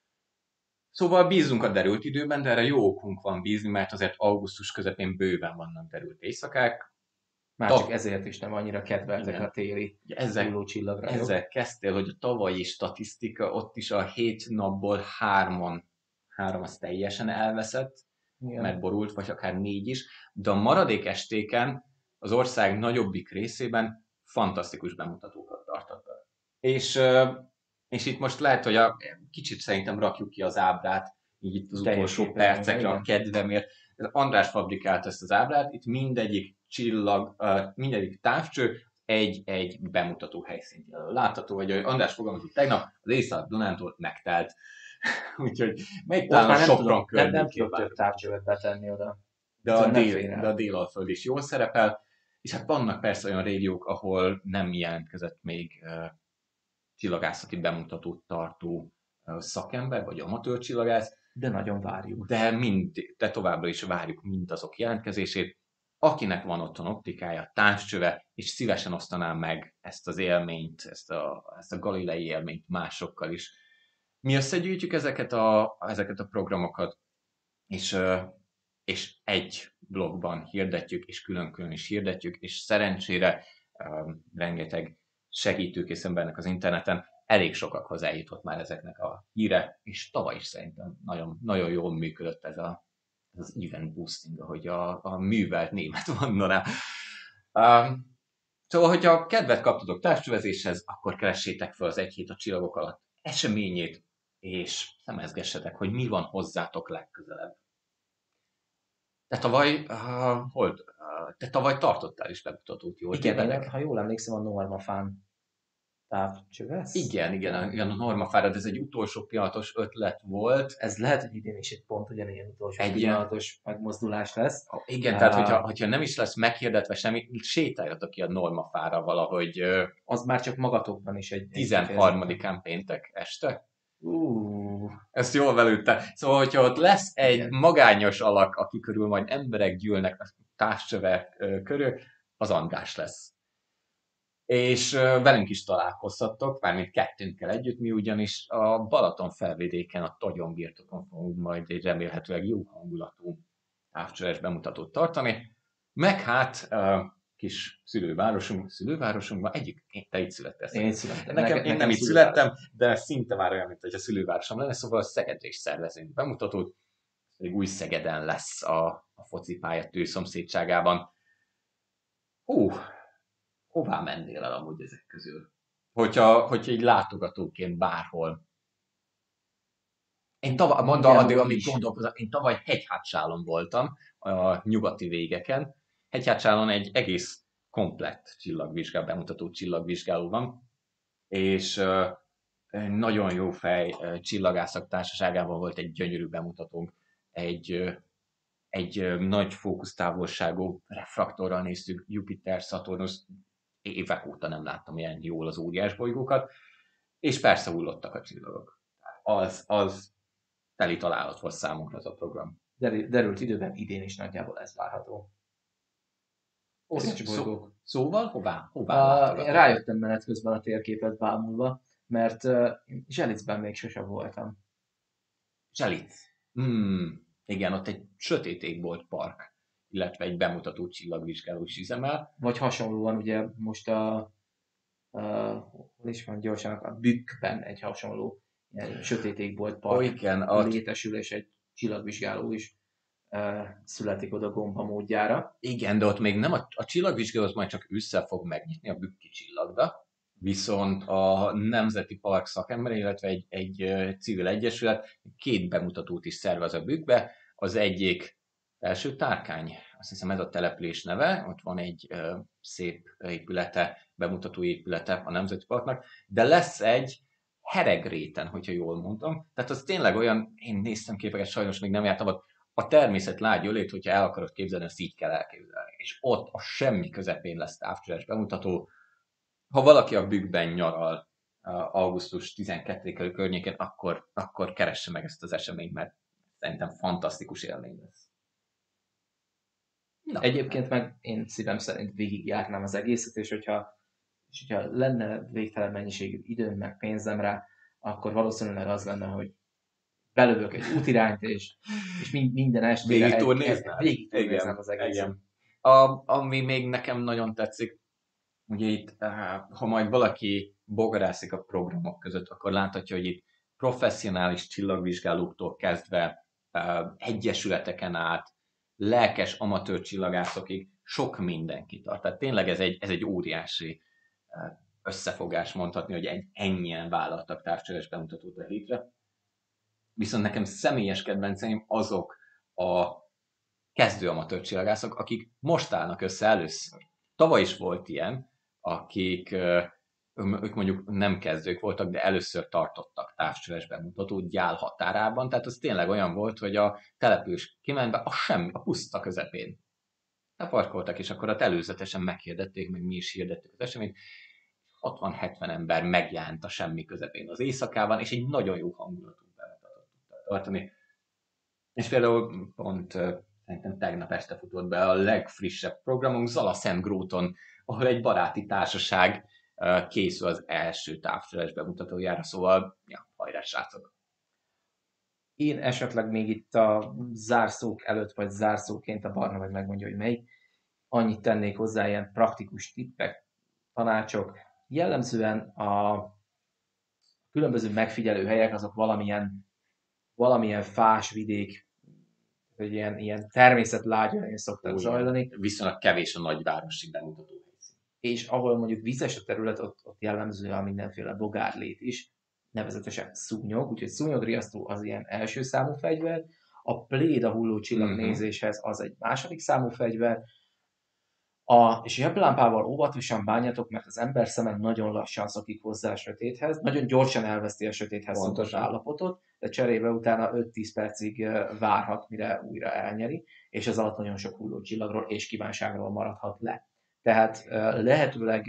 Szóval bízunk a derült időben, de erre jó okunk van bízni, mert azért augusztus közepén bőven vannak derült éjszakák. Már csak ezért is nem annyira kedveltek igen. A téli hullócsillagra. Ezzel kezdtél, hogy a tavalyi statisztika, ott is a hét napból hárman, három az teljesen elveszett, igen. Mert borult, vagy akár négy is, de a maradék estéken az ország nagyobbik részében fantasztikus bemutatókat tartottak. És, és itt most lehet, hogy a, kicsit szerintem rakjuk ki az ábrát, így itt az utolsó percekre a kedvemért. András fabrikált ezt az ábrát, itt mindegyik csillag, mindegyik távcső egy-egy bemutató helyszínt jelöl. Látható, hogy András fogalmazott tegnap, az Észak-Dunántúl megtelt. Úgyhogy megy talán a Sopron környékén. Nem, nem tudok több távcsövet betenni oda. De a, dél, de a délalföld is jól szerepel, és hát vannak persze olyan régiók, ahol nem jelentkezett még uh, csillagászati bemutatót tartó uh, szakember, vagy amatőr csillagász. De nagyon várjuk. De, mind, de továbbra is várjuk mindazok jelentkezését, akinek van otthon optikája, távcsöve, és szívesen osztaná meg ezt az élményt, ezt a, ezt a galilei élményt másokkal is. Mi összegyűjtjük ezeket a, ezeket a programokat, és, és egy blogban hirdetjük, és külön-külön is hirdetjük, és szerencsére um, rengeteg segítőkész embernek az interneten elég sokakhoz eljutott már ezeknek a híre, és tavaly is szerintem nagyon, nagyon jól működött ez, a, ez az event boosting, ahogy a, a művelt német mondaná. Um, szóval, hogyha kedvet kaptatok távcsövezéshez, akkor keressétek fel az Egy hét a csillagok alatt eseményét, és szemezgessetek, hogy mi van hozzátok legközelebb. Te tavaly, uh, hol, uh, te tavaly tartottál is bemutatót, jól igen, ha jól emlékszem, a Normafán távcsövesz? Igen, igen, a, igen, a Normafára, de ez egy utolsó pillanatos ötlet volt. Ez lehet, hogy idén is egy pont ugyanilyen utolsó egy pillanatos megmozdulás lesz. Oh, igen, uh, tehát hogyha, hogyha nem is lesz meghirdetve semmi, sétáljatok ki a Normafára valahogy. Uh, az már csak magatokban is egy... tizenharmadikán péntek este. Uh, Ezt jól velőtte. Szóval, hogyha ott lesz egy igen. magányos alak, aki körül majd emberek gyűlnek a távcsövek körül, az András lesz. És velünk is találkozhattok, mármint kettőnkkel együtt, mi ugyanis a Balaton felvidéken, a Tagyon birtokon fogunk majd egy remélhetőleg jó hangulatú távcsöves bemutatót tartani. Meg hát kis szülővárosunk, szülővárosunkban, egyik, te itt születtél. Én itt születtem. Nekem, nekem, én nem itt születtem, de szinte már olyan, mint hogy a szülővárosom lenne, szóval Szegedre is szervezünk bemutatót. Egy új Szegeden lesz a, a focipálya szomszédságában. Hú, hová mennél el amúgy ezek közül? Hogyha, hogyha így látogatóként bárhol. Én tavaly, mondd addig, amíg gondolkozom, én tavaly Hegyhátsálon voltam, a nyugati végeken. Hegyhátsálon egy egész komplett csillagvizsgáló, bemutató csillagvizsgáló van, és uh, nagyon jó fej uh, csillagászok társaságában volt egy gyönyörű bemutatónk, egy, uh, egy uh, nagy fókusztávolságú refraktorral néztük Jupiter, Saturnus, évek óta nem láttam ilyen jól az óriás bolygókat, és persze hullottak a csillagok. Az, az teli találat volt számunkra az a program. Derült időben idén is nagyjából ez várható. Szó, szóval hová? hová uh, rájöttem menet közben a térképet bámulva, mert uh, Zselicben még sosem voltam. Zselic. Hmm, igen, ott egy sötét égbolt park. illetve egy bemutató csillagvizsgáló is üzemel. Vagy hasonlóan ugye most a, a hol is van gyorsan, a Bükkben egy hasonló ilyen sötétékbolt Ó, park igen, a, létesül, és egy csillagvizsgáló is uh, születik oda gomba módjára. igen, de ott még nem a, a csillagvizsgáló az majd csak ősszel fog megnyitni a Bükki csillagda, viszont a Nemzeti Park szakember, illetve egy, egy ö, civil egyesület két bemutatót is szervez a Bükkbe. Az egyik első Tárkány, azt hiszem ez a település neve, ott van egy ö, szép épülete, bemutató épülete a Nemzeti Parknak, de lesz egy Heregréten, hogyha jól mondom. Tehát az tényleg olyan, én néztem képeket, sajnos még nem jártam ott, a természet lágy ölét, hogyha el akarod képzelni, azt így kell elképzelni. És ott a semmi közepén lesz távcsöves bemutató. Ha valaki a Bükkben nyaral augusztus tizenkettedike környékén, akkor, akkor keresse meg ezt az eseményt, mert szerintem fantasztikus élmény lesz. Na. Egyébként meg én szívem szerint végigjárnám az egészet, és hogyha, és hogyha lenne végtelen mennyiségű időm meg pénzem rá, akkor valószínűleg az lenne, hogy belövök egy útirányt, és, és minden estére végig turnéznál? Végig turnéznám az egészet. Igen. A, ami még nekem nagyon tetszik, ugye itt, ha majd valaki bogarászik a programok között, akkor láthatja, hogy itt professzionális csillagvizsgálóktól kezdve egyesületeken át, lelkes amatőr csillagászokig sok mindenki tart. Tehát tényleg ez egy, ez egy óriási összefogás mondhatni, hogy egy, ennyien vállaltak távcsöves bemutatót a hétre. Viszont nekem személyes kedvenceim azok a kezdő amatőr csillagászok, akik most állnak össze először. Tavaly is volt ilyen, akik ők mondjuk nem kezdők voltak, de először tartottak távcsöves bemutatót Gyál határában, tehát az tényleg olyan volt, hogy a település kiment be, a semmi, a puszta közepén. Leparkoltak, és akkor ott előzetesen meghirdették, meg mi is hirdettük az eseményt, hatvan-hetven ember megjelent a semmi közepén az éjszakában, és egy nagyon jó hangulatú bemutatót tudtak tartani. És például pont szerintem tegnap este futott be a legfrissebb programunk, Zala-Szentgróton, ahol egy baráti társaság készül az első távcsöves bemutatójára, szóval ja, hajrá srácok! Én esetleg még itt a zárszók előtt, vagy zárszóként a Barna meg megmondja, hogy melyik, annyit tennék hozzá, ilyen praktikus tippek, tanácsok. Jellemzően a különböző megfigyelő helyek azok valamilyen, valamilyen fás vidék, hogy ilyen, ilyen természetlágyon szoktak zajlani. Viszonylag kevés a nagyvárosi bemutató helyszín. És ahol mondjuk vízes a terület, ott, ott jellemző a mindenféle bogárlét is, nevezetesen szúnyog, úgyhogy szúnyogriasztó az ilyen első számú fegyver, a pléd a hulló csillagnézéshez az egy második számú fegyver, a zseblámpával óvatosan bánjatok, mert az ember szeme nagyon lassan szokik hozzá a sötéthez, nagyon gyorsan elveszti a sötéthez szokott állapotot, de cserébe utána öt-tíz percig várhat, mire újra elnyeri, és ez alatt nagyon sok hulló csillagról és kívánságról maradhat le. Tehát lehetőleg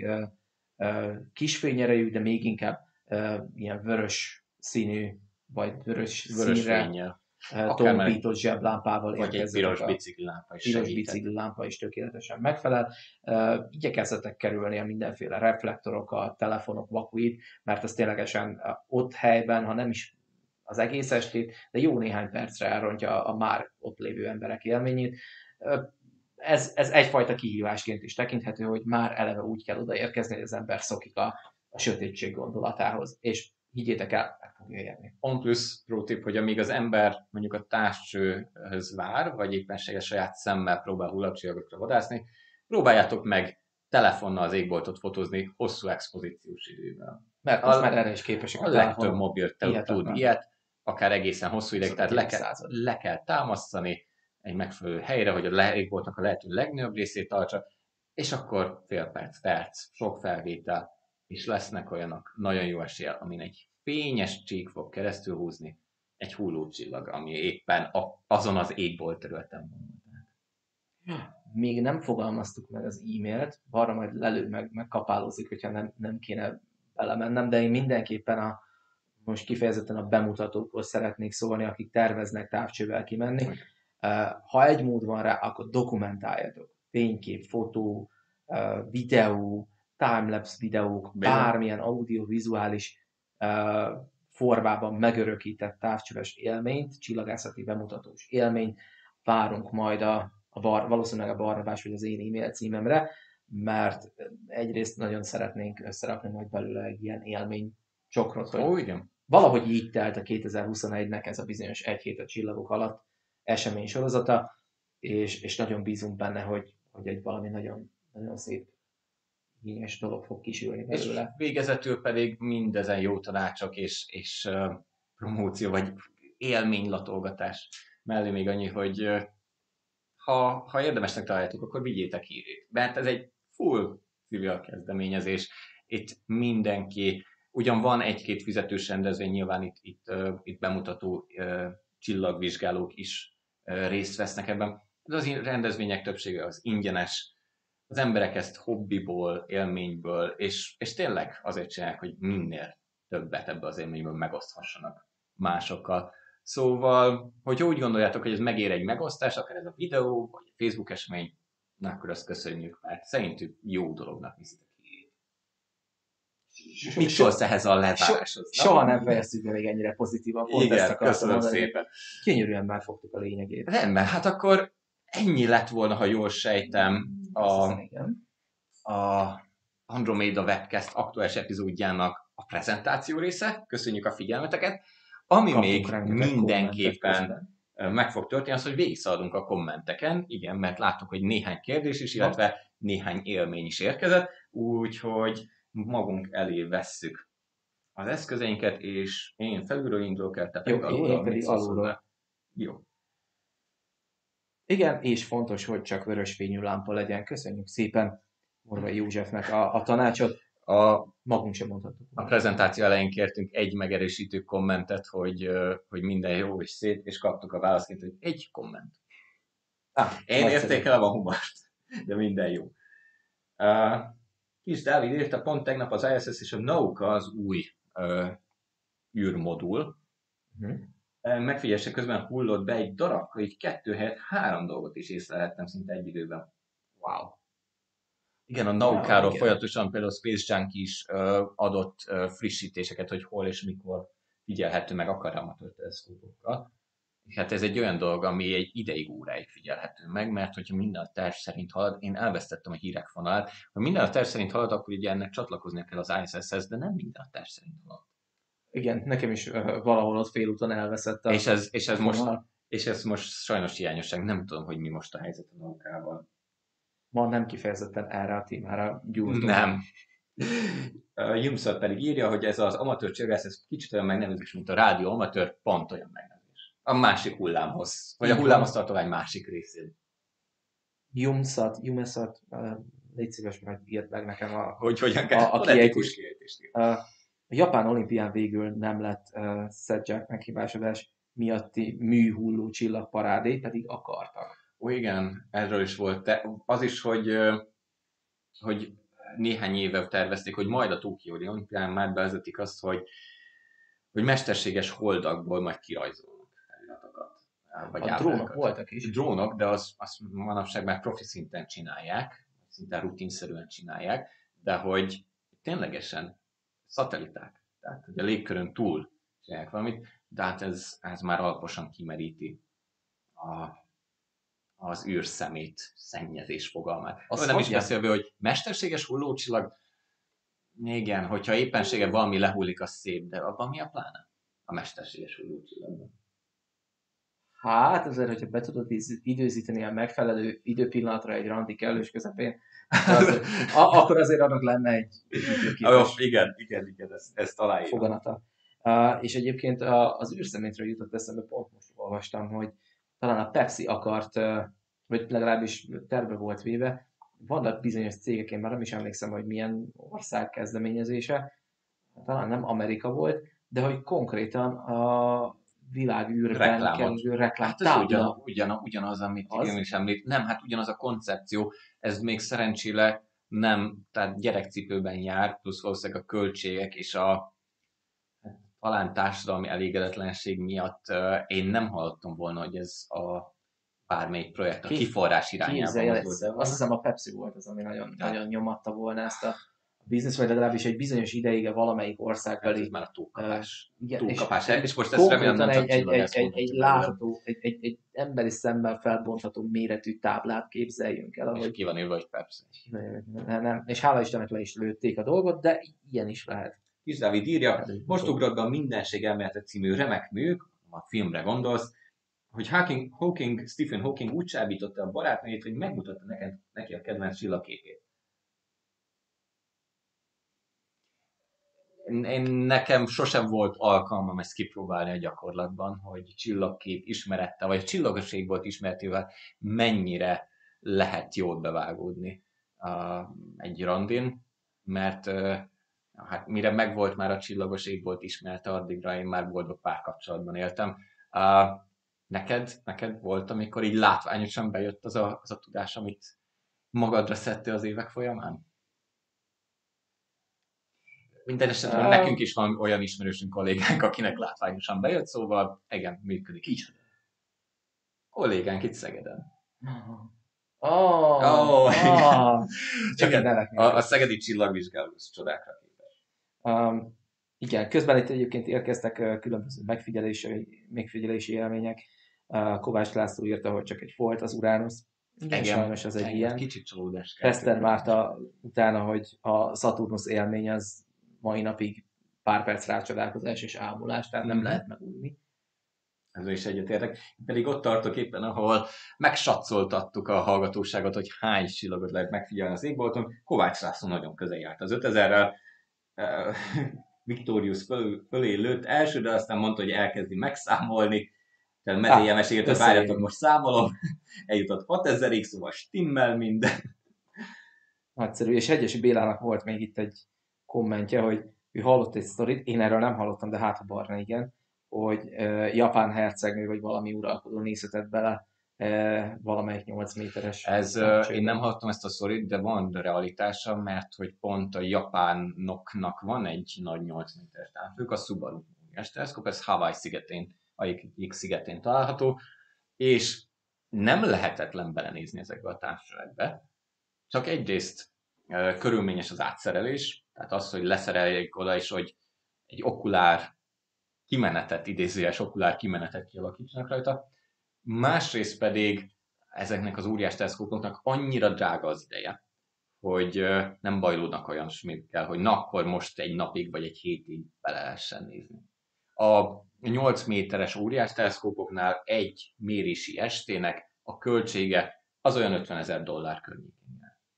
kis fényerejű, de még inkább ilyen vörös színű, vagy vörös, vörös színre tompított zseblámpával vagy egy piros biciklilámpa is piros biciklilámpa is tökéletesen megfelel. Uh, igyekezzetek kerülni a mindenféle reflektorokat, telefonok vakuit, mert ez ténylegesen ott helyben, ha nem is az egész estét, de jó néhány percre elrontja a már ott lévő emberek élményét. Uh, ez, ez egyfajta kihívásként is tekinthető, hogy már eleve úgy kell odaérkezni, hogy az ember szokik a, a sötétség gondolatához. És higgyétek el, meg fogja érni. On plusz pro tip, hogy amíg az ember mondjuk a távcsőhöz vár, vagy éppenséges saját szemmel próbál hullagcsillagokra vadászni, próbáljátok meg telefonnal az égboltot fotózni hosszú expozíciós idővel. Mert most a, már erre is képesek a, a legtöbb mobil tud ilyet, akár egészen hosszú ideig, tehát le kell, le kell támasztani egy megfelelő helyre, hogy a égboltnak a lehető legnagyobb részét tartsa, és akkor fél perc, perc, sok felvétel, és lesznek olyanok, nagyon jó eséllyel, amin egy fényes csík fog keresztül húzni egy hullócsillag, ami éppen a, azon az égbolt területen van. Még nem fogalmaztuk meg az e-mailt, arra majd lelő meg, megkapálózik, hogyha nem, nem kéne belemennem, de én mindenképpen a, most kifejezetten a bemutatókhoz szeretnék szólni, akik terveznek távcsővel kimenni. Ha egy mód van rá, akkor dokumentáljatok. Fénykép, fotó, videó, timelapse videók, bármilyen audiovizuális uh, formában megörökített távcsöves élményt, csillagászati bemutatós élményt várunk majd a, a bar, valószínűleg a Barnabás vagy az én e-mail címemre, mert egyrészt nagyon szeretnénk összerakni majd belőle egy ilyen élmény csokrot, hogy Ó, igen. valahogy így telt a kétezer-huszonegynek ez a bizonyos egy hét a csillagok alatt esemény sorozata, és, és nagyon bízunk benne, hogy, hogy egy valami nagyon, nagyon szép igényes dolog fog kisülni belőle. És végezetül pedig mindezen jó tanácsok és, és uh, promóció, vagy élménylatolgatás mellé még annyi, hogy uh, ha, ha érdemesnek találjátok, akkor vigyétek hírét. Mert ez egy full civil kezdeményezés. Itt mindenki, ugyan van egy-két fizetős rendezvény, nyilván itt, itt, uh, itt bemutató uh, csillagvizsgálók is uh, részt vesznek ebben. De az rendezvények többsége az ingyenes, az emberek ezt hobbiból, élményből, és, és tényleg azért csinálják, hogy minél többet ebből az élményből megoszthassanak másokkal. Szóval, hogyha úgy gondoljátok, hogy ez megér egy megosztás, akár ez a videó, vagy a Facebook esemény, na akkor azt köszönjük, mert szerintük jó dolognak viszitek hírét. Mit szólsz ehhez a lezáráshoz? So, soha nem fejeztük be még ennyire pozitívan. Pont igen, ezt akartam köszönöm mondani. szépen. Gyönyörűen már fogtuk a lényegét. Rendben, hát akkor ennyi lett volna, ha jól sejtem, a, a Andromeda Webcast aktuális epizódjának a prezentáció része. Köszönjük a figyelmeteket. Ami Kaptunk még mindenképpen közben. meg fog történni, az, hogy végigszaladunk a kommenteken. Igen, mert láttuk, hogy néhány kérdés is, illetve néhány élmény is érkezett, úgyhogy magunk elé vesszük az eszközeinket, és én felülről indulok el, te pedig Jó, alulról. én pedig alulról. Jó. Igen, és fontos, hogy csak vörösfényű lámpa legyen. Köszönjük szépen Morvai Józsefnek a, a tanácsot. A, Magunk sem mondhatjuk. a prezentáció elején kértünk egy megerősítő kommentet, hogy, hogy minden jó és szép, és kaptuk a válaszként, hogy egy komment. Ah, Én értékelem a humort, de minden jó. Uh, Kis Dávid írta pont tegnap az I S S és a Nauka az új uh, űrmodul. Uh-huh. Megfigyelése közben hullott be egy darab, hogy kettő helyett három dolgot is észlelhettem szinte egy időben. Wow. Igen, a Naukáról wow, folyamatosan például a Space Junk is uh, adott uh, frissítéseket, hogy hol és mikor figyelhető meg akár amatőr teleszkópokkal. Hát ez egy olyan dolog, ami egy ideig, óráig figyelhető meg, mert hogyha minden a terv szerint halad, én elvesztettem a hírek fonalát, ha minden a terv szerint halad, akkor ugye ennek csatlakoznia kell az I S S-hez, de nem minden a terv szerint halad. Igen, nekem is uh, valahol ott félúton elveszett a és ez, és ez most, és ez most sajnos hiányosság, nem tudom, hogy mi most a helyzet a Naukával. Ma nem kifejezetten erre a témára gyúrtunk. Nem. Uh, Jumszat pedig írja, hogy ez az amatőr csillagász, ez kicsit olyan megnevezés, mint a rádió amatőr, pont olyan megnevezés. A másik hullámhoz, vagy a hullámhoz tartomány másik részén. Jumszat, Jumeszat, uh, légy szíves, majd írd meg nekem a... Hogy hogyan kell, a, a kiejtés. A japán olimpián végül nem lett uh, Szedzsák meghibásodás miatti műhulló csillagparádé, pedig akartak. Ó, igen, erről is volt. De az is, hogy, hogy néhány éve tervezték, hogy majd a Tokiói olimpián már bevezetik azt, hogy, hogy mesterséges holdakból majd kirajzolnak feliratokat. Vagy a drónok voltak is. Drónok, de azt az manapság már profi szinten csinálják, szinte rutinszerűen csinálják, de hogy ténylegesen szatelliták, tehát hogy a légkörön túl csinálják valamit, de hát ez, ez már alaposan kimeríti a, az űrszemét szennyezés fogalmát. Azt nem is beszélve, hogy mesterséges hullócsillag, igen, hogyha éppenséggel valami lehullik, az szép, de abban mi a pláne? A mesterséges hullócsillagban. Hát azért, hogyha be tudod időzíteni a megfelelő időpillanatra egy randi kellős közepén, azért, a, akkor azért annak lenne egy időképes igen, igen, igen, ezt, ezt találja. Foganata. Uh, és egyébként uh, az űrszemétről jutott eszembe, pont most olvastam, hogy talán a Pepsi akart, uh, vagy legalábbis terve volt véve, vannak bizonyos cégek, én már nem is emlékszem, hogy milyen ország kezdeményezése, talán nem Amerika volt, de hogy konkrétan a világűrben kerülő reklámtábla. Hát ez ugyan, ugyan, ugyanaz, amit az? Én is említ. Nem, hát ugyanaz a koncepció, ez még szerencsére nem, tehát gyerekcipőben jár, plusz valószínűleg a költségek és a talán társadalmi elégedetlenség miatt uh, én nem hallottam volna, hogy ez a bármelyik projekt a kiforrás irányába mozdult. Azt hiszem a Pepsi volt az, ami nagyon, nagyon nyomatta volna ezt a, biznisz, vagy legalábbis egy bizonyos ideig valamelyik országbeli... Ez már a túlkapás. Uh, igen, túlkapás. És, és most ezt remélem nem csak egy, egy, egy, egy, egy látható, egy, egy, egy emberi szemmel felbontható méretű táblát képzeljünk el. És ki van írva, hogy Pepsi. Nem, nem. És hála Istennek le is lőtték a dolgot, de ilyen is lehet. Kis Dávid írja, most ugrott be a Mindenség elmélete című remek műk, a filmre gondolsz, hogy Hawking, Hawking, Stephen Hawking úgy csábította a barátnőjét, hogy megmutatta neked, neki a kedvenc csillagképét. Én, nekem sosem volt alkalmam ezt kipróbálni a gyakorlatban, hogy csillagkép ismerette, vagy a csillagoség volt ismertével mennyire lehet jót bevágódni uh, egy randin, mert uh, hát mire megvolt már a csillagos ég volt ismerte, addigra én már boldog párkapcsolatban éltem. Uh, neked, neked volt, amikor így látványosan bejött az a, az a tudás, amit magadra szedtél az évek folyamán? Minden esetben uh, nekünk is van olyan ismerősünk kollégánk, akinek látványosan bejött, szóval igen, működik így. Kollégánk itt Szegeden. Oh, oh, oh. Csak igen, a, a szegedi csillagvizsgáló csodákra képes. Um, igen, közben itt egyébként érkeztek uh, különböző megfigyelési, megfigyelési élmények. Uh, Kovács László írta, hogy csak egy folt az Uránusz. Igen, igen, sajnos ez egy igen, ilyen. Kicsit csalódás. Pester várta utána, hogy a Szaturnusz élmény az mai napig pár perc rácsodálkozás és ámulás, tehát nem mm-hmm. lehet megújni. Ezzel is egyetértek. Pedig ott tartok éppen, ahol megsatszoltattuk a hallgatóságot, hogy hány csillagot lehet megfigyelni az égbolton. Kovács László nagyon közel járt az ötezerrel. Uh, Victorius föl, fölé lőtt első, de aztán mondta, hogy elkezdi megszámolni. Tehát Medélyemes írt, hogy várjatok, most számolom. Eljutott hatezerig, szóval stimmel minden. Nagyszerű, és Hegyesi Bélának volt még itt egy kommentje, hogy ő hallott egy sztorit, én erről nem hallottam, de hát a Barna igen, hogy uh, japán hercegnő vagy valami uralkodó nézhetett bele uh, valamelyik nyolc méteres. Ez, uh, én nem hallottam ezt a sztorit, de van realitása, mert hogy pont a japánoknak van egy nagy nyolc méteres távfők, a Subaru teleszkóp, ez Hawaii szigetén, egyik szigetén található, és nem lehetetlen belenézni ezekbe a távfőekbe, csak egyrészt uh, körülményes az átszerelés, tehát az, hogy leszereljék oda, és hogy egy okulár kimenetet, idézőjes okulár kimenetet kialakítsanak rajta. Másrészt pedig ezeknek az óriás teleszkópoknak annyira drága az ideje, hogy nem bajlódnak olyan smikkel, hogy na akkor most egy napig vagy egy hétig bele lehessen nézni. A nyolc méteres óriás teleszkópoknál egy mérési estének a költsége az olyan ötvenezer dollár környékén.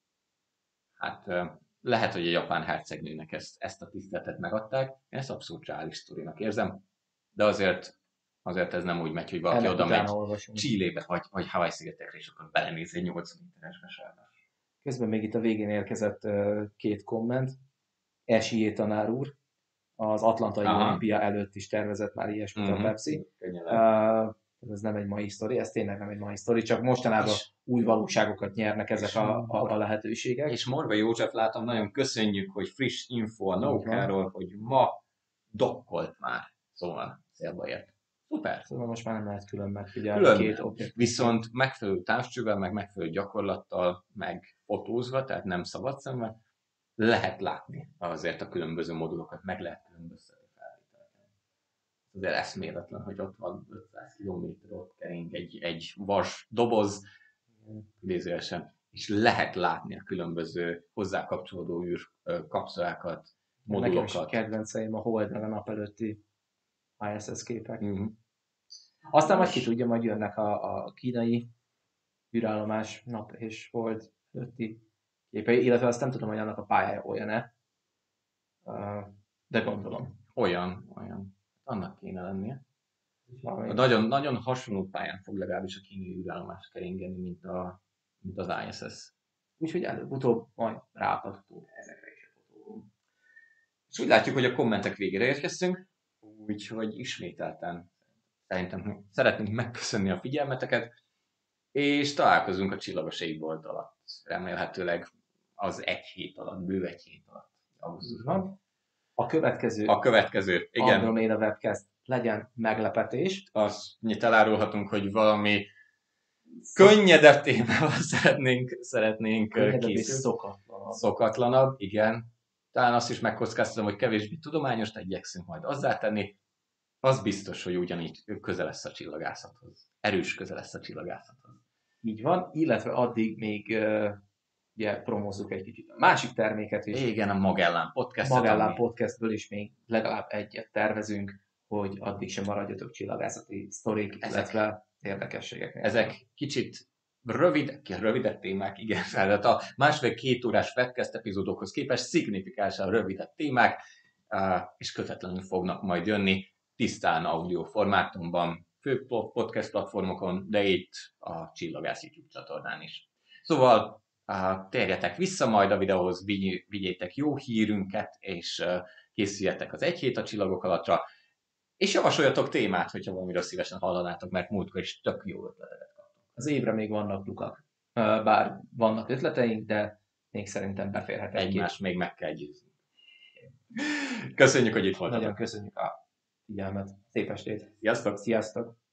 Hát lehet, hogy a japán hercegnőnek ezt, ezt a tiszteletet megadták, én ezt abszolút reális sztorinak érzem, de azért, azért ez nem úgy megy, hogy valaki oda megy Chilébe, vagy, vagy Hawaii-szigetekre, és akkor belenéz egy nyolc méteres mesárba. Közben még itt a végén érkezett uh, két komment. Esélyé tanár úr, az Atlantai Aha. Olimpia előtt is tervezett már ilyesmit uh-huh. a Pepsi. Uh, ez nem egy mai sztori, ez tényleg nem egy mai sztori, csak mostanában és új valóságokat nyernek ezek a, a, a lehetőségek. És Morvai József, látom, nagyon köszönjük, hogy friss info a Naukáról, hogy ma dokkolt már, szóval célba ért. Szuper! Szóval most már nem lehet külön megfigyelni külön két objektív. Viszont megfelelő távcsővel, meg megfelelő gyakorlattal, meg fotózva, tehát nem szabad szemben, lehet látni azért a különböző modulokat, meg lehet különböztetni. Azért eszméletlen, hogy ott van ötszáz kilométer, ott kering egy, egy vas doboz, idézőesen, és lehet látni a különböző hozzá kapcsolódó űr kapszulákat, modulokat. Nekem is kedvenceim a Hold meg a nap előtti I S S képek. Mm-hmm. Aztán majd ki tudja, majd jönnek a, a kínai űrállomás nap és Hold előtti képei, illetve azt nem tudom, hogy annak a pályája olyan-e, de gondolom. Olyan, olyan. Annak kéne lennie. Nagyon, nagyon hasonló pályán fog legalábbis a kínai űrállomás keringeni, mint, a, mint az I S S. Úgyhogy előbb-utóbb majd ráakadhatunk ezekre is a fotóról. És úgy látjuk, hogy a kommentek végére érkeztünk, úgyhogy ismételten szerintem szeretnénk megköszönni a figyelmeteket, és találkozunk a csillagos égbolt alatt. Remélhetőleg az egy hét alatt, bő egy hét alatt. Augusztusban. A következő, a következő, igen. Andromeda Webcast legyen meglepetés. Azt nyit elárulhatunk, hogy valami könnyedebb témával szeretnénk, szeretnénk könnyedebb és szokatlanabb. Szokatlanabb, igen. talán azt is megkockáztatom, hogy kevésbé tudományos, de igyekszünk majd azzá tenni. Az biztos, hogy ugyanígy közel lesz a csillagászathoz. Erős közel lesz a csillagászathoz. Így van, illetve addig még uh, ugye promózzuk egy kicsit a másik terméket is. Igen, a Magellán Podcastet. Magellán ami... Podcastből is még legalább egyet tervezünk, hogy addig sem maradjatok csillagászati sztorik, ezek, illetve érdekességek. Ezek kicsit rövid, rövidebb témák, igen, tehát a másfél-két órás podcast epizódokhoz képest szignifikánsan rövidebb témák, és kötetlenül fognak majd jönni, tisztán audio formátumban, fő podcast platformokon, de itt a Csillagász YouTube csatornán is. Szóval térjetek vissza majd a videóhoz, vigyétek jó hírünket, és készüljetek az Egy hét a csillagok alatra, és javasoljatok témát, hogyha valamiről szívesen hallanátok, mert múltkor is tök jó ötleteket kaptunk. Az évre még vannak lukak, bár vannak ötleteink, de még szerintem beférhet egy Egymást még meg kell győzni. Köszönjük, hogy itt voltatok. Nagyon köszönjük a figyelmet. Szép estét. Sziasztok! Sziasztok!